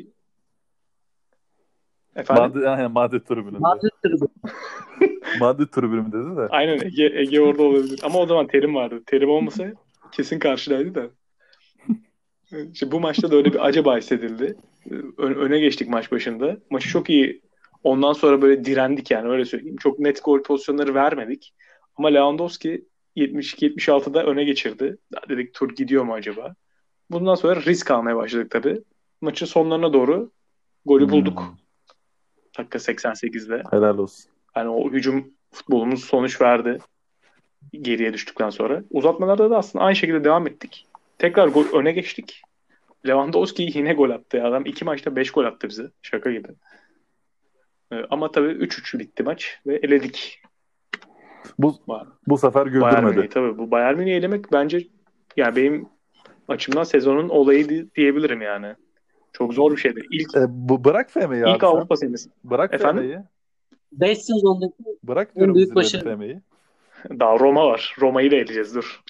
[SPEAKER 3] efendim?
[SPEAKER 2] Madrid, yani Madrid tribününde.
[SPEAKER 4] Madrid tribünü.
[SPEAKER 2] Madrid tribünü dedi de.
[SPEAKER 3] Aynen Ege, Ege orada olabilir. Ama o zaman Terim vardı. Terim olmasa kesin karşıdaydı da. İşte bu maçta da öyle bir acaba hissedildi. Ö- öne geçtik maç başında. Maçı çok iyi. Ondan sonra böyle direndik yani öyle söyleyeyim. Çok net gol pozisyonları vermedik. Ama Lewandowski yetmiş iki yetmiş altıda öne geçirdi. Dedik tur gidiyor mu acaba? Bundan sonra risk almaya başladık tabii. Maçın sonlarına doğru golü bulduk.
[SPEAKER 2] Hmm.
[SPEAKER 3] Dakika seksen sekizde.
[SPEAKER 2] Helal olsun.
[SPEAKER 3] Yani o hücum futbolumuz sonuç verdi. Geriye düştükten sonra. Uzatmalarda da aslında aynı şekilde devam ettik. Tekrar gol öne geçtik. Lewandowski yine gol attı. Adam iki maçta beş gol attı bize. Şaka gibi. Ee, ama tabii üç üç bitti maç ve eledik.
[SPEAKER 2] Bu
[SPEAKER 3] Var.
[SPEAKER 2] bu sefer
[SPEAKER 3] Bayern Münih'i
[SPEAKER 2] güldürmedi.
[SPEAKER 3] tabii. Bu Bayern Münih'i elemek bence yani benim açımdan sezonun olayıydı diyebilirim yani. Çok zor bir şeydi. İlk
[SPEAKER 2] E, bu bırak F M'yi abi
[SPEAKER 3] ilk
[SPEAKER 2] sen.
[SPEAKER 3] Avrupa senesi.
[SPEAKER 2] Bırak
[SPEAKER 3] Efendim?
[SPEAKER 2] F M'yi.
[SPEAKER 4] beş sezondaki
[SPEAKER 2] Bırak
[SPEAKER 4] en
[SPEAKER 2] diyorum
[SPEAKER 4] büyük
[SPEAKER 2] zirvede
[SPEAKER 4] başarı.
[SPEAKER 2] F M'yi.
[SPEAKER 3] Daha Roma var. Roma'yı da eleyeceğiz dur.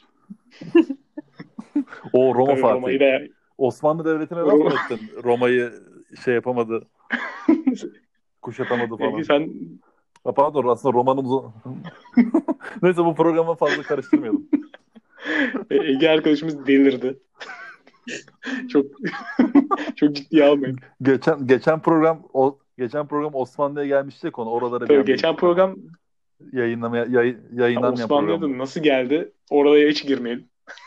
[SPEAKER 2] O Roma
[SPEAKER 3] Tabii Roma'yı
[SPEAKER 2] Fatih.
[SPEAKER 3] da
[SPEAKER 2] Osmanlı Devleti'ne laf
[SPEAKER 3] Roma-
[SPEAKER 2] mı ettin? Roma'yı şey yapamadı. Kuşatamadı falan.
[SPEAKER 3] Peki sen
[SPEAKER 2] Ha, pardon aslında Roma'nın uzun... Neyse bu programı fazla karıştırmayalım.
[SPEAKER 3] E, Ege arkadaşımız delirdi. çok çok ciddiye almayın.
[SPEAKER 2] Geçen geçen program o geçen program Osmanlı'ya gelmişti konu. Oralara bir
[SPEAKER 3] Tabii
[SPEAKER 2] anda
[SPEAKER 3] geçen
[SPEAKER 2] gittik
[SPEAKER 3] program
[SPEAKER 2] ama. yayınlamaya yayın, yayınlanmayan
[SPEAKER 3] Osmanlı'ya
[SPEAKER 2] program.
[SPEAKER 3] da nasıl geldi? Oraya hiç girmeyelim.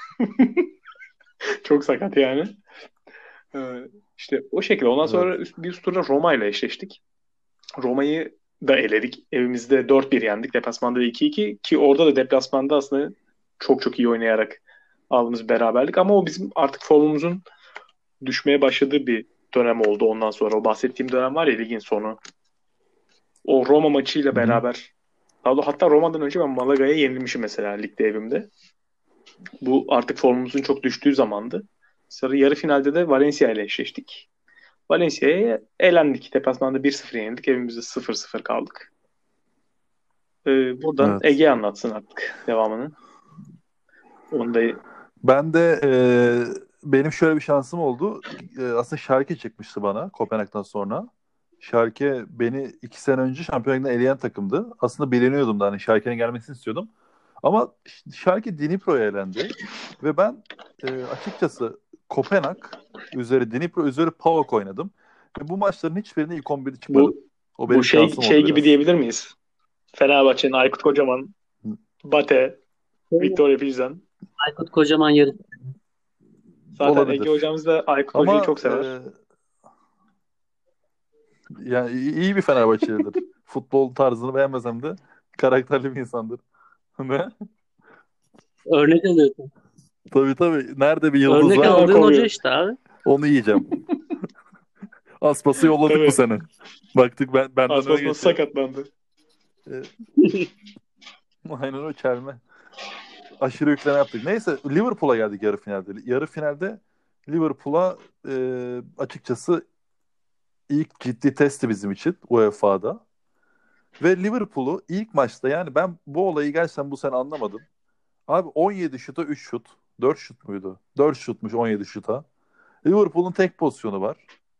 [SPEAKER 3] Çok sakat yani. Ee, işte o şekilde. Ondan sonra üst, bir üst turda Roma ile eşleştik. Roma'yı da eledik. Evimizde dört bir yendik. Deplasmanda da iki iki ki orada da deplasmanda aslında çok çok iyi oynayarak aldığımız beraberlik ama o bizim artık formumuzun düşmeye başladığı bir dönem oldu ondan sonra. O bahsettiğim dönem var ya ligin sonu. O Roma maçıyla
[SPEAKER 2] Hı-hı.
[SPEAKER 3] beraber hatta Roma'dan önce ben Malaga'ya yenilmişim mesela ligde evimde. Bu artık formumuzun çok düştüğü zamandı. Sonra yarı finalde de Valencia ile eşleştik. Valencia'ya elendik. Deplasmanda bir sıfır yenildik. Evimizde sıfır sıfır kaldık. Ee, buradan
[SPEAKER 2] Evet.
[SPEAKER 3] Ege anlatsın artık devamını. Onu da
[SPEAKER 2] Ben de e, benim şöyle bir şansım oldu. E, aslında Schalke çıkmıştı bana Kopenhag'dan sonra. Schalke beni iki sene önce Şampiyonlar Ligi'nden eleyen takımdı. Aslında biliniyordum da hani Schalke'nin gelmesini istiyordum. Ama Schalke Dnipro'ya elendi. Ve ben e, açıkçası Kopenhag üzeri Dnipro üzeri PAOK oynadım. Ve bu maçların hiçbirinde ilk on birde çıkmadım.
[SPEAKER 3] Bu
[SPEAKER 2] O
[SPEAKER 3] bu
[SPEAKER 2] benim
[SPEAKER 3] şey
[SPEAKER 2] şansım
[SPEAKER 3] şey
[SPEAKER 2] oldu
[SPEAKER 3] gibi
[SPEAKER 2] biraz.
[SPEAKER 3] diyebilir miyiz? Fenerbahçe'nin Aykut Kocaman, Bate, Victoria Pilsen.
[SPEAKER 4] Aykut Kocaman yarı.
[SPEAKER 3] Zaten Ege
[SPEAKER 2] Olabilir.
[SPEAKER 3] hocamız da Aykut Hoca'yı
[SPEAKER 2] Ama
[SPEAKER 3] çok
[SPEAKER 2] e,
[SPEAKER 3] sever.
[SPEAKER 2] yani iyi iyi bir Fenerbahçelidir. Futbol tarzını beğenmesem de karakterli bir insandır. Ne?
[SPEAKER 4] Örnek alıyorsun.
[SPEAKER 2] Tabii tabii. Nerede bir yıldız
[SPEAKER 4] Örnek
[SPEAKER 2] var
[SPEAKER 3] Hemen
[SPEAKER 4] aldığın hoca
[SPEAKER 3] kovuyor.
[SPEAKER 4] işte abi.
[SPEAKER 2] onu yiyeceğim. Aspas'ı yolladık bu
[SPEAKER 3] Tabii.
[SPEAKER 2] sene. Baktık ben benden
[SPEAKER 3] Aspas
[SPEAKER 2] öne
[SPEAKER 3] nasıl
[SPEAKER 2] geçiyor.
[SPEAKER 3] sakatlandı?
[SPEAKER 2] Ee, aynen o çelme. Aşırı yükleme yaptık. Neyse Liverpool'a geldik yarı finalde. Yarı finalde Liverpool'a e, açıkçası ilk ciddi testi bizim için U E F A'da. Ve Liverpool'u ilk maçta yani ben bu olayı gerçekten bu sene anlamadım. Abi on yedi şuta üç şut. dört şut muydu? dört şutmuş on yedi şuta. Liverpool'un tek pozisyonu var.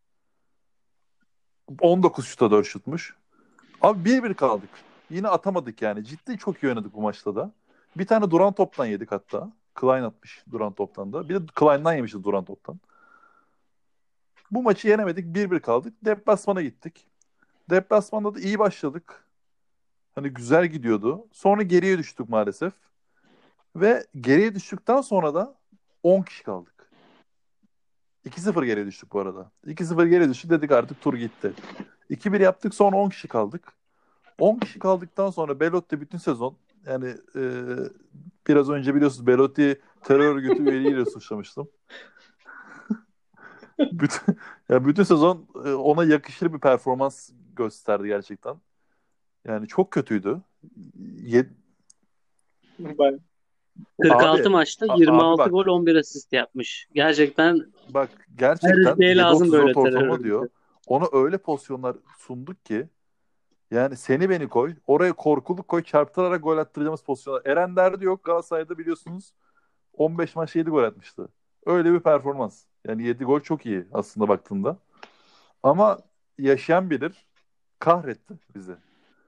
[SPEAKER 2] on dokuz şuta dört şutmuş. Abi bir bir kaldık. Yine atamadık yani. Ciddi çok iyi oynadık bu maçta da. Bir tane duran toptan yedik hatta. Klein atmış duran toptan da. Bir de Klein'dan yemişiz duran toptan. Bu maçı yenemedik. bir bir kaldık. Deplasmana gittik. Deplasmanda da iyi başladık. Hani güzel gidiyordu. Sonra geriye düştük maalesef. Ve geriye düştükten sonra da on kişi kaldık. iki sıfır geriye düştük bu arada. iki sıfır geriye düştük dedik artık tur gitti. iki bir yaptık sonra on kişi kaldık. on kişi kaldıktan sonra Belotti bütün sezon yani e, biraz önce biliyorsunuz Belotti terör örgütü üyeliğiyle suçlamıştım. bütün, ya bütün sezon e, ona yakışır bir performans gösterdi gerçekten. Yani çok kötüydü. Ye-
[SPEAKER 3] Ben
[SPEAKER 4] kırk altı
[SPEAKER 2] abi
[SPEAKER 4] maçta
[SPEAKER 2] a- abi
[SPEAKER 4] yirmi altı gol
[SPEAKER 2] bak
[SPEAKER 4] on bir asist yapmış. Gerçekten
[SPEAKER 2] bak
[SPEAKER 4] her
[SPEAKER 2] gerçekten
[SPEAKER 4] ülkeye lazım böyle
[SPEAKER 2] yedi otuz dört
[SPEAKER 4] terör
[SPEAKER 2] ortalama
[SPEAKER 4] örgütü.
[SPEAKER 2] diyor. Ona öyle pozisyonlar sunduk ki yani seni beni koy. Oraya korkuluk koy. Çarptırarak gol attıracağımız pozisyonlar. Eren Derdi yok. Galatasaray'da biliyorsunuz on beş maç yedi gol atmıştı. Öyle bir performans. Yani yedi gol çok iyi aslında baktığında. Ama yaşayan bilir. Kahretti bizi.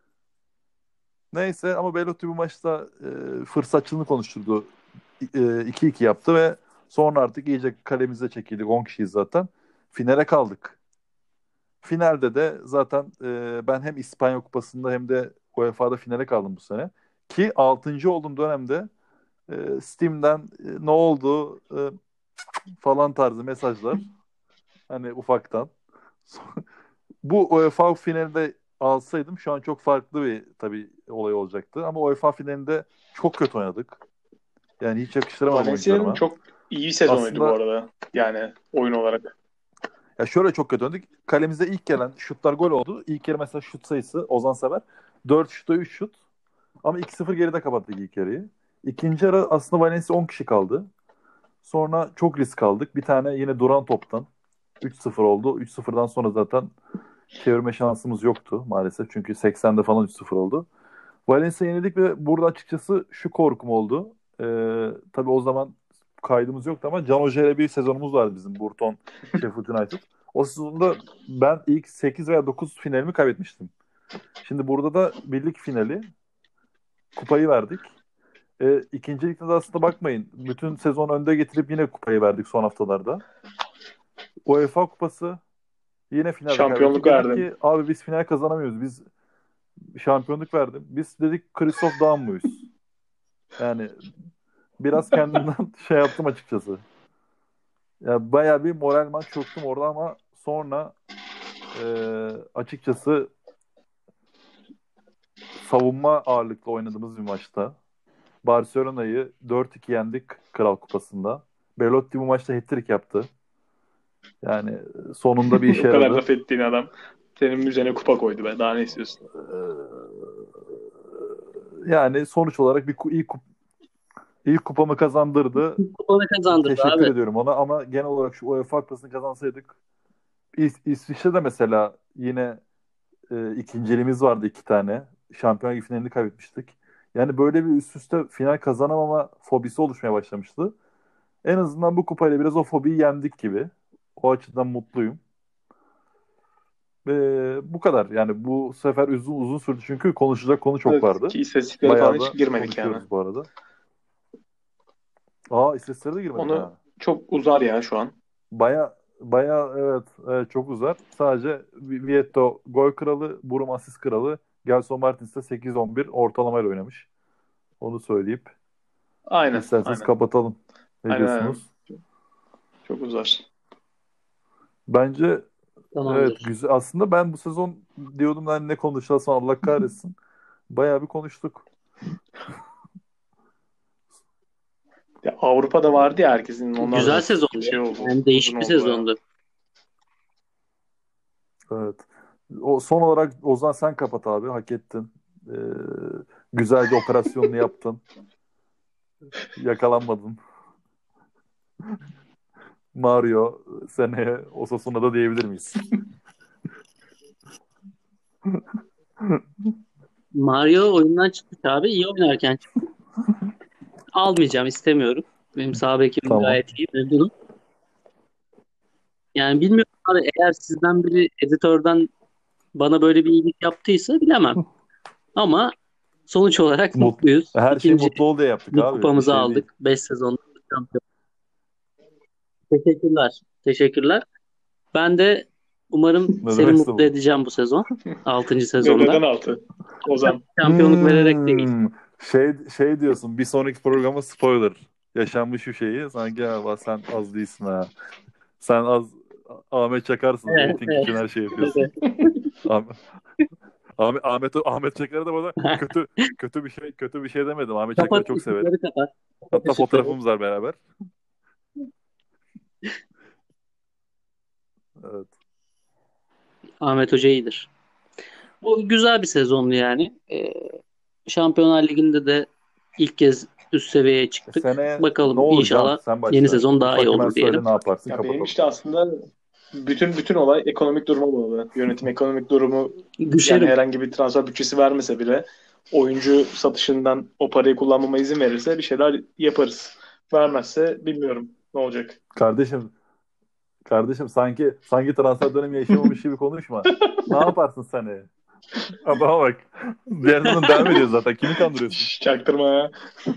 [SPEAKER 2] Neyse ama Belotti bu maçta e, fırsatçılığını konuşturdu. E, iki iki yaptı ve sonra artık iyice kalemize çekildik. on kişiyiz zaten. Finale kaldık. Finalde de zaten e, ben hem İspanya Kupası'nda hem de U E F A'da finale kaldım bu sene. Ki altıncı olduğum dönemde e, Steam'den e, ne oldu e, falan tarzı mesajlar. Hani ufaktan. Bu U E F A finalinde alsaydım şu an çok farklı bir tabii olay olacaktı. Ama U E F A finalinde çok kötü oynadık. Yani hiç yakıştıramadım
[SPEAKER 3] Valencia'nın
[SPEAKER 2] oyuncularıma.
[SPEAKER 3] çok iyi sezonuydu bu
[SPEAKER 2] Aslında
[SPEAKER 3] arada. Yani oyun olarak.
[SPEAKER 2] ya şöyle çok kötü oynadık. Kalemizde ilk gelen şutlar gol oldu. İlk yarı mesela şut sayısı Ozan Sever. dört şutta üç şut. Ama iki sıfır geride kapattık ilk yarıyı. İkinci yarı aslında Valencia on kişi kaldı. Sonra çok risk aldık. Bir tane yine duran toptan. üç sıfır oldu. üç sıfırdan sonra zaten çevirme şansımız yoktu maalesef. Çünkü seksende falan üç sıfır oldu. Valencia yenildik ve burada açıkçası şu korkum oldu. Ee, tabii o zaman kaydımız yoktu ama Can Hoca ile bir sezonumuz vardı bizim Burton Sheffield United. O sezonda ben ilk sekiz veya dokuz finalimi kaybetmiştim. Şimdi burada da birlik finali kupayı verdik. E, ikinci ligde de aslında bakmayın. Bütün sezon önde getirip yine kupayı verdik son haftalarda. UEFA Kupası yine finalde kaybettik.
[SPEAKER 3] Şampiyonluk
[SPEAKER 2] Dedik
[SPEAKER 3] verdin.
[SPEAKER 2] ki abi biz final kazanamıyoruz. Biz şampiyonluk verdim. Biz dedik Christoph Daum muyuz? Yani biraz kendimden şey yaptım açıkçası. Ya bayağı bir moralman çöktüm orada ama sonra e, açıkçası savunma ağırlıklı oynadığımız bir maçta Barcelona'yı dört iki yendik Kral Kupası'nda. Belotti bu maçta hat-trick yaptı. Yani sonunda bir işe
[SPEAKER 3] O kadar
[SPEAKER 2] yaradı.
[SPEAKER 3] laf ettiğin adam senin üzerine kupa koydu be. Daha ne istiyorsun?
[SPEAKER 2] Ee, yani sonuç olarak bir ku- ilk, kup- ilk kupamı kazandırdı.
[SPEAKER 4] Kupanı kazandırdı
[SPEAKER 2] Teşekkür
[SPEAKER 4] abi.
[SPEAKER 2] ediyorum ona ama genel olarak şu UEFA Kupası'nı kazansaydık İs- İsviçre'de mesela yine e, ikinciliğimiz vardı iki tane. Şampiyon Ligi finalini kaybetmiştik. Yani böyle bir üst üste final kazanamama fobisi oluşmaya başlamıştı. En azından bu kupayla biraz o fobiyi yendik gibi. O açıdan mutluyum. Ee, bu kadar. Yani bu sefer uzun uzun sürdü çünkü konuşacak konu çok
[SPEAKER 3] Evet,
[SPEAKER 2] vardı.
[SPEAKER 3] ki istatistiklere
[SPEAKER 2] Bayağı
[SPEAKER 3] falan
[SPEAKER 2] da
[SPEAKER 3] hiç girmedik yani.
[SPEAKER 2] konuşuyoruz bu arada. Aa, istatistiklere de girmedik
[SPEAKER 3] Onu
[SPEAKER 2] ha.
[SPEAKER 3] çok uzar ya şu an.
[SPEAKER 2] Baya baya evet, evet çok uzar. Sadece Vi- Vietto gol kralı, Burum asist kralı, Gelson Martins de sekiz on bir ortalamayla oynamış. Onu söyleyip
[SPEAKER 3] Aynen,
[SPEAKER 2] isterseniz
[SPEAKER 3] aynen.
[SPEAKER 2] kapatalım. Ne
[SPEAKER 3] Aynen, aynen.
[SPEAKER 2] diyorsunuz?
[SPEAKER 3] Çok uzar.
[SPEAKER 2] Bence evet
[SPEAKER 4] Tamamdır.
[SPEAKER 2] güzel. Aslında ben bu sezon diyordum lan ne konuşacağız Allah kahretsin. Bayağı bir konuştuk.
[SPEAKER 3] Ya Avrupa'da vardı ya herkesin. Onlar
[SPEAKER 4] Güzel
[SPEAKER 2] Evet.
[SPEAKER 4] sezondu
[SPEAKER 3] şey
[SPEAKER 4] ya.
[SPEAKER 3] oldu.
[SPEAKER 4] Yani
[SPEAKER 3] Uzun
[SPEAKER 4] değişik bir
[SPEAKER 3] oldu bayağı.
[SPEAKER 4] sezondu.
[SPEAKER 2] Evet. O son olarak Ozan sen kapat abi. Hak ettin. Ee, güzelce operasyonunu yaptın. Yakalanmadın. Mario seneye Osasuna'da diyebilir miyiz?
[SPEAKER 4] Mario oyundan çıkmış abi. İyi oynarken çıktı. Almayacağım, istemiyorum. Benim sağ bekim
[SPEAKER 2] Tamam.
[SPEAKER 4] gayet iyi. Memnunum. Yani bilmiyorum abi, eğer sizden biri editörden bana böyle bir iyilik yaptıysa bilemem. Ama sonuç olarak
[SPEAKER 2] Mut
[SPEAKER 4] mutluyuz.
[SPEAKER 2] Her şey
[SPEAKER 4] İkinci
[SPEAKER 2] mutlu ol diye yaptık
[SPEAKER 4] lig
[SPEAKER 2] abi. Bir
[SPEAKER 4] kupamızı
[SPEAKER 2] şey değil.
[SPEAKER 4] aldık. beş sezonda şampiyon. Teşekkürler. Teşekkürler. Ben de umarım
[SPEAKER 2] Ne
[SPEAKER 4] seni
[SPEAKER 2] demekse
[SPEAKER 4] mutlu
[SPEAKER 2] bu.
[SPEAKER 4] edeceğim bu sezon. altıncı
[SPEAKER 3] Ne,
[SPEAKER 4] sezonda.
[SPEAKER 3] neden altı? Ozan.
[SPEAKER 4] Şampiyonluk vererek değil.
[SPEAKER 2] Hmm, şey şey diyorsun bir sonraki programa spoiler. Yaşanmış şu şeyi sanki ya bak sen az değilsin ha. Sen az Ahmet Çakarsın.
[SPEAKER 4] Evet,
[SPEAKER 2] Reyting için
[SPEAKER 4] evet,
[SPEAKER 2] her şey yapıyorsun.
[SPEAKER 4] evet.
[SPEAKER 2] Ahmet, Ahmet, Ahmet, Ahmet Çakar'a da bana kötü kötü bir şey kötü bir şey demedim. Ahmet Çakar'ı
[SPEAKER 4] Kapat,
[SPEAKER 2] çok severim.
[SPEAKER 4] ışıkları kapat. Kapat
[SPEAKER 2] Hatta
[SPEAKER 4] ışıkları.
[SPEAKER 2] fotoğrafımız var beraber. Evet.
[SPEAKER 4] Ahmet Hoca iyidir. Bu güzel bir sezondu yani. Ee, Şampiyonlar Ligi'nde de ilk kez üst seviyeye çıktık.
[SPEAKER 2] Seneye ne
[SPEAKER 4] Bakalım,
[SPEAKER 2] olacağım?
[SPEAKER 4] inşallah
[SPEAKER 2] Sen
[SPEAKER 4] yeni
[SPEAKER 2] başla.
[SPEAKER 4] sezon daha iyi
[SPEAKER 2] Ufak hemen
[SPEAKER 4] olur diyelim.
[SPEAKER 2] söyle ne yaparsın
[SPEAKER 3] Ya benim
[SPEAKER 2] kapatalım.
[SPEAKER 3] işte aslında bütün bütün olay ekonomik duruma bağlı. Yönetim ekonomik durumu, yani
[SPEAKER 4] Düşerim.
[SPEAKER 3] herhangi bir transfer bütçesi vermese bile oyuncu satışından o parayı kullanmama izin verirse bir şeyler yaparız. Vermezse bilmiyorum ne olacak.
[SPEAKER 2] Kardeşim kardeşim sanki sanki transfer dönemi yaşamamış gibi konuşma. Ne yaparsın seneye? Adama bak. Diğer sezon devam ediyor zaten. Kimi kandırıyorsun?
[SPEAKER 3] Şş, çaktırma ya.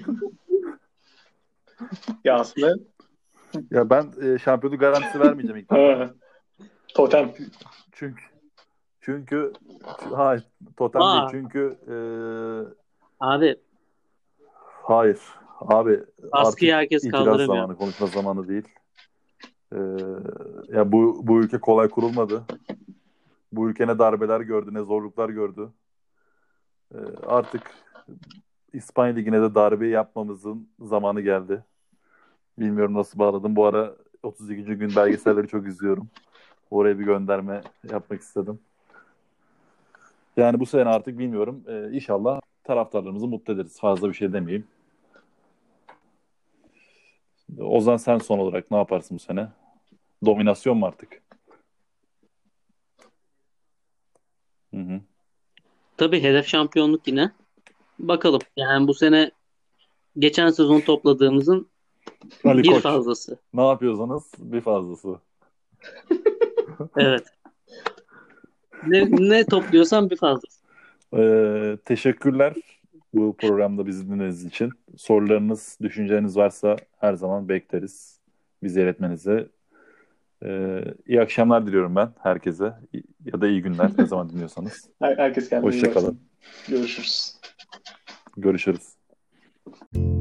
[SPEAKER 3] Ya aslında
[SPEAKER 2] Ya ben e, şampiyonluk garantisi vermeyeceğim ilk defa.
[SPEAKER 3] ha, totem.
[SPEAKER 2] Çünkü çünkü hayır totem değil
[SPEAKER 4] Aa,
[SPEAKER 2] çünkü e,
[SPEAKER 4] abi
[SPEAKER 2] hayır abi
[SPEAKER 4] baskıyı
[SPEAKER 2] artık
[SPEAKER 4] herkes
[SPEAKER 2] itiraz
[SPEAKER 4] kaldıramıyor.
[SPEAKER 2] zamanı konuşma zamanı değil. E, ya bu bu ülke kolay kurulmadı. Bu ülke ne darbeler gördü ne zorluklar gördü. E, artık İspanya Ligi'ne de darbe yapmamızın zamanı geldi. Bilmiyorum nasıl bağladım. Bu ara otuz ikinci gün belgeselleri çok izliyorum. Oraya bir gönderme yapmak istedim. Yani bu sene artık bilmiyorum. Ee, inşallah taraftarlarımızı mutlu ederiz. Fazla bir şey demeyeyim. Ozan sen son olarak ne yaparsın bu sene? Dominasyon mu artık? Hı hı.
[SPEAKER 4] Tabii hedef şampiyonluk yine. Bakalım. Yani bu sene geçen sezon topladığımızın
[SPEAKER 2] Ali
[SPEAKER 4] bir
[SPEAKER 2] Koç.
[SPEAKER 4] fazlası.
[SPEAKER 2] Ne yapıyorsanız bir fazlası.
[SPEAKER 4] Evet. Ne, ne topluyorsan bir fazlası.
[SPEAKER 2] Ee, teşekkürler bu programda bizi dinlediğiniz için. Sorularınız, düşünceleriniz varsa her zaman bekleriz. Bizi iletmenizi. Ee, iyi akşamlar diliyorum ben herkese. Ya da iyi günler ne zaman dinliyorsanız.
[SPEAKER 3] Her- herkes kendine iyi
[SPEAKER 2] Hoşça kalın.
[SPEAKER 3] baksın. Görüşürüz.
[SPEAKER 2] Görüşürüz.